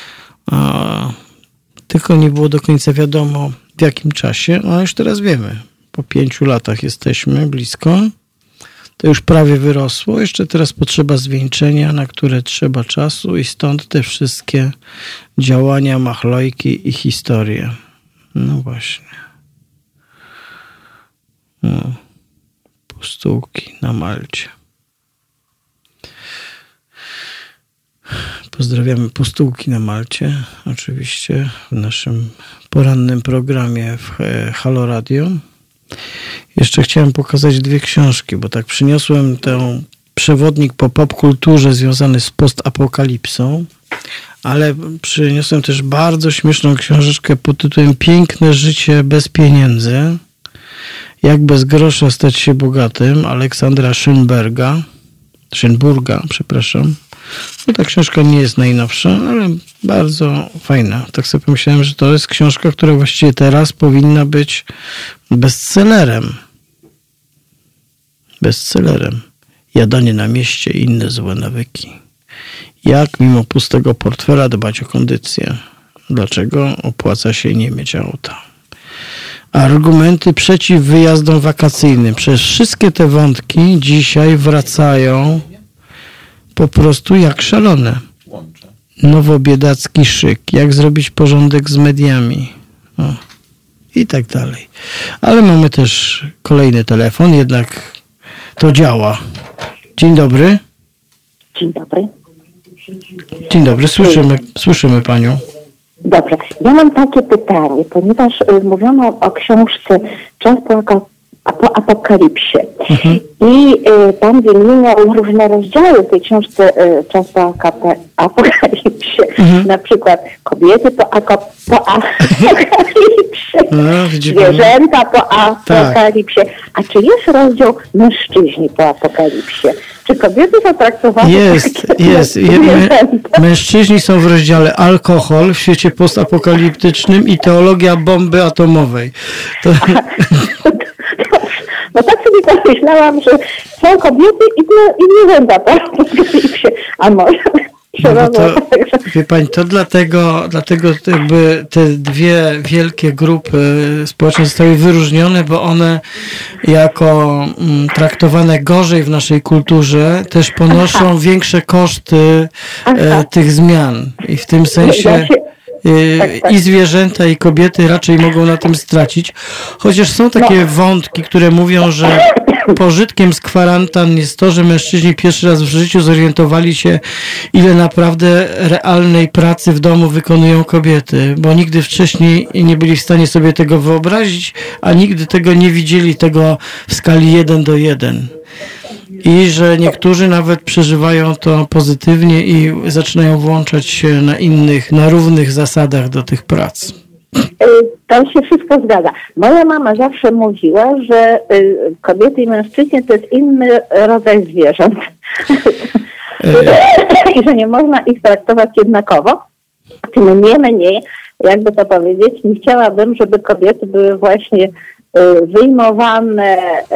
Tylko nie było do końca wiadomo, w jakim czasie, ale już teraz wiemy. Po 5 latach jesteśmy blisko. To już prawie wyrosło. Jeszcze teraz potrzeba zwieńczenia, na które trzeba czasu i stąd te wszystkie działania, machlojki i historie. No właśnie. No. Pustułki na Malcie. Pozdrawiamy Pustułki na Malcie. Oczywiście w naszym porannym programie w Halo Radio. Jeszcze chciałem pokazać 2 książki, bo tak przyniosłem ten przewodnik po popkulturze związany z postapokalipsą, ale przyniosłem też bardzo śmieszną książeczkę pod tytułem Piękne życie bez pieniędzy. Jak bez grosza stać się bogatym, Aleksandra Szynburga. No, ta książka nie jest najnowsza, ale bardzo fajna. Tak sobie pomyślałem, że to jest książka, która właściwie teraz powinna być bestsellerem. Jadanie na mieście i inne złe nawyki. Jak mimo pustego portfela dbać o kondycję? Dlaczego opłaca się nie mieć auta? Argumenty przeciw wyjazdom wakacyjnym. Przecież wszystkie te wątki dzisiaj wracają po prostu jak szalone. Nowobiedacki szyk. Jak zrobić porządek z mediami. I tak dalej. Ale mamy też kolejny telefon, jednak to działa. Dzień dobry. Dzień dobry, słyszymy panią. Dobrze, ja mam takie pytanie, ponieważ mówiono o książce Czas po apokalipsie. I pan wymieniał różne rozdziały w tej książce Czas po apokalipsie. Na przykład kobiety po apokalipsie, zwierzęta po apokalipsie. A czy jest rozdział mężczyźni po apokalipsie? Czy kobiety są traktowane Jest. Mężczyźni są w rozdziale alkohol w świecie postapokaliptycznym i teologia bomby atomowej. No tak sobie pomyślałam, że są kobiety i zwierzęta po apokalipsie. A może Wie pani, to dlatego jakby te dwie wielkie grupy społeczne zostały wyróżnione, bo one jako traktowane gorzej w naszej kulturze też ponoszą większe koszty tych zmian. I w tym sensie i zwierzęta, i kobiety raczej mogą na tym stracić. Chociaż są takie wątki, które mówią, że pożytkiem z kwarantan jest to, że mężczyźni pierwszy raz w życiu zorientowali się, ile naprawdę realnej pracy w domu wykonują kobiety, bo nigdy wcześniej nie byli w stanie sobie tego wyobrazić, a nigdy tego nie widzieli tego w skali 1:1. I że niektórzy nawet przeżywają to pozytywnie i zaczynają włączać się na równych zasadach do tych prac. To się wszystko zgadza. Moja mama zawsze mówiła, że kobiety i mężczyźni to jest inny rodzaj zwierząt. I że nie można ich traktować jednakowo. Tym niemniej, jakby to powiedzieć, nie chciałabym, żeby kobiety były właśnie wyjmowane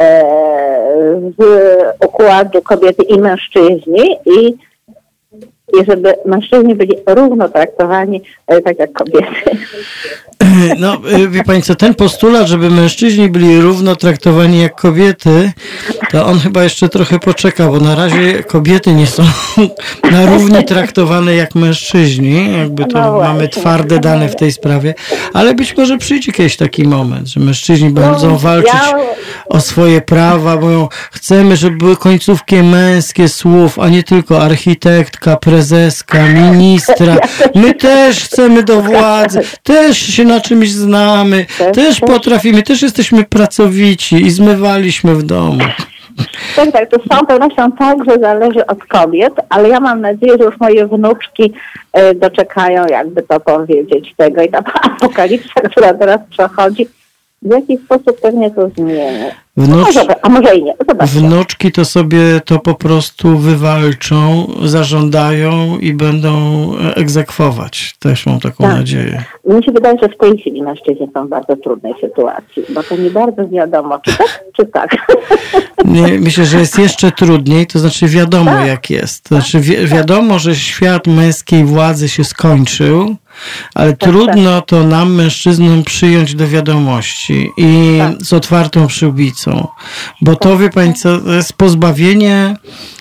z układu kobiety i mężczyźni i żeby mężczyźni byli równo traktowani tak jak kobiety. No, wie pani co, ten postulat, żeby mężczyźni byli równo traktowani jak kobiety, to on chyba jeszcze trochę poczeka, bo na razie kobiety nie są na równi traktowane jak mężczyźni, jakby to mamy twarde dane w tej sprawie, ale być może przyjdzie kiedyś taki moment, że mężczyźni będą walczyć o swoje prawa, mówią, chcemy, żeby były końcówki męskie słów, a nie tylko architektka, prezeska, ministra. My też chcemy do władzy, też się na czymś znamy, też potrafimy, też jesteśmy pracowici i zmywaliśmy w domu. Tak, to z całą pewnością tak, że zależy od kobiet, ale ja mam nadzieję, że już moje wnuczki doczekają, jakby to powiedzieć, tego i ta apokalipsa, która teraz przechodzi, w jaki sposób pewnie to zmieni. A może i nie. Zobaczmy. Wnuczki to sobie to po prostu wywalczą, zażądają i będą egzekwować. Też mam taką nadzieję. Mi się wydaje, że w tej chwili mężczyźni są w bardzo trudnej sytuacji, bo to nie bardzo wiadomo, czy tak. Nie, myślę, że jest jeszcze trudniej, to znaczy wiadomo jak jest. To znaczy wiadomo, że świat męskiej władzy się skończył, ale trudno to nam, mężczyznom, przyjąć do wiadomości i z otwartą przyłbicą. Bo to, wie pani co, to jest pozbawienie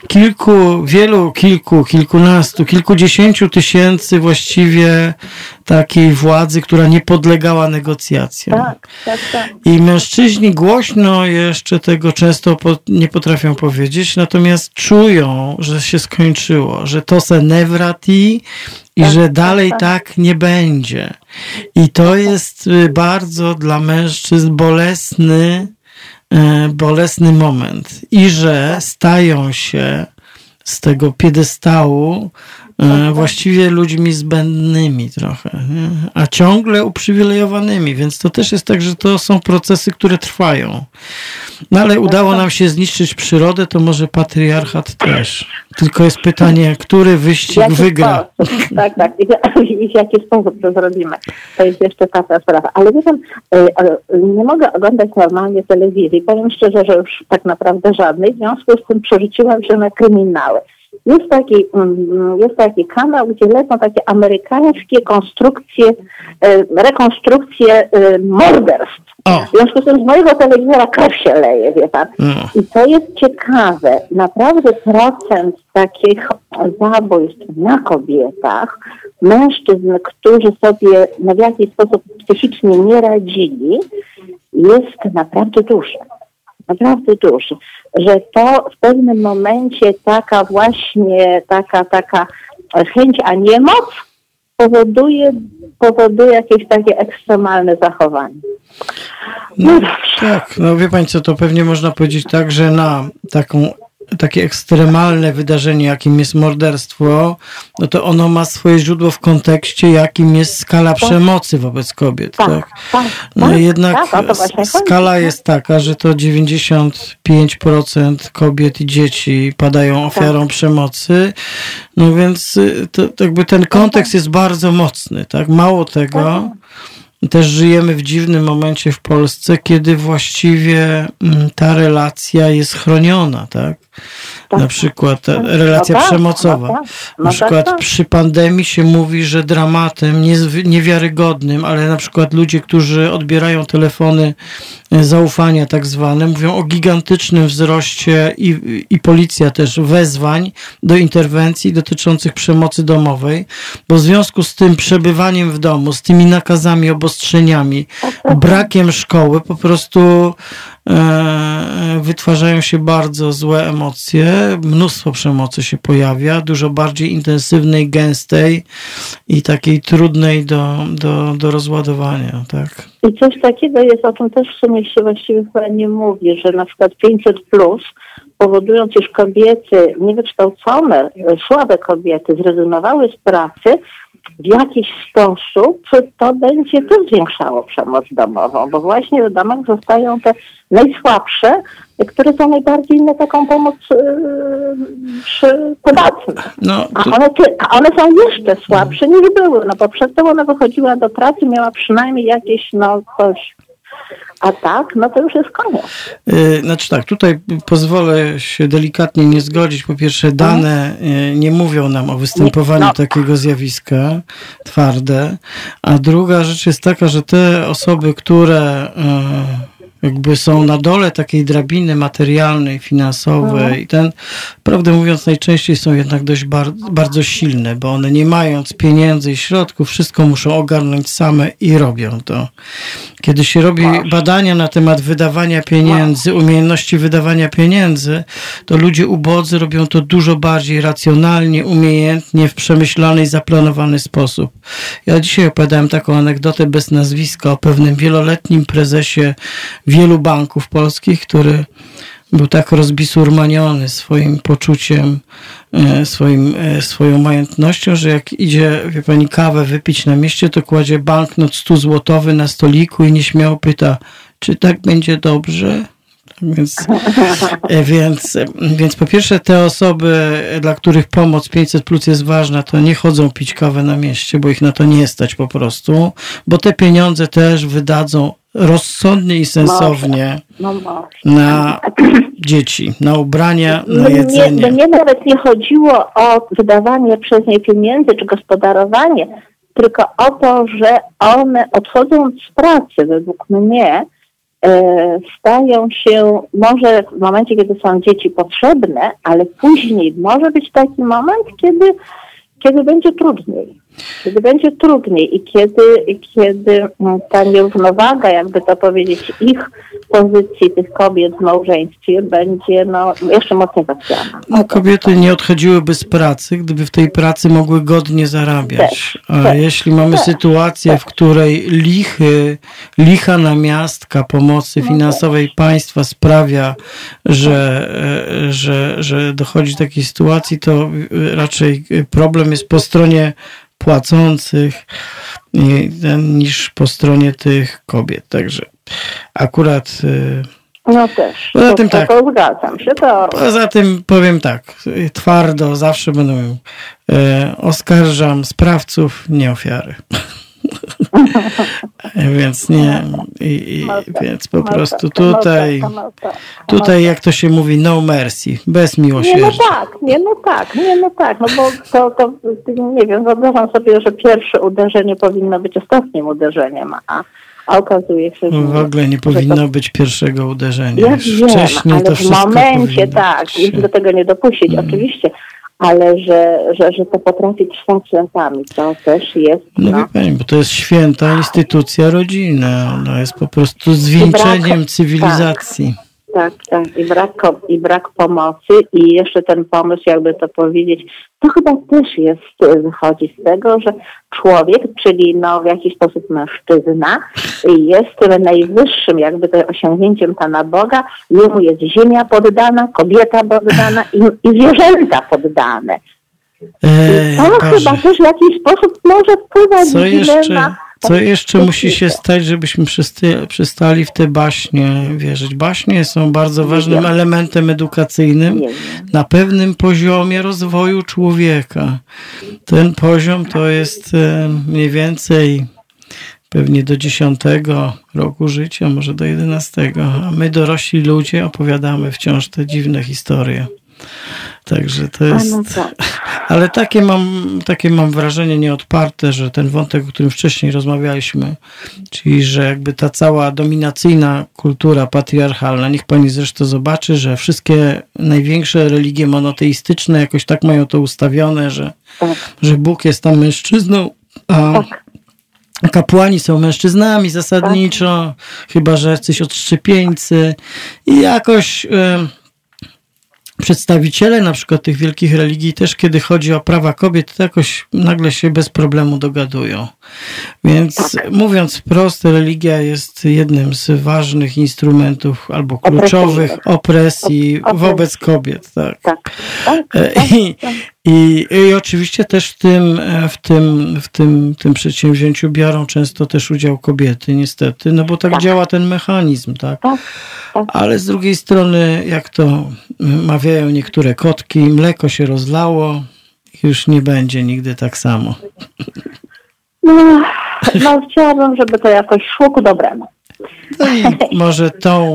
kilkunastu, kilkudziesięciu tysięcy właściwie takiej władzy, która nie podlegała negocjacjom. Tak. I mężczyźni głośno jeszcze tego często nie potrafią powiedzieć, natomiast czują, że się skończyło, że to se nie wrati i że dalej tak nie będzie. I to jest bardzo dla mężczyzn bolesny moment. I że stają się z tego piedestału właściwie ludźmi zbędnymi trochę, nie? A ciągle uprzywilejowanymi, więc to też jest tak, że to są procesy, które trwają. No ale udało nam się zniszczyć przyrodę, to może patriarchat też. Tylko jest pytanie, który wyścig wygra. Tak. I w jaki sposób to zrobimy. To jest jeszcze taka sprawa. Ale wie pan, nie mogę oglądać normalnie telewizji. Powiem szczerze, że już tak naprawdę żadnej. W związku z tym przerzuciłam się na kryminały. Jest taki kanał, gdzie lecą takie amerykańskie rekonstrukcje morderstw. W związku z tym z mojego telewizora krew się leje, wie pan. I to jest ciekawe. Naprawdę procent takich zabójstw na kobietach, mężczyzn, którzy sobie w jakiś sposób psychicznie nie radzili, jest naprawdę duży. Naprawdę duży. Że to w pewnym momencie taka chęć, a niemoc powoduje jakieś takie ekstremalne zachowanie. Tak, wie pani co, to pewnie można powiedzieć tak, że na takie ekstremalne wydarzenie, jakim jest morderstwo, no to ono ma swoje źródło w kontekście, jakim jest skala przemocy wobec kobiet. Tak. No jednak skala jest taka, że to 95% kobiet i dzieci padają ofiarą przemocy, no więc to jakby ten kontekst jest bardzo mocny, tak? Mało tego, też żyjemy w dziwnym momencie w Polsce, kiedy właściwie ta relacja jest chroniona, tak? Na przykład ta relacja przemocowa. Na przykład przy pandemii się mówi, że dramatem niewiarygodnym, ale na przykład ludzie, którzy odbierają telefony zaufania tak zwane, mówią o gigantycznym wzroście i policja też wezwań do interwencji dotyczących przemocy domowej, bo w związku z tym przebywaniem w domu, z tymi nakazami, obostrzeniami, brakiem szkoły, po prostu wytwarzają się bardzo złe emocje, mnóstwo przemocy się pojawia, dużo bardziej intensywnej, gęstej i takiej trudnej do rozładowania, tak? I coś takiego jest, o czym też w sumie się właściwie chyba nie mówi, że na przykład 500+, powodując, iż kobiety niewykształcone, słabe kobiety zrezygnowały z pracy, w jakiś sposób to będzie też zwiększało przemoc domową, bo właśnie w domach zostają te najsłabsze, które są najbardziej na taką pomoc podatne. No, to... a one są jeszcze słabsze niż były, no bo przedtem ona wychodziła do pracy, miała przynajmniej jakieś, coś. A tak, no to już jest koniec. Znaczy tak, tutaj pozwolę się delikatnie nie zgodzić. Po pierwsze, dane nie mówią nam o występowaniu takiego zjawiska, twarde. A druga rzecz jest taka, że te osoby, które jakby są na dole takiej drabiny materialnej, finansowej, prawdę mówiąc, najczęściej są jednak dość bardzo silne, bo one nie mając pieniędzy i środków, wszystko muszą ogarnąć same i robią to. Kiedy się robi badania na temat wydawania pieniędzy, umiejętności wydawania pieniędzy, to ludzie ubodzy robią to dużo bardziej racjonalnie, umiejętnie, w przemyślany i zaplanowany sposób. Ja dzisiaj opowiadałem taką anegdotę bez nazwiska o pewnym wieloletnim prezesie wielu banków polskich, który był tak rozbisurmaniony swoim poczuciem, swoją majątnością, że jak idzie, wie pani, kawę wypić na mieście, to kładzie banknot 100-złotowy na stoliku i nieśmiało pyta, czy tak będzie dobrze? Więc po pierwsze te osoby, dla których pomoc 500+ jest ważna, to nie chodzą pić kawę na mieście, bo ich na to nie stać po prostu, bo te pieniądze też wydadzą rozsądnie i sensownie na dzieci, na ubrania, na jedzenie. Mnie nawet nie chodziło o wydawanie przez nie pieniędzy czy gospodarowanie, tylko o to, że one odchodząc z pracy, według mnie, stają się, może w momencie, kiedy są dzieci potrzebne, ale później może być taki moment, kiedy będzie trudniej. Kiedy będzie trudniej i kiedy ta nierównowaga, jakby to powiedzieć, ich pozycji, tych kobiet w małżeństwie będzie jeszcze mocniej zachwiana. Kobiety nie odchodziłyby z pracy, gdyby w tej pracy mogły godnie zarabiać. A jeśli mamy sytuację, w której licha namiastka pomocy finansowej państwa sprawia, że dochodzi do takiej sytuacji, to raczej problem jest po stronie płacących niż po stronie tych kobiet. Także akurat... też. Poza tym tak. Zgadzam się. Poza tym powiem tak, twardo zawsze będę mówił, oskarżam sprawców, nie ofiary. Więc nie, więc po prostu tutaj jak to się mówi, no mercy, bez miłosierdzia. No bo to nie wiem, wyobrażam sobie, że pierwsze uderzenie powinno być ostatnim uderzeniem, a okazuje się, że... W ogóle nie powinno być pierwszego uderzenia. Ja Wcześniej ale to w momencie, się... do tego nie dopuścić, oczywiście, ale że to potrafi trząść lękami, to też jest... Wie pani, bo to jest święta instytucja rodziny, ona jest po prostu zwieńczeniem cywilizacji. Tak. I brak pomocy i jeszcze ten pomysł, jakby to powiedzieć, to chyba też wychodzi z tego, że człowiek, czyli w jakiś sposób mężczyzna, jest tym najwyższym jakby to osiągnięciem Pana Boga, jemu jest ziemia poddana, kobieta poddana i zwierzęta poddane. To chyba też w jakiś sposób może wpływać na... Co jeszcze musi się stać, żebyśmy przestali w te baśnie wierzyć? Baśnie są bardzo ważnym elementem edukacyjnym na pewnym poziomie rozwoju człowieka. Ten poziom to jest mniej więcej pewnie do 10 roku życia, może do 11, a my dorośli ludzie opowiadamy wciąż te dziwne historie. Także to jest... Ale takie mam wrażenie nieodparte, że ten wątek, o którym wcześniej rozmawialiśmy, czyli że jakby ta cała dominacyjna kultura patriarchalna, niech pani zresztą zobaczy, że wszystkie największe religie monoteistyczne jakoś tak mają to ustawione, że Bóg jest tam mężczyzną, a kapłani są mężczyznami zasadniczo, chyba że jacyś odszczepieńcy i jakoś... Przedstawiciele na przykład tych wielkich religii też, kiedy chodzi o prawa kobiet, to jakoś nagle się bez problemu dogadują. Więc mówiąc wprost, religia jest jednym z ważnych instrumentów albo kluczowych opresji wobec kobiet. Tak. I oczywiście też w tym przedsięwzięciu biorą często też udział kobiety, niestety, no bo tak działa ten mechanizm, tak? Ale z drugiej strony, jak to mawiają niektóre kotki, mleko się rozlało, już nie będzie nigdy tak samo. No chciałabym, żeby to jakoś szło ku dobremu. No i może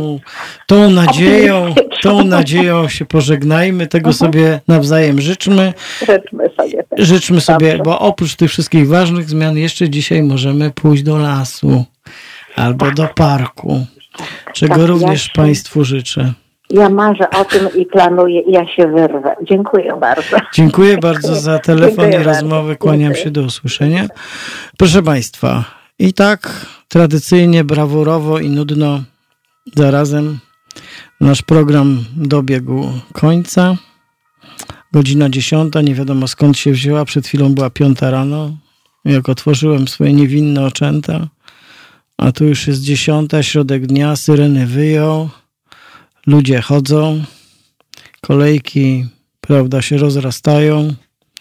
tą nadzieją się pożegnajmy, tego sobie nawzajem życzmy. Życzmy sobie, bo oprócz tych wszystkich ważnych zmian jeszcze dzisiaj możemy pójść do lasu albo do parku, czego również Państwu życzę. Ja marzę o tym i planuję i ja się wyrwę. Dziękuję bardzo. Dziękuję bardzo za telefon i rozmowę. Kłaniam się, do usłyszenia. Proszę Państwa, i tak tradycyjnie, brawurowo i nudno zarazem nasz program dobiegł końca. Godzina 10, nie wiadomo skąd się wzięła. Przed chwilą była 5 rano, jak otworzyłem swoje niewinne oczęta. A tu już jest 10, środek dnia, syreny wyją, ludzie chodzą, kolejki, prawda, się rozrastają.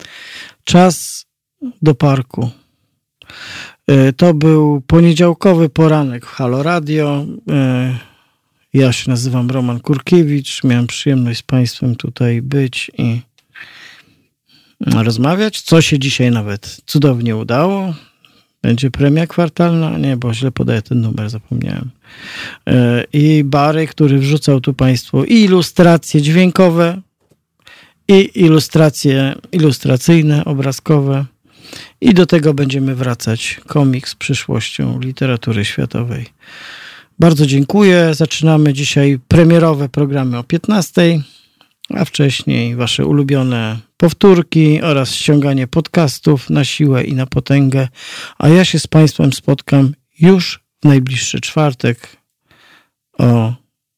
Czas do parku. To był poniedziałkowy poranek w Halo Radio. Ja się nazywam Roman Kurkiewicz. Miałem przyjemność z Państwem tutaj być i rozmawiać, co się dzisiaj nawet cudownie udało. Będzie premia kwartalna? Nie, bo źle podaję ten numer, zapomniałem. I Bary, który wrzucał tu Państwu i ilustracje dźwiękowe, i ilustracje ilustracyjne, obrazkowe. I do tego będziemy wracać. Komik z przyszłością literatury światowej. Bardzo dziękuję. Zaczynamy dzisiaj premierowe programy o 15:00, a wcześniej Wasze ulubione powtórki oraz ściąganie podcastów na siłę i na potęgę. A ja się z Państwem spotkam już w najbliższy czwartek o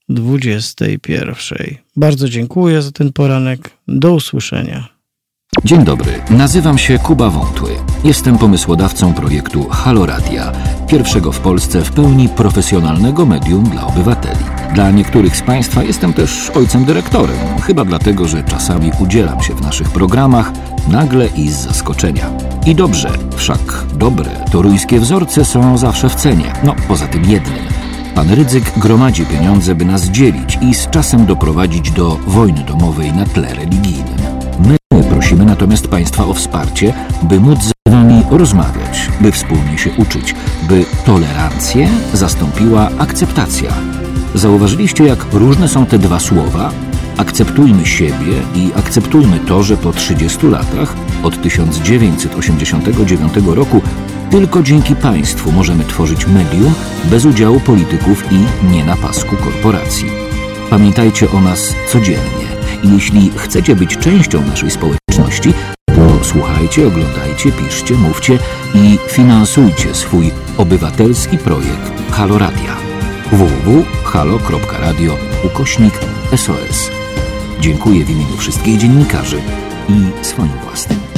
21:00. Bardzo dziękuję za ten poranek. Do usłyszenia. Dzień dobry, nazywam się Kuba Wątły. Jestem pomysłodawcą projektu Halo Radia, pierwszego w Polsce w pełni profesjonalnego medium dla obywateli. Dla niektórych z Państwa jestem też ojcem dyrektorem, chyba dlatego, że czasami udzielam się w naszych programach nagle i z zaskoczenia. I dobrze, wszak dobre toruńskie wzorce są zawsze w cenie, no poza tym jednym. Pan Rydzyk gromadzi pieniądze, by nas dzielić i z czasem doprowadzić do wojny domowej na tle religijnym. My prosimy natomiast Państwa o wsparcie, by móc z Wami rozmawiać, by wspólnie się uczyć, by tolerancję zastąpiła akceptacja. Zauważyliście, jak różne są te dwa słowa? Akceptujmy siebie i akceptujmy to, że po 30 latach, od 1989 roku, tylko dzięki państwu możemy tworzyć medium bez udziału polityków i nie na pasku korporacji. Pamiętajcie o nas codziennie i jeśli chcecie być częścią naszej społeczności, to słuchajcie, oglądajcie, piszcie, mówcie i finansujcie swój obywatelski projekt Halo Radia. www.halo.radio/SOS. Dziękuję w imieniu wszystkich dziennikarzy i swoim własnym.